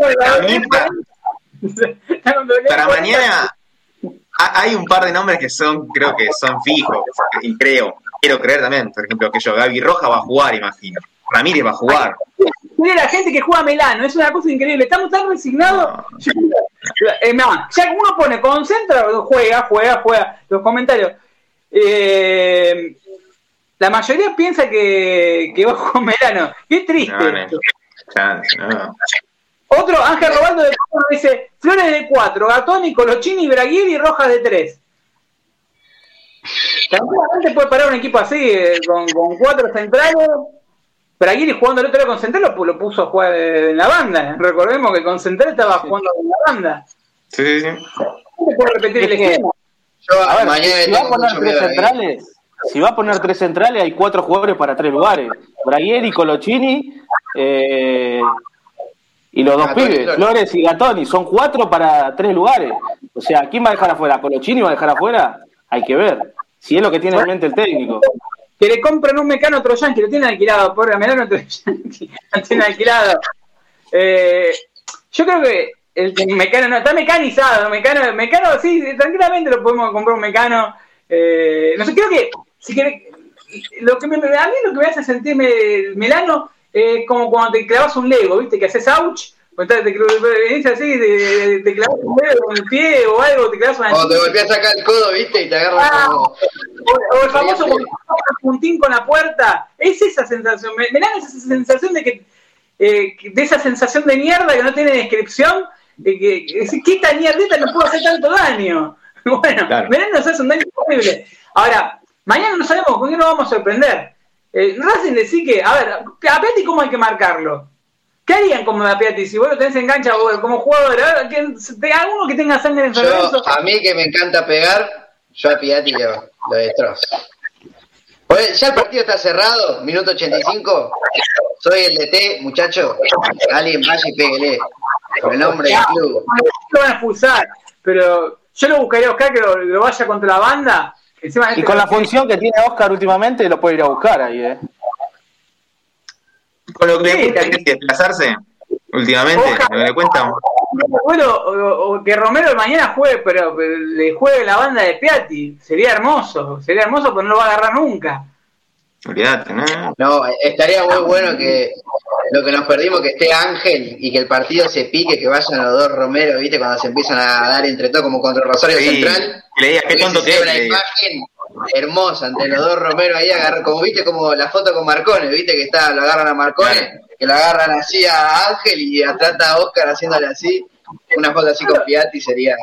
Para mañana. Hay un par de nombres que son, creo que son fijos, y creo, quiero creer también, por ejemplo, que yo, Gaby Roja va a jugar, imagino, Ramírez va a jugar. Mira la gente que juega Melano, es una cosa increíble, estamos tan resignados. No. Yo, eh, no, ya que uno pone concentra, juega, juega, juega, los comentarios. Eh, la mayoría piensa que, que va a jugar Melano, qué triste. No, no, chance, no. Otro, Ángel Robaldo de cuatro, dice Flores de cuatro, Gatoni, Colochini, Braguieri y Rojas de tres. Tranquilamente puede parar un equipo así, eh, con, con cuatro centrales. Braguieri jugando el otro día con Central lo, lo puso a jugar en la banda. Recordemos que con Central estaba sí. jugando en la banda. Sí, sí, sí. ¿Cómo puede repetir el esquema? Yo, a ver, mañana si va a poner tres centrales, ahí. si va a poner tres centrales, hay cuatro jugadores para tres lugares. Braguieri, Colochini, eh... y los dos Gatoni, pibes, Flores. Flores y Gatoni, son cuatro para tres lugares. O sea, ¿quién va a dejar afuera? ¿Colochini va a dejar afuera? Hay que ver. Si es lo que tiene en mente el técnico. Que le compren un Mecano a otro yankee, lo tienen alquilado, pobre Melano otro yankee, lo tienen alquilado. Eh, yo creo que el Mecano no, está mecanizado, Mecano, Mecano sí, tranquilamente lo podemos comprar un Mecano. Eh, no sé, creo que, si quiere, lo que me, a mí lo que me hace sentirme Melano es como cuando te clavas un Lego, ¿viste? Que haces ouch, Te, te, venís así, te, te clavas un dedo con el pie o algo, te clavas una O te volvías a sacar el codo, viste, y te agarras ah, como... O, o el famoso puntín con la puerta. Es esa sensación. Me, me da esa sensación de que... Eh, de esa sensación de mierda que no tiene descripción, de que, que, que esta mierdita no puede hacer tanto daño. Bueno, claro. Mirá, nos hace un daño horrible. Ahora, mañana no sabemos con qué nos vamos a sorprender. Eh, Racing decir que, a ver, a Piatti cómo hay que marcarlo. ¿Qué harían como a Piatti? Si vos lo tenés en cancha como jugador, a ver, que, alguno que tenga sangre en San Lorenzo. A mí que me encanta pegar, yo a Piatti lo, lo destrozo. Pues ya el partido está cerrado, minuto ochenta y cinco. Soy el D T, muchacho. Alguien vaya y péguele. Con el nombre del club. Lo van a expulsar, pero yo lo buscaría a Oscar que lo, lo vaya contra la banda. Encima y con la función que tiene Oscar últimamente, lo puede ir a buscar ahí, ¿eh? Con lo que sí, le cuesta que desplazarse últimamente, Ojalá, lo que le cuenta. Bueno, o, o que Romero mañana juegue, pero, pero le juegue la banda de Piatti. Sería hermoso, sería hermoso, pero no lo va a agarrar nunca. Olvídate, ¿no? No, estaría muy bueno que lo que nos perdimos, que esté Ángel y que el partido se pique, que vayan los dos Romero, ¿viste? Cuando se empiezan a dar entre todos, como contra Rosario sí, Central. Que le diga, qué tonto que es. Una imagen hermosa entre los dos Romero ahí, agarrar, como viste, como la foto con Marcone, ¿viste? Que está, lo agarran a Marcone, claro. Que lo agarran así a Ángel y atrás a Oscar haciéndole así. Una foto así con Piatti sería.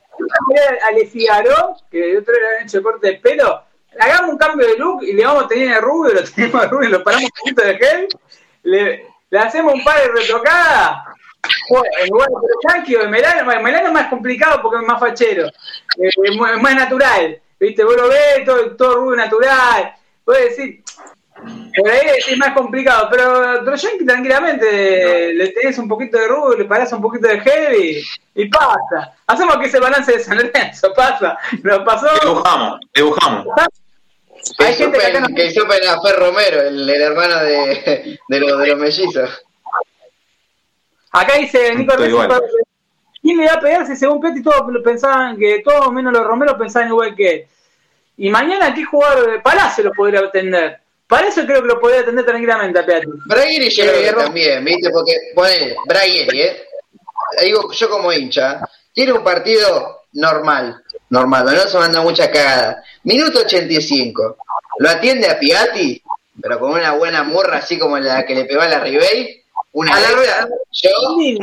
A Le Figaro, que otro le habían hecho corte de pelo. Hagamos un cambio de look y le vamos a tener a Rubio, lo tenemos a Rubio, lo paramos un poquito de gel, le, le hacemos un par de retocadas, en lugar de Yankee o de Melano, Melano es más complicado porque es más fachero, eh, es más natural, viste, vos lo ves, todo, todo Rubio natural, puedes decir, por ahí es más complicado, pero Troyanqui tranquilamente le tenés un poquito de Rubio, le parás un poquito de gel y, y pasa. Hacemos que ese balance de San Lorenzo pasa, nos pasó. Dibujamos, dibujamos. Que Hay gente que, no... que supen a Fer Romero, el, el hermano de, de, los, de los mellizos. Acá dice Nico Recife, ¿quién le va a pegar si según Piatti todos pensaban que todos menos los Romero pensaban igual que él? Y mañana qué jugador de Palacio lo podría atender. Para eso creo que lo podría atender tranquilamente a Piatti. Braguieri yo creo que también, ¿viste? Porque, pone, Braguieri, ¿eh? Digo, yo como hincha, tiene un partido normal, normal, no se manda mucha cagada. Minuto ochenta y cinco, lo atiende a Piatti, pero con una buena murra, así como la que le pegó a la Ribey, una esta, yo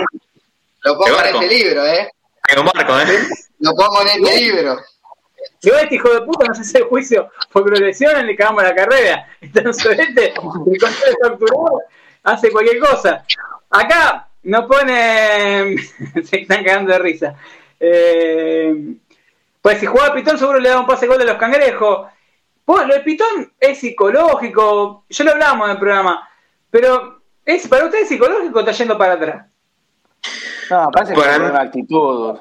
lo pongo en este libro, ¿eh? Lo marco, ¿eh? Lo pongo en este libro. Si vos este hijo de puta no se hace el juicio porque lo lesionan, le cagamos la carrera. Entonces este, el control capturado, hace cualquier cosa. Acá nos ponen... se están cagando de risa. Eh, pues si jugaba Pitón seguro le daba un pase gol de los cangrejos. Pues lo de Pitón es psicológico, ya lo hablábamos en el programa, pero ¿es para ustedes psicológico o está yendo para atrás? No, parece que es una actitud.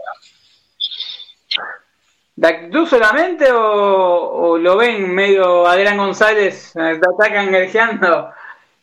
¿De actitud solamente o, o lo ven medio Adrián González, te está canguejeando?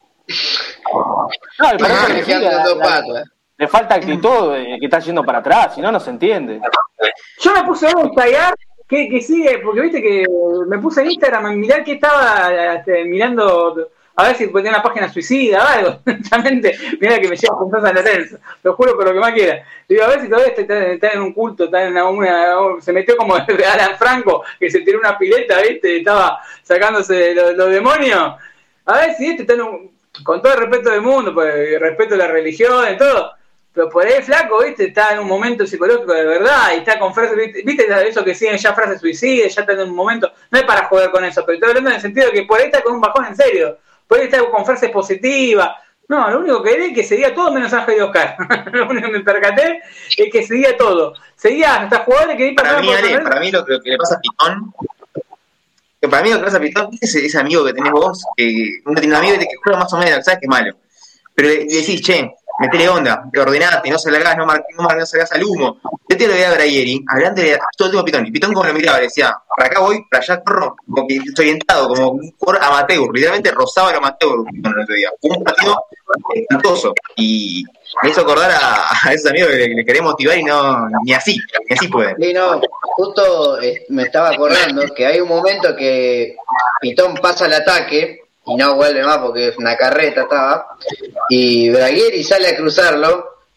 No, me parece que la, la, la, le falta actitud, eh, que está yendo para atrás, si no, no se entiende. Yo me puse a Instagram, que, que sigue, porque viste que me puse en Instagram a mirar que estaba este, mirando, a ver si tenía una página suicida o algo. Realmente, mira que me lleva con San Lorenzo, lo juro por lo que más quiera. Digo, a ver si todavía está, está en un culto, está en una, una, se metió como Alan Franco, que se tiró una pileta, viste, y estaba sacándose los, los demonios. A ver si este está en un, con todo el respeto del mundo, pues respeto a la religión y todo, pero por ahí flaco, viste, está en un momento psicológico de verdad, y está con frases, viste, viste eso que siguen ya frases suicidas, ya está en un momento, no es para joder con eso, pero estoy hablando en el sentido de que por ahí está con un bajón en serio, por ahí está con frases positivas. No, lo único que era es que seguía todo menos Ángel y Oscar. Lo único que me percaté es que seguía todo. Seguía hasta jugadores que... Para mí, Ale, para mí lo que, lo que le pasa a Pitón, que para mí lo que le pasa a Pitón es ese, ese amigo que tenés vos, que uno tiene un amigo que juega más o menos, sabes que es malo, pero le, le decís, che, metele onda, te ordenate, no salgas, no, mar, no, no salgas al humo. Yo te lo veía a Braguieri, adelante todo el tiempo a Pitón, y Pitón como lo miraba, le decía, para acá voy, para allá corro, como que estoy orientado, como un jugador amateur, literalmente rozaba el amateur, Pitón el otro día. Fue un partido espantoso, y me hizo acordar a, a esos amigos que le, le querés motivar y no, ni así, ni así pueden. Sí, no, justo eh, me estaba acordando que hay un momento que Pitón pasa al ataque, y no vuelve más porque es una carreta estaba, y Braguieri sale a cruzarlo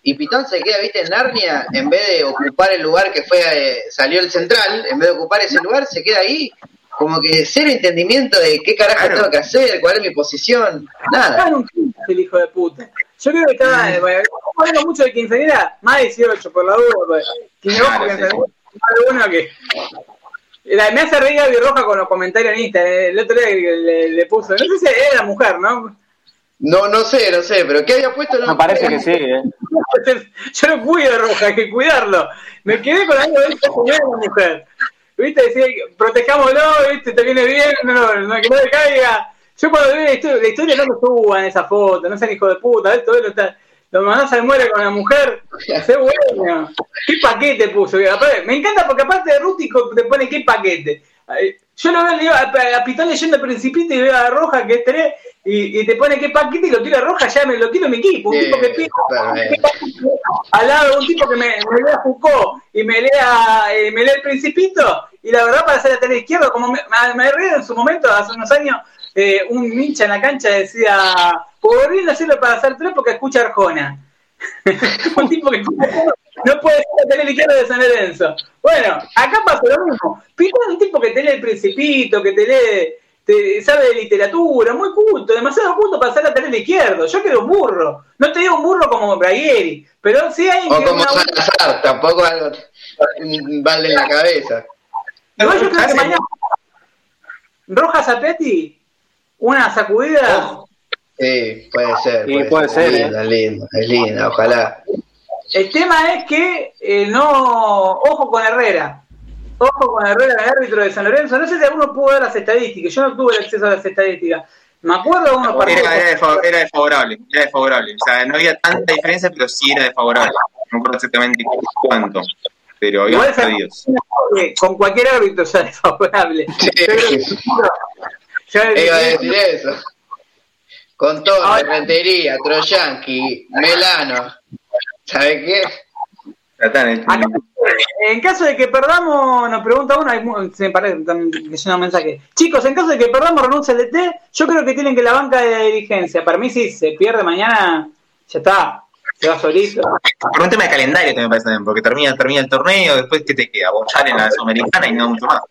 y Pitón se queda, viste, en Narnia, en vez de ocupar el lugar que fue, eh, salió el central, en vez de ocupar ese lugar, se queda ahí, como que cero entendimiento de qué carajo claro. tengo que hacer, cuál es mi posición, nada. Estaba en un quince el hijo de puta. Yo creo que estaba, mm. bueno, hablando mucho de quinceañera, más dieciocho, por la duda, claro, sí. Más bueno que... La, me hace reír Gaby Roja con los comentarios en Instagram, el otro día le, le puso, no sé si era mujer, ¿no? No, no sé, no sé, pero ¿qué había puesto? No, me parece que sí, ¿eh? Yo no cuido a Roja, hay que cuidarlo. Me quedé con algo de esta señora mujer. ¿Viste? Decía, protejámoslo, ¿viste? Te viene bien, no, no, no, que no le caiga. Yo cuando vi la historia, la historia no me suban esa foto, no sean hijo de puta, esto lo está... Lo mandás al muere con la mujer, sé bueno. ¿Qué paquete puso? Me encanta porque aparte de rústico te pone qué paquete. Yo lo veo, le digo a, a Pitón leyendo el Principito y veo a Roja que es tres y, y te pone qué paquete y lo tiro a Roja, ya me lo tiro a mi equipo. Un sí, tipo que pide al lado de un tipo que me, me lea Foucault y me lea, eh, me lea el Principito y la verdad para hacer lateral izquierdo, como me, me, me reí en su momento, hace unos años, eh, un hincha en la cancha decía... Por no hacerlo para hacer tres porque escucha Arjona. Un tipo que no puede ser lateral izquierdo de San Lorenzo. Bueno, acá pasa lo mismo. Pitón es un tipo que te lee el Principito, que te lee, te sabe de literatura, muy culto, demasiado culto para ser lateral izquierdo. Yo quiero un burro. No te digo un burro como Braguieri, pero sí hay... O como Salazar, una... tampoco algo vale en la cabeza. Igual yo creo que mañana Rojas a Petty, una sacudida... Oh. Sí, puede ser. Sí, puede, puede ser. ser linda, eh. linda, es linda, ojalá. El tema es que eh, no. Ojo con Herrera. Ojo con Herrera, el árbitro de San Lorenzo. No sé si alguno pudo ver las estadísticas. Yo no tuve el acceso a las estadísticas. Me acuerdo de unos partidos. Era, era, de, era desfavorable. Era desfavorable. O sea, no había tanta diferencia, pero sí era desfavorable. No recuerdo exactamente cuánto. Pero había perdidos. Con cualquier árbitro ya desfavorable. Sí. Yo iba a decir eso. Con todo, Rentería, Troyanqui, Melano, ¿sabe qué? Acá, en caso de que perdamos, nos pregunta uno, hay, se me parece, están leyendo un mensaje. Chicos, en caso de que perdamos, renuncia el D T, yo creo que tienen que la banca de la dirigencia. Para mí sí, se pierde mañana, ya está, se va solito. Por un tema de calendario también me parece bien, porque termina, termina el torneo, después ¿qué te queda? Bochar en la Sudamericana y no mucho más.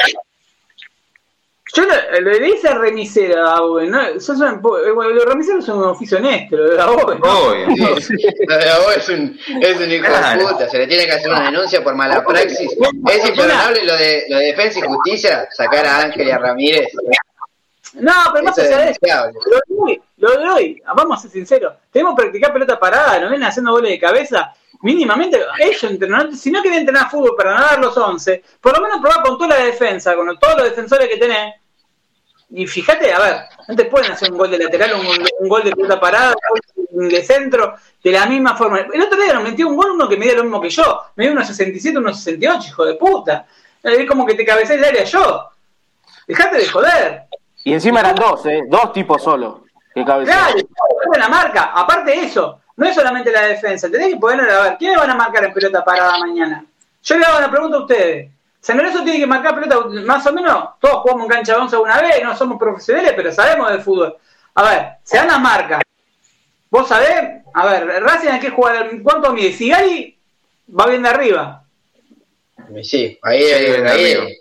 Yo lo, lo le hice a remisero a Aboe, ¿no? Sos un, los remiseros son un oficio honesto, lo de Aboe, ¿no? Obvio, sí. Lo de Aboe es un, es un hijo claro. de puta, se le tiene que hacer una denuncia por mala praxis. Es imperdonable lo de, lo de Defensa y Justicia, sacar a Ángel y a Ramírez. No, pero más allá de eso, lo doy, lo doy, vamos a ser sinceros, tenemos que practicar pelota parada, nos vienen haciendo goles de cabeza, mínimamente, ellos entrenan, si no quieren entrenar fútbol para no dar los once, por lo menos probar con toda la defensa, con todos los defensores que tenés, y fíjate, a ver, no te pueden hacer un gol de lateral, un, un gol de pelota parada, un gol de centro, de la misma forma. El otro día nos metió un gol uno que medía lo mismo que yo, medía uno sesenta y siete, uno sesenta y ocho, hijo de puta, es como que te cabecé el área yo, dejate de joder. Y encima eran dos, ¿eh? Dos tipos solo. Que claro, la marca. Aparte de eso, no es solamente la defensa. Tenés que poder a ver, ¿quiénes van a marcar en pelota parada mañana? Yo le hago una pregunta a ustedes. San Lorenzo tiene que marcar pelota, más o menos, todos jugamos en cancha de once una vez, no somos profesionales, pero sabemos del fútbol. A ver, se dan las marcas. ¿Vos sabés? A ver, Racing hay que jugar, ¿cuánto mide? Sigali va bien de arriba. Sí, ahí, ahí, ahí, ahí. ahí.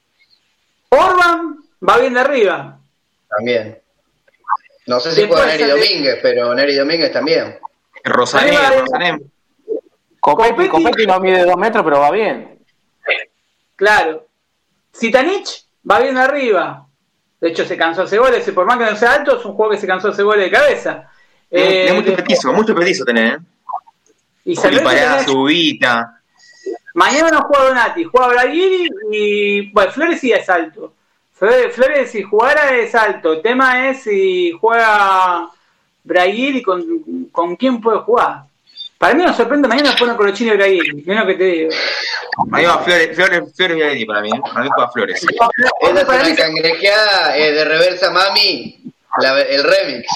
Orban va bien de arriba. También. No sé si juega Neri Domínguez, de... pero Neri Domínguez también. Rosané, Rosané. Copetti, Copetti no mide dos metros, pero va bien. Claro. Zitanich va bien arriba. De hecho, se cansó de hacer goles. Por más que no sea alto, es un juego que se cansó de hacer goles de cabeza. Tiene eh, mucho petizo, mucho petizo tenés, ¿eh? Y Pará, Subita. Mañana no juega Donati, juega Braguiri y. Bueno, Flores sí es alto. Flores, si jugara, es alto. El tema es si juega Braguiri, ¿con, con quién puede jugar? Para mí nos sorprende mañana poner Colochini y Braguiri. Mira lo que te digo. Ahí va Flores, Flores, Flores y Braguiri para mí. ¿eh? Para mí juega Flores. Esa es una cangrejeada eh, de Reversa Mami, la, el remix.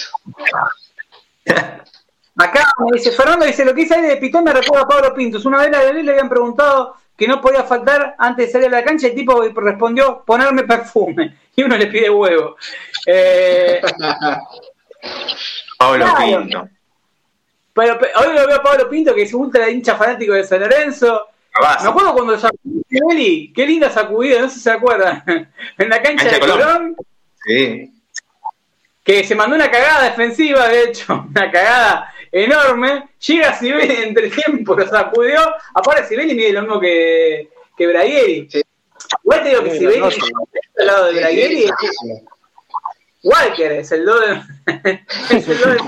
Acá me dice Fernando, dice, lo que hice ahí de Pitón me recuerda a Pablo Pintos. Una vez la de él le habían preguntado que no podía faltar antes de salir a la cancha, el tipo respondió, ponerme perfume. Y uno le pide huevo. Eh, Pablo claro. Pinto. Pero, pero hoy lo veo a Pablo Pinto, que es ultra hincha fanático de San Lorenzo. Me acuerdo cuando sacudió Sivelli, qué linda sacudida, no sé si se acuerdan, en la cancha, cancha de Colón. Colón. Sí. Que se mandó una cagada defensiva, de hecho, una cagada enorme. Llega Sivelli entre tiempo, lo sacudió. Aparte, Sivelli mide lo mismo que, que Braguieri. Sí. Igual te digo que sí, Sivelli es al lado de Braguieri. Sí, Walker es el do de. es el do de.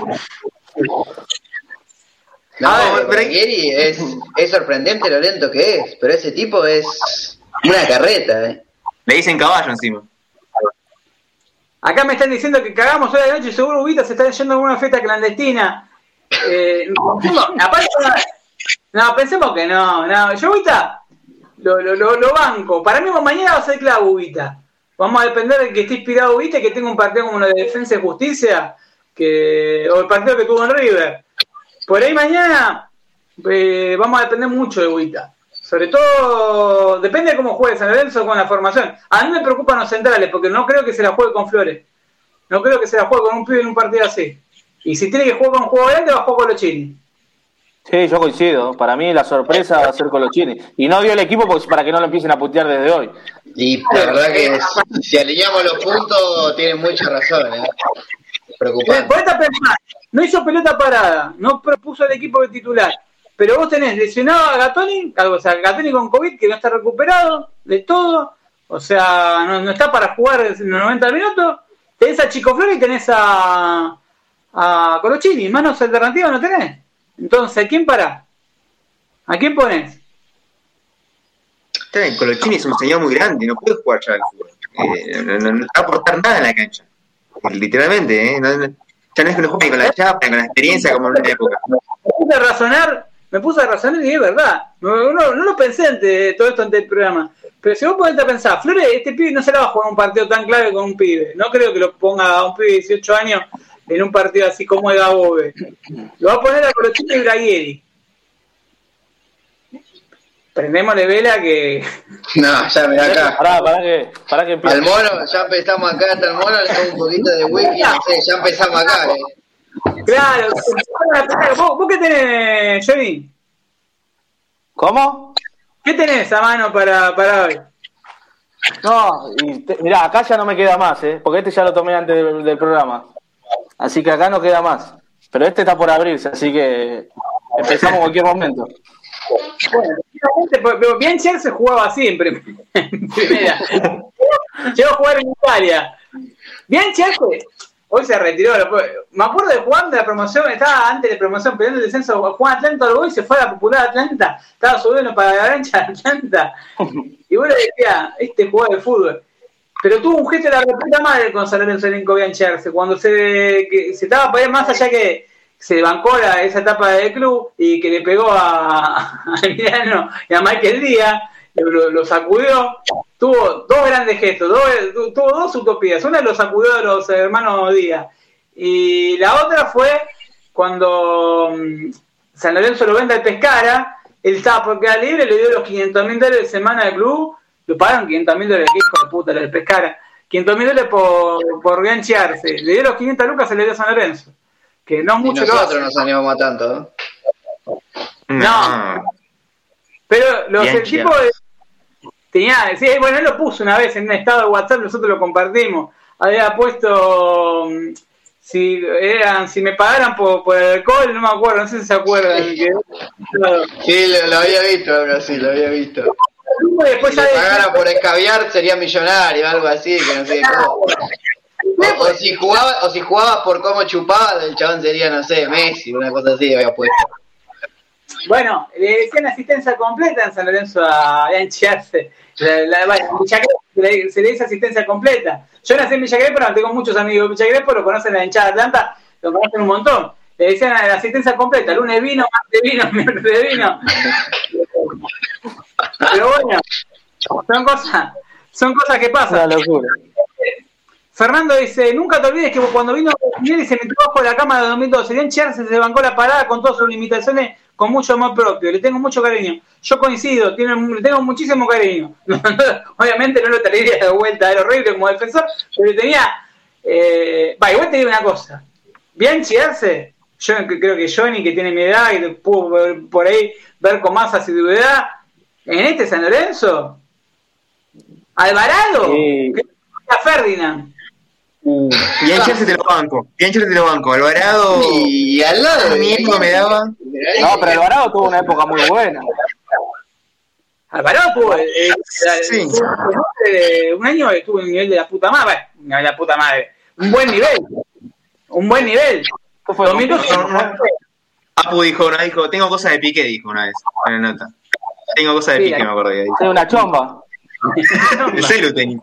No, Braguieri es, es sorprendente lo lento que es, pero ese tipo es una carreta, ¿eh? Le dicen caballo encima. Acá me están diciendo que cagamos hoy de noche, seguro Ubita se está yendo a alguna fiesta clandestina. Eh, no, aparte, no, pensemos que no, no. Yo Ubita lo, lo, lo, lo banco. Para mí mañana va a ser clavo Ubita. Vamos a depender de que esté inspirado Ubita y que tenga un partido como lo de Defensa y Justicia, que, o el partido que tuvo en River. Por ahí mañana eh, vamos a depender mucho de Ubita. Sobre todo, depende de cómo juegue San Lorenzo con la formación. A mí me preocupan los centrales, porque no creo que se la juegue con Flores. No creo que se la juegue con un pibe en un partido así. Y si tiene que jugar con un juego grande, va a jugar con Colochini. Sí, yo coincido. Para mí la sorpresa va a ser Colochini. Y no dio el equipo porque para que no lo empiecen a putear desde hoy. Y la verdad que si alineamos los puntos, tienen mucha razón, ¿eh? Preocupante. Por esta persona, no hizo pelota parada, no propuso el equipo de titular. Pero vos tenés lesionado a Gatoni, o sea, Gatoni con COVID, que no está recuperado de todo, o sea, no, no está para jugar en los noventa minutos. Tenés a Chico Flores y tenés a, a Colochini, manos alternativas no tenés. Entonces, ¿a quién parás? ¿A quién ponés? Colochini es un señor muy grande, no puede jugar ya al fútbol. Eh, no, no, no va a aportar nada en la cancha. Literalmente, ¿eh? No, no, ya no es que lo juegue con la chapa, con la experiencia como en una época. Me puse a razonar, me puse a razonar y es verdad. No, no, no lo pensé ante todo esto ante el programa. Pero si vos ponete a pensar, Flores, este pibe no se la va a jugar un partido tan clave con un pibe. No creo que lo ponga a un pibe de dieciocho años en un partido así como el Gabobe. Lo va a poner a Colochini y Braguieri. Prendémosle vela que... No, ya me da acá. Pará, pará que, pará que empiece. Al mono, ya empezamos acá, hasta el mono, le pongo un poquito de wiki, no sé, ya empezamos acá, eh. Claro, ¿vos, vos qué tenés, Johnny? ¿Cómo? ¿Qué tenés a mano para, para hoy? No, y te, mirá, acá ya no me queda más, ¿eh? Porque este ya lo tomé antes del, del programa. Así que acá no queda más. Pero este está por abrirse, así que empezamos en cualquier momento. Bueno, Bianchi se jugaba siempre en primera. Llegó a jugar en Italia. Bianchi hoy se retiró. Me acuerdo de Juan de la promoción, estaba antes de promoción peleando el descenso. Juan Atlanta lo y se fue a la popular Atlanta. Estaba subiendo para la cancha de Atlanta. Y bueno, decía, este jugador de fútbol. Pero tuvo un gesto de la puta madre con San Lorenzo Elenco Bianchi cuando se, que, se estaba para ir más allá que se bancó la, esa etapa del club y que le pegó a, a Emiliano y a Michael Díaz, lo, lo sacudió, tuvo dos grandes gestos, dos, tuvo dos utopías, una lo sacudió a los hermanos Díaz y la otra fue cuando um, San Lorenzo lo vende al Pescara, él estaba por quedar libre, le dio los quinientos mil dólares de semana del club, lo pagaron quinientos mil dólares, que hijo de puta, el Pescara, quinientos mil dólares por, por Bianchi Arce, le dio los quinientos lucas, se le dio a San Lorenzo. Que no mucho y nosotros nos animamos a tanto, ¿no? No. Pero los, el tipo de, tenía, sí, bueno, él lo puso una vez en un estado de WhatsApp, nosotros lo compartimos. Había puesto si eran, si me pagaran por, por el alcohol, no me acuerdo, no sé si se acuerdan. Sí, que, sí lo, lo había visto, algo así, lo había visto. Después si ya me pagaran por escabiar sería millonario, algo así, que no sé cómo. O, o si jugaba, o si jugabas por cómo chupaba, el chabón sería, no sé, Messi, una cosa así había puesto. Bueno, le decían asistencia completa en San Lorenzo a Bianchi Arce. La, la, bueno, se, se le dice asistencia completa. Yo nací en Villa Crespo, tengo muchos amigos de Villa Crespo, lo conocen la hinchada de Atlanta, lo conocen un montón. Le decían la asistencia completa, lunes vino, martes vino, miércoles vino. Pero bueno, son cosas, son cosas que pasan. Una locura. Fernando dice, nunca te olvides que cuando vino y se metió bajo la cama de dos mil doce, Bianchi Arce se bancó la parada con todas sus limitaciones con mucho amor propio, le tengo mucho cariño. Yo coincido, tiene, le tengo muchísimo cariño. Obviamente no lo traería de vuelta, era horrible como defensor, pero tenía... Eh, va, igual te digo una cosa. Bianchi Arce, yo creo que Johnny, que tiene mi edad, que pudo ver, por ahí ver con más asiduidad, en este San Lorenzo, Alvarado, Sí. que a Ferdinand. Uh, y en Chelsea te lo banco. Y en Chelsea te lo banco. Alvarado. Y al lado de miedo me daba. No, pero Alvarado tuvo una época muy buena. Alvarado tuvo, eh, eh, Sí. tuvo, eh, un año estuvo en el nivel de la puta madre, bueno, de la puta madre, un buen nivel, un buen nivel. ¿Qué fue? dos mil doce, No, no. Apu dijo, una, dijo, tengo cosas de Piqué, dijo una vez, en la nota. Tengo cosas de Sí, Piqué, me acordé. Es una chomba. El celu tenía.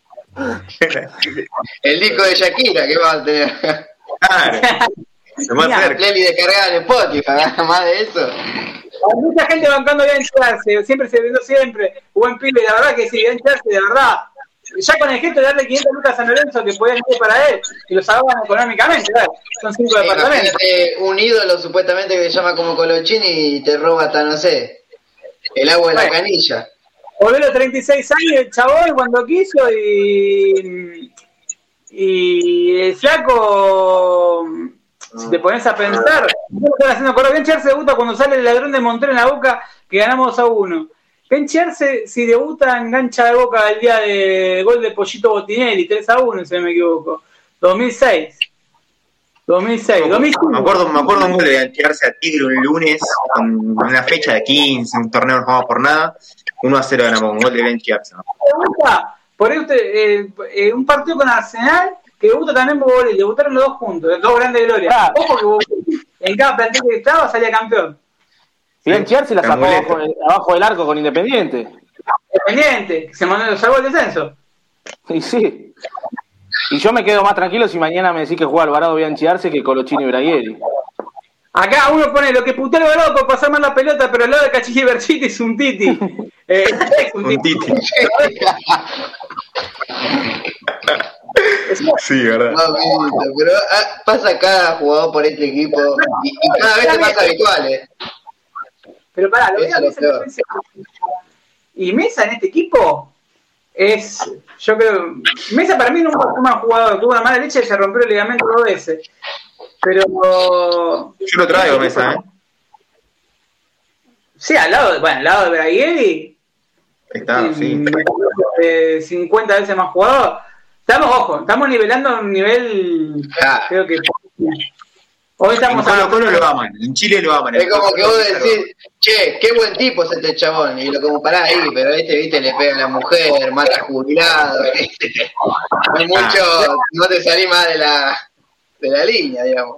El disco de Shakira, ¿qué va a tener? Claro. Lo más Mira, cerca. Pleli descargada en Spotify, nada más de eso. Hay mucha gente bancando bien Chelsea, siempre se vendió siempre, buen pibe, la verdad que sí, bien Chelsea, de verdad. Ya con el gesto de darle quinientos lucas a San Lorenzo que podían ir para él, y lo salvaban económicamente, ¿verdad? Son cinco departamentos. Imagínate un ídolo supuestamente que se llama como Colochini y te roba hasta, no sé, el agua de la Bueno. canilla. Volvió a los treinta y seis años el chabón cuando quiso y, y el flaco, si te pones a pensar, no están haciendo correr. Ben Chelsea debuta cuando sale el ladrón de Montero en la Boca, que ganamos dos a uno. Ben Chelsea, si debuta, engancha de Boca el día de gol de Pollito Botinelli, tres a uno, si no me equivoco. dos mil seis. dos mil seis. dos mil cinco. Me acuerdo, me acuerdo un gol de quedarse a Tigre un lunes, con una fecha de quince, un torneo no jugamos por nada, uno a cero ganamos, un gol de Ben Chelsea. Debuta, por ahí usted, eh, eh, un partido con Arsenal que debuta también Bobolí, debutaron los dos juntos, dos grandes glorias. Claro. Ojo que Bobolí, en cada plantel que estaba salía campeón. Bien, Chelsea la sacó Camuleta. abajo, abajo del arco con Independiente. Independiente, que se mandó, salvó el descenso. Y sí. Y yo me quedo más tranquilo si mañana me decís que juega Alvarado Bianchi Arce que Colochini y Bragueri. Acá uno pone lo que putea Alvarado por pasar mal la pelota, pero al lado de Cachilli y Berchiti es un titi. Eh, es un Un titi. titi. Sí, verdad. Mamita, pero ah, pasa cada jugador por este equipo y, y cada vez es más habitual, ¿eh? Pero pará, lo Eso veo es lo peor. y Mesa en este equipo es, yo creo, Mesa para mí nunca fue un mal jugador, tuvo una mala leche y se rompió el ligamento dos veces. Pero Yo lo traigo, Mesa, ¿eh? sí, al lado de, bueno, al lado de Bragueri, Está, sí. eh, cincuenta veces más jugador. Estamos, ojo, estamos nivelando a un nivel, Ah. creo que hoy En estamos Colo Colo lo aman, en Chile lo aman. Es como que vos decís, che, qué buen tipo es este chabón, y lo comparás ahí, pero este, viste, le pega a la mujer, mata a jubilado, ¿viste? No hay mucho, no te salís más de la, de la línea, digamos.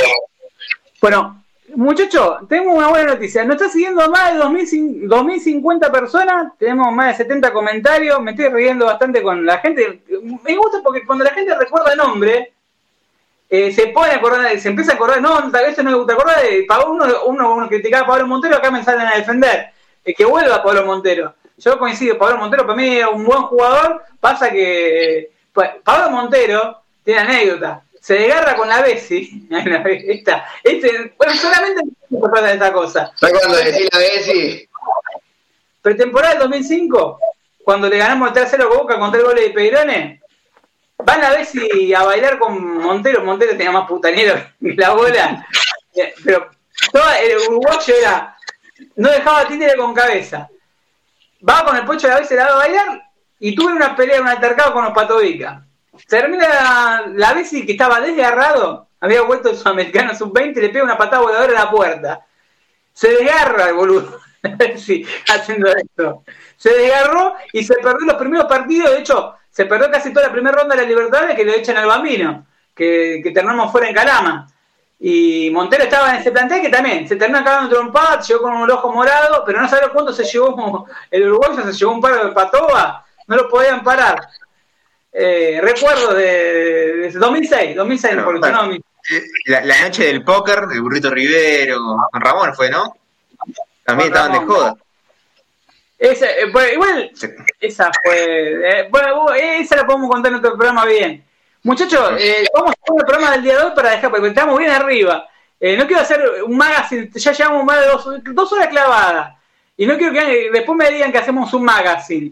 Bueno, muchachos, tenemos una buena noticia. Nos está siguiendo más de dos mil cincuenta personas, tenemos más de setenta comentarios, me estoy riendo bastante con la gente. Me gusta porque cuando la gente recuerda el nombre, eh, se pone a acordar, se empieza a acordar, no, tal vez no me gusta acordar, de, para uno, uno, uno criticaba a Pablo Montero, acá me salen a defender, eh, que vuelva Pablo Montero. Yo coincido, Pablo Montero para mí es un buen jugador, pasa que pues, Pablo Montero tiene anécdota. Se desgarra con la Bessi. Esta, este, bueno, solamente se pasa de esta cosa. ¿Sabes cuando decís la Bessi? Pretemporada del dos mil cinco, cuando le ganamos el tres a cero a Boca con tres goles de Peirone, van la Bessi a bailar con Montero. Montero tenía más putanero que la bola. Pero todo el uruguayo era, no dejaba títere con cabeza. Va con el pocho de la Bessi, la va a bailar, y tuve una pelea, un altercado con los Patovica. Termina la, la Bessi, que estaba desgarrado, había vuelto el sudamericano sub veinte, le pega una patada voladora a la puerta. Se desgarra el boludo, sí, haciendo esto. Se desgarró y se perdió los primeros partidos. De hecho, se perdió casi toda la primera ronda de la Libertadores, que lo echan al Bambino, que, que terminamos fuera en Calama. Y Montero estaba en ese plantel que también se terminó acabando trompadas, llegó con un ojo morado, pero no sabía cuánto se llevó el uruguayo, se llevó un par de patobas, no lo podían parar. Eh, recuerdo de, de dos mil seis, dos mil seis, Bueno, porque bueno. no, La, la noche del póker, de Burrito Rivero, con Ramón fue, ¿no? También Con estaban de Ramón. joda. esa, eh, bueno, igual, Sí. esa fue, eh, bueno, esa la podemos contar en otro programa bien. Muchachos, eh, vamos a hacer el programa del día de hoy para dejar, porque estamos bien arriba. Eh, no quiero hacer un magazine, ya llevamos más de dos, dos horas clavadas. Y no quiero que después me digan que hacemos un magazine.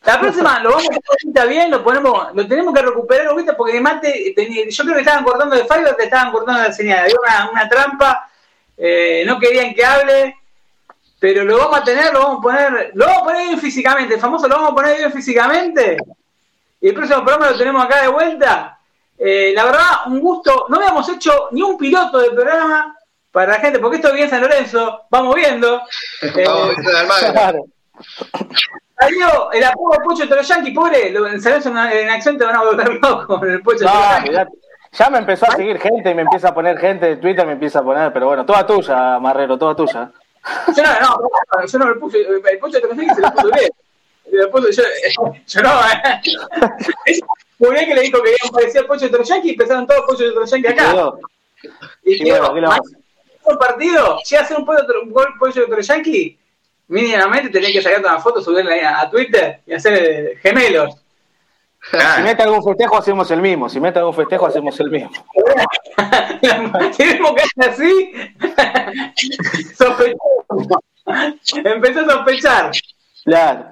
La próxima lo vamos a hacer bien, lo ponemos, lo tenemos que recuperar, ¿viste? Porque Mate, tenía, yo creo que estaban cortando de Fiverr, te estaban cortando la señal, había una, una trampa, eh, no querían que hable, pero lo vamos a tener, lo vamos a poner, lo vamos a poner bien físicamente, el famoso lo vamos a poner bien físicamente, y el próximo programa lo tenemos acá de vuelta. Eh, la verdad, un gusto, no habíamos hecho ni un piloto del programa para la gente, porque esto es bien San Lorenzo, vamos viendo. Eh, Vamos viendo de Almagro. Claro. Salió el apodo Pocho Toroyanqui, pobre, lo- en San Lorenzo en, en acción te van a volver loco con el Pocho No, Toroyanqui. mirá, ya me empezó a seguir gente y me empieza a poner gente de Twitter, me empieza a poner, pero bueno, toda tuya, Marrero, toda tuya. Yo no, no, yo no me puse, el Pocho Toroyanqui se lo puso bien. Lo puso, yo, yo no, eh. Muy bien que le dijo que iba a parecer el Pocho Toroyanqui y empezaron todos Pocho Toroyanqui acá. Quedó. Y Y digo, bueno, ¿qué le vamos a hacer? un partido, si hace un, pollo, un gol Pollo Toroyanqui, mínimamente tenés que sacarte una foto, subirla ahí a, a Twitter y hacer eh, gemelos. Si mete algún festejo, hacemos el mismo. Si mete algún festejo, hacemos el mismo. Tenemos que hacer así. Sospechó. Empezó a sospechar. Claro.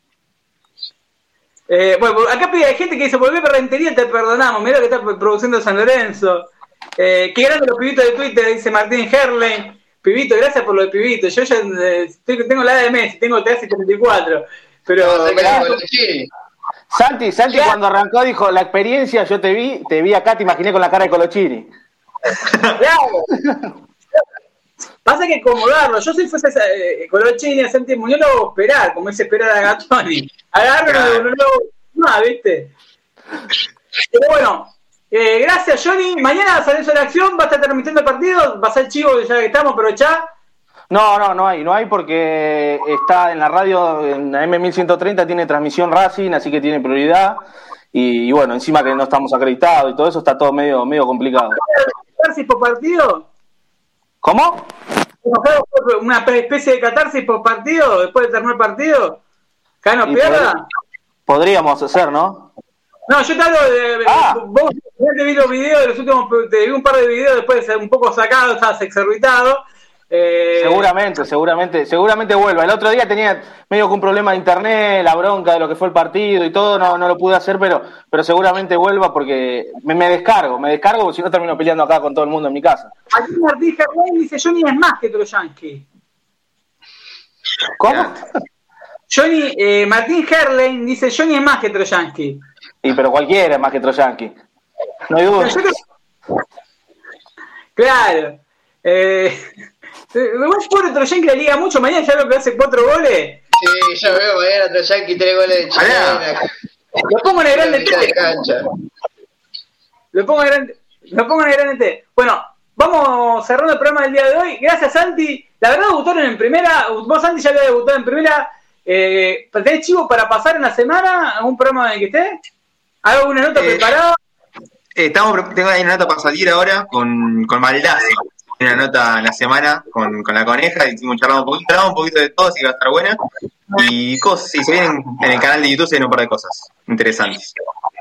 Eh, bueno, acá pide hay gente que dice, volvé a Rentería, te perdonamos. Mirá lo que está produciendo San Lorenzo. Eh, qué grande los pibitos de Twitter, dice Martín Herley. Pibito, gracias por lo de Pibito. Yo ya eh, tengo la edad de Messi, tengo casi treinta y cuatro. Pero... No, se me quedó da- con el Chiri. Santi, Santi Claro. cuando arrancó dijo, la experiencia, yo te vi, te vi acá, te imaginé con la cara de Colochini. Claro. Pasa que acomodarlo. Yo si fuese eh, Colochini, a Santi Muñoz lo hago esperar, como es esperar a Gattoni. Agarro, Claro. no, no, no, ¿viste? Pero bueno, eh, gracias Johnny. Mañana San Lorenzo de la Acción, va a estar transmitiendo el partido, va a ser chivo ya que estamos, aprovechá. No, no, no hay, no hay porque está en la radio, en la M mil ciento treinta tiene transmisión Racing, así que tiene prioridad. Y, y bueno, encima que no estamos acreditados y todo eso, está todo medio, medio complicado. ¿Catarsis por partido? ¿Cómo? ¿Una especie de catarsis por partido después de terminar el partido? ¿Que no Y pierda? pod- Podríamos hacer, ¿no? No, yo te hablo de... Ah. Vos te vi los videos de los últimos... Te vi un par de videos después de ser un poco sacado, estabas exorbitado. Eh, Seguramente, seguramente, seguramente vuelva. El otro día tenía medio que un problema de internet, la bronca de lo que fue el partido y todo, no, no lo pude hacer, pero, pero seguramente vuelva porque me, me descargo, me descargo porque si no termino peleando acá con todo el mundo en mi casa. Aquí Martín Germain dice, Johnny es más que Troyansky. ¿Cómo? Johnny, eh, Martín Herlein dice, Johnny es más que Troyansky. Y pero cualquiera es más que Troyanqui. No hay duda. Pero yo creo- Claro. Eh, vos pobre Troyansky la liga mucho, mañana ya veo que hace cuatro goles. Sí, ya veo mañana Troyanqui tres goles de chilena. Lo pongo en el grande mitad de T. cancha. Lo pongo en el grande, lo pongo en el grande T. Bueno, vamos cerrando el programa del día de hoy. Gracias, Santi. La verdad debutaron en primera. Vos, Santi, ya había debutado en primera. Eh, ¿Tenés chivo para pasar en la semana? ¿Algún programa en el que esté? ¿Hago una nota Eh, preparada? Eh, estamos, pre- tengo ahí una nota para salir ahora con, con Maldazzi. Una nota en la semana con, con la coneja. Y hicimos charlamos un poquito, charlamos un poquito de todo, así que va a estar buena. Y cosas, sí, se vienen en el canal de YouTube, se vienen un par de cosas interesantes.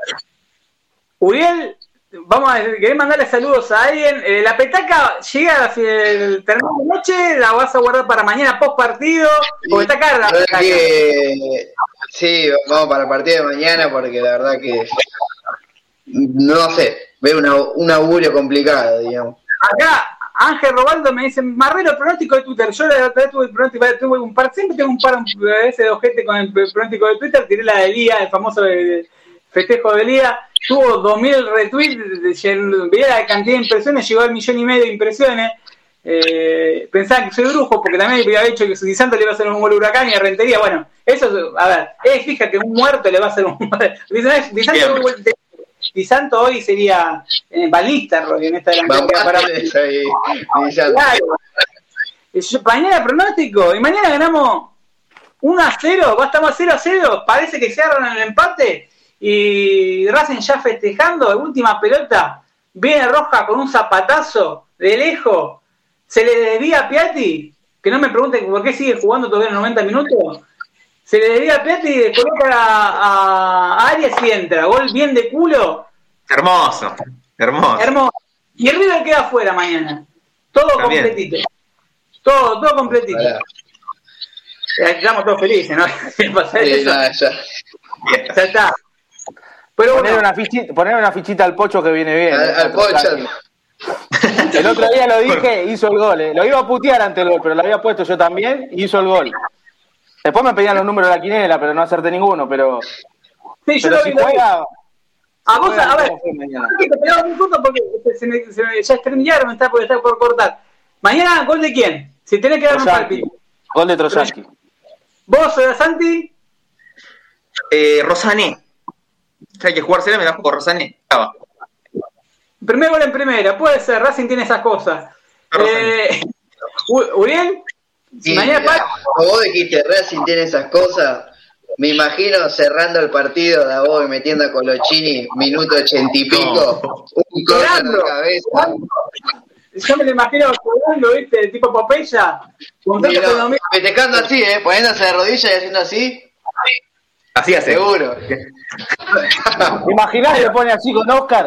Uriel, vamos a querer mandarle saludos a alguien. Eh, la petaca llega a el terminal de noche, la vas a guardar para mañana post partido, porque está cara la La verdad petaca. que sí, vamos para el partido de mañana porque la verdad que no sé, veo una, un augurio complicado, digamos. Acá Ángel Robaldo me dice, Marrero, pronóstico de Twitter. Yo la otra vez tuve el pronóstico, tuve un par, siempre tengo un par de veces de ojete con el pronóstico de Twitter, tiré la de Lía, el famoso de- festejo de Lía, tuvo dos mil retweets, veía la cantidad de impresiones, llegó al millón y medio de impresiones. Eh, pensaba que soy brujo porque también había dicho que Di Santo le iba a hacer un gol a Huracán y a Rentería. Bueno, eso, a ver, es fija que un muerto le va a hacer un gol. Di Santo, Di Santo hoy sería eh, balista, Roy, en esta delantera para Vamos a ahí, Villalta. Claro. Y yo- mañana pronóstico, y mañana ganamos uno a cero, va a estar más cero a cero, parece que se agarran el empate, y Racing ya festejando, última pelota, viene Roja con un zapatazo de lejos, se le desvía a Piatti, que no me pregunten por qué sigue jugando todavía en noventa minutos, se le desvía a Piatti y descoloca a, a Arias y entra, gol bien de culo, Hermoso, hermoso. hermoso, y el River queda afuera mañana, todo También. completito. Todo, todo completito. Ojalá. Eh, Estamos todos felices, ¿no? Sin pasar Sí, eso. nada, ya. Ya está. Pero Poner, bueno, una fichita, poner una fichita al Pocho que viene bien. Al, eh, al Pocho. El otro día lo dije, hizo el gol. eh. Lo iba a putear ante el gol, pero lo había puesto yo también y hizo el gol. Después me pedían los números de la quinela, pero no acerté ninguno. Pero, sí, yo pero lo si vi, lo vi. juega. A vos, juega, a ver, ¿cómo fue mañana? te pegaba un punto porque se me, se me, ya estrellaron, me está por, está por cortar. Mañana, ¿gol de quién? Si tenés que dar un Trojanski. palpito. Gol de Trojanski. ¿Vos, eh, Santi? Eh, Rosané. Si hay que jugársela, me la juego con Rosané. Acaba. Primer gol en primera, puede ser, Racing tiene esas cosas. Eh, Uriel, Sí, mañana mirá, pa- como vos dijiste, Racing tiene esas cosas. Me imagino cerrando el partido de Abogue metiendo a Colochini, minuto ochenta y pico, un corner Llorando. de cabeza. yo me lo imagino jugando, ¿viste? Tipo Popeye. Con Y tanto no, fenómeno. festejando así, ¿eh? Poniéndose de rodillas y haciendo así, Así hace. seguro. ¿Te imaginás que le pone así con Oscar?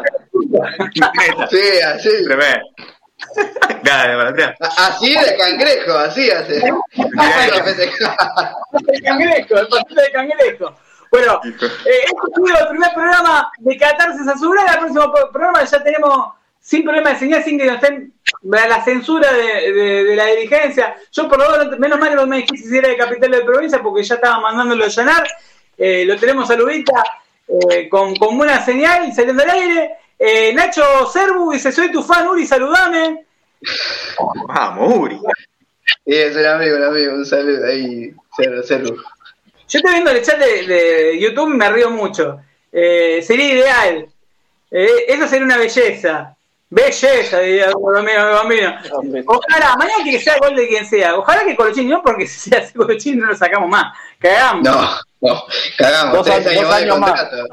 Sí, así. Tremendo. Nada, para atrás. A- Así de cangrejo, así hace. Así lo festeja. El cangrejo, el pastel de cangrejo. Bueno, eh, este fue el primer programa de Catarsis Azulgrana. El próximo pro- programa ya tenemos sin problema de señal, sin que nos estén la censura de, de, de la dirigencia. Yo por lo menos, menos mal que no me dijiste si era de capital de provincia, porque ya estaba mandándolo a allanar. Eh, lo tenemos a Lubita eh, con, con buena señal, saliendo al aire. Eh, Nacho Cervu dice, soy tu fan, Uri, saludame. Vamos, Uri. Sí, es un amigo, un amigo, un saludo ahí, cero, cero. Yo estoy viendo el chat de, de YouTube y me río mucho. Eh, sería ideal. Eh, eso sería una belleza. Belleza, diría Romero Bambino. Ojalá, mañana que sea gol de quien sea. Ojalá que Colochini, no porque si se hace Colochini no lo sacamos más. Cagamos. No, no, cagamos, Dos tres años- años dos más de años más. contrato.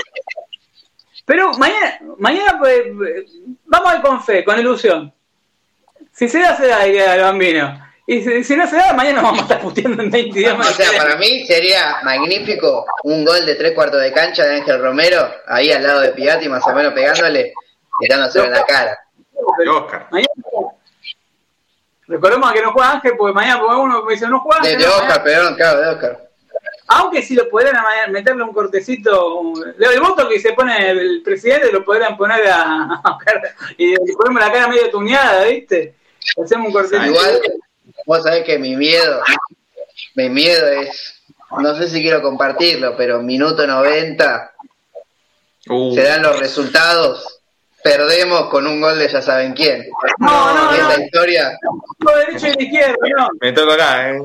Pero mañana, mañana pues, vamos a ir con fe, con ilusión. Si se da, se da, diría el Bambino. Y si, si no se da, mañana vamos a estar puteando en veinte idiomas. O sea, para mí sería magnífico un gol de tres cuartos de cancha de Ángel Romero, ahí al lado de Piatti, más o menos pegándole, tirándoselo en la cara. De Oscar. Mañana, recordemos que no juega Ángel, porque mañana porque uno me dice no juega De, Ángel. de no, Oscar, mañana- perdón, claro, de Oscar. Aunque si lo podrían meterle un cortecito, un- el voto que se pone el presidente lo podrían poner a, a y le ponemos la cara medio tuneada, ¿viste? Hacemos un cortecito. Igual, vos sabés que mi miedo, mi miedo es, no sé si quiero compartirlo, pero minuto noventa, Uh. se dan los resultados, perdemos con un gol de ya saben quién. No, no, Esta no. historia, Por derecho y de izquierda, no. Me toca acá, eh.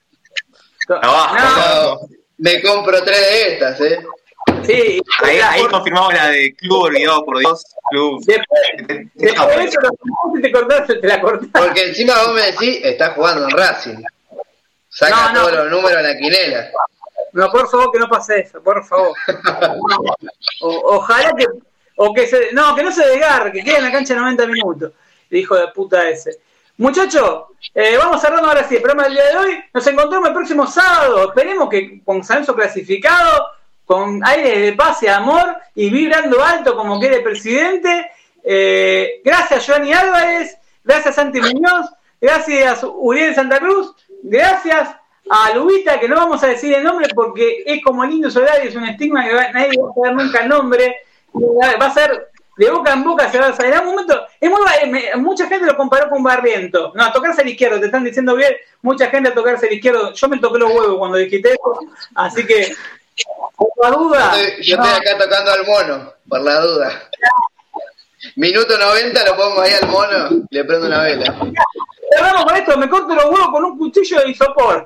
Abajo. No, no, me compro tres de estas, ¿eh? sí. Ahí, ahí por- confirmamos la de Club Olvidado por Dios. Club. después, después de eso, lo te cortaste, te la cortaste. Porque encima vos me decís, estás jugando en Racing. Saca No, no. todos los números en la quinela. No, por favor, que no pase eso, por favor. No. O- ojalá que. O que se. No, que no se desgarre, que quede en la cancha noventa minutos. El hijo de puta ese. Muchachos, eh, vamos cerrando ahora sí el programa del día de hoy. Nos encontramos el próximo sábado. Esperemos que con San Lorenzo clasificado, con aire de paz y amor y vibrando alto como quiere el presidente. Eh, gracias, Giovanni Álvarez. Gracias, Santi Muñoz. Gracias, Uriel Santa Cruz. Gracias a Lubita, que no vamos a decir el nombre porque es como el Indio Solari, es un estigma que va- nadie va a saber nunca el nombre. Va a ser de boca en boca, se va a saber. En algún momento, es muy, me- mucha gente lo comparó con Barriento. No, a tocarse al izquierdo, te están diciendo bien, mucha gente a tocarse al izquierdo. Yo me toqué los huevos cuando dijiste eso, así que, por la duda. Yo estoy, yo no. estoy acá tocando al mono, por la duda. Minuto noventa, lo pongo ahí al mono, le prendo una vela. Cerramos con esto, me corto los huevos con un cuchillo de isopor.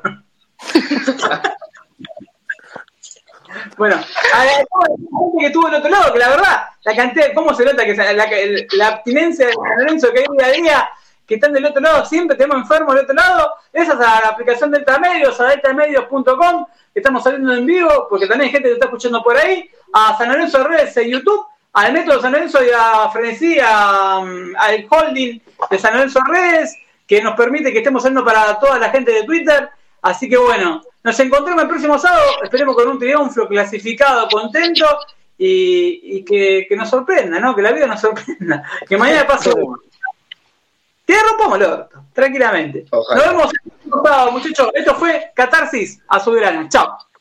Bueno, a la gente que estuvo del otro lado, que la verdad, la cantidad, cómo se nota que la, la, la abstinencia de San Lorenzo que hay día a día, que están del otro lado, siempre tenemos enfermos del otro lado, gracias a la aplicación Delta Medios, a delta medios punto com, que estamos saliendo en vivo, porque también hay gente que está escuchando por ahí, a San Lorenzo Redes en YouTube, al Método San Lorenzo y a Frenesí, a, al holding de San Lorenzo Redes, que nos permite que estemos saliendo para toda la gente de Twitter. Así que bueno, nos encontramos el próximo sábado, esperemos con un triunfo clasificado, contento y, y que, que nos sorprenda, ¿no? Que la vida nos sorprenda. Que mañana pase. Que rompamos el orto, tranquilamente. Ojalá. Nos vemos el próximo sábado, muchachos. Esto fue Catarsis Azulgrana. Chao.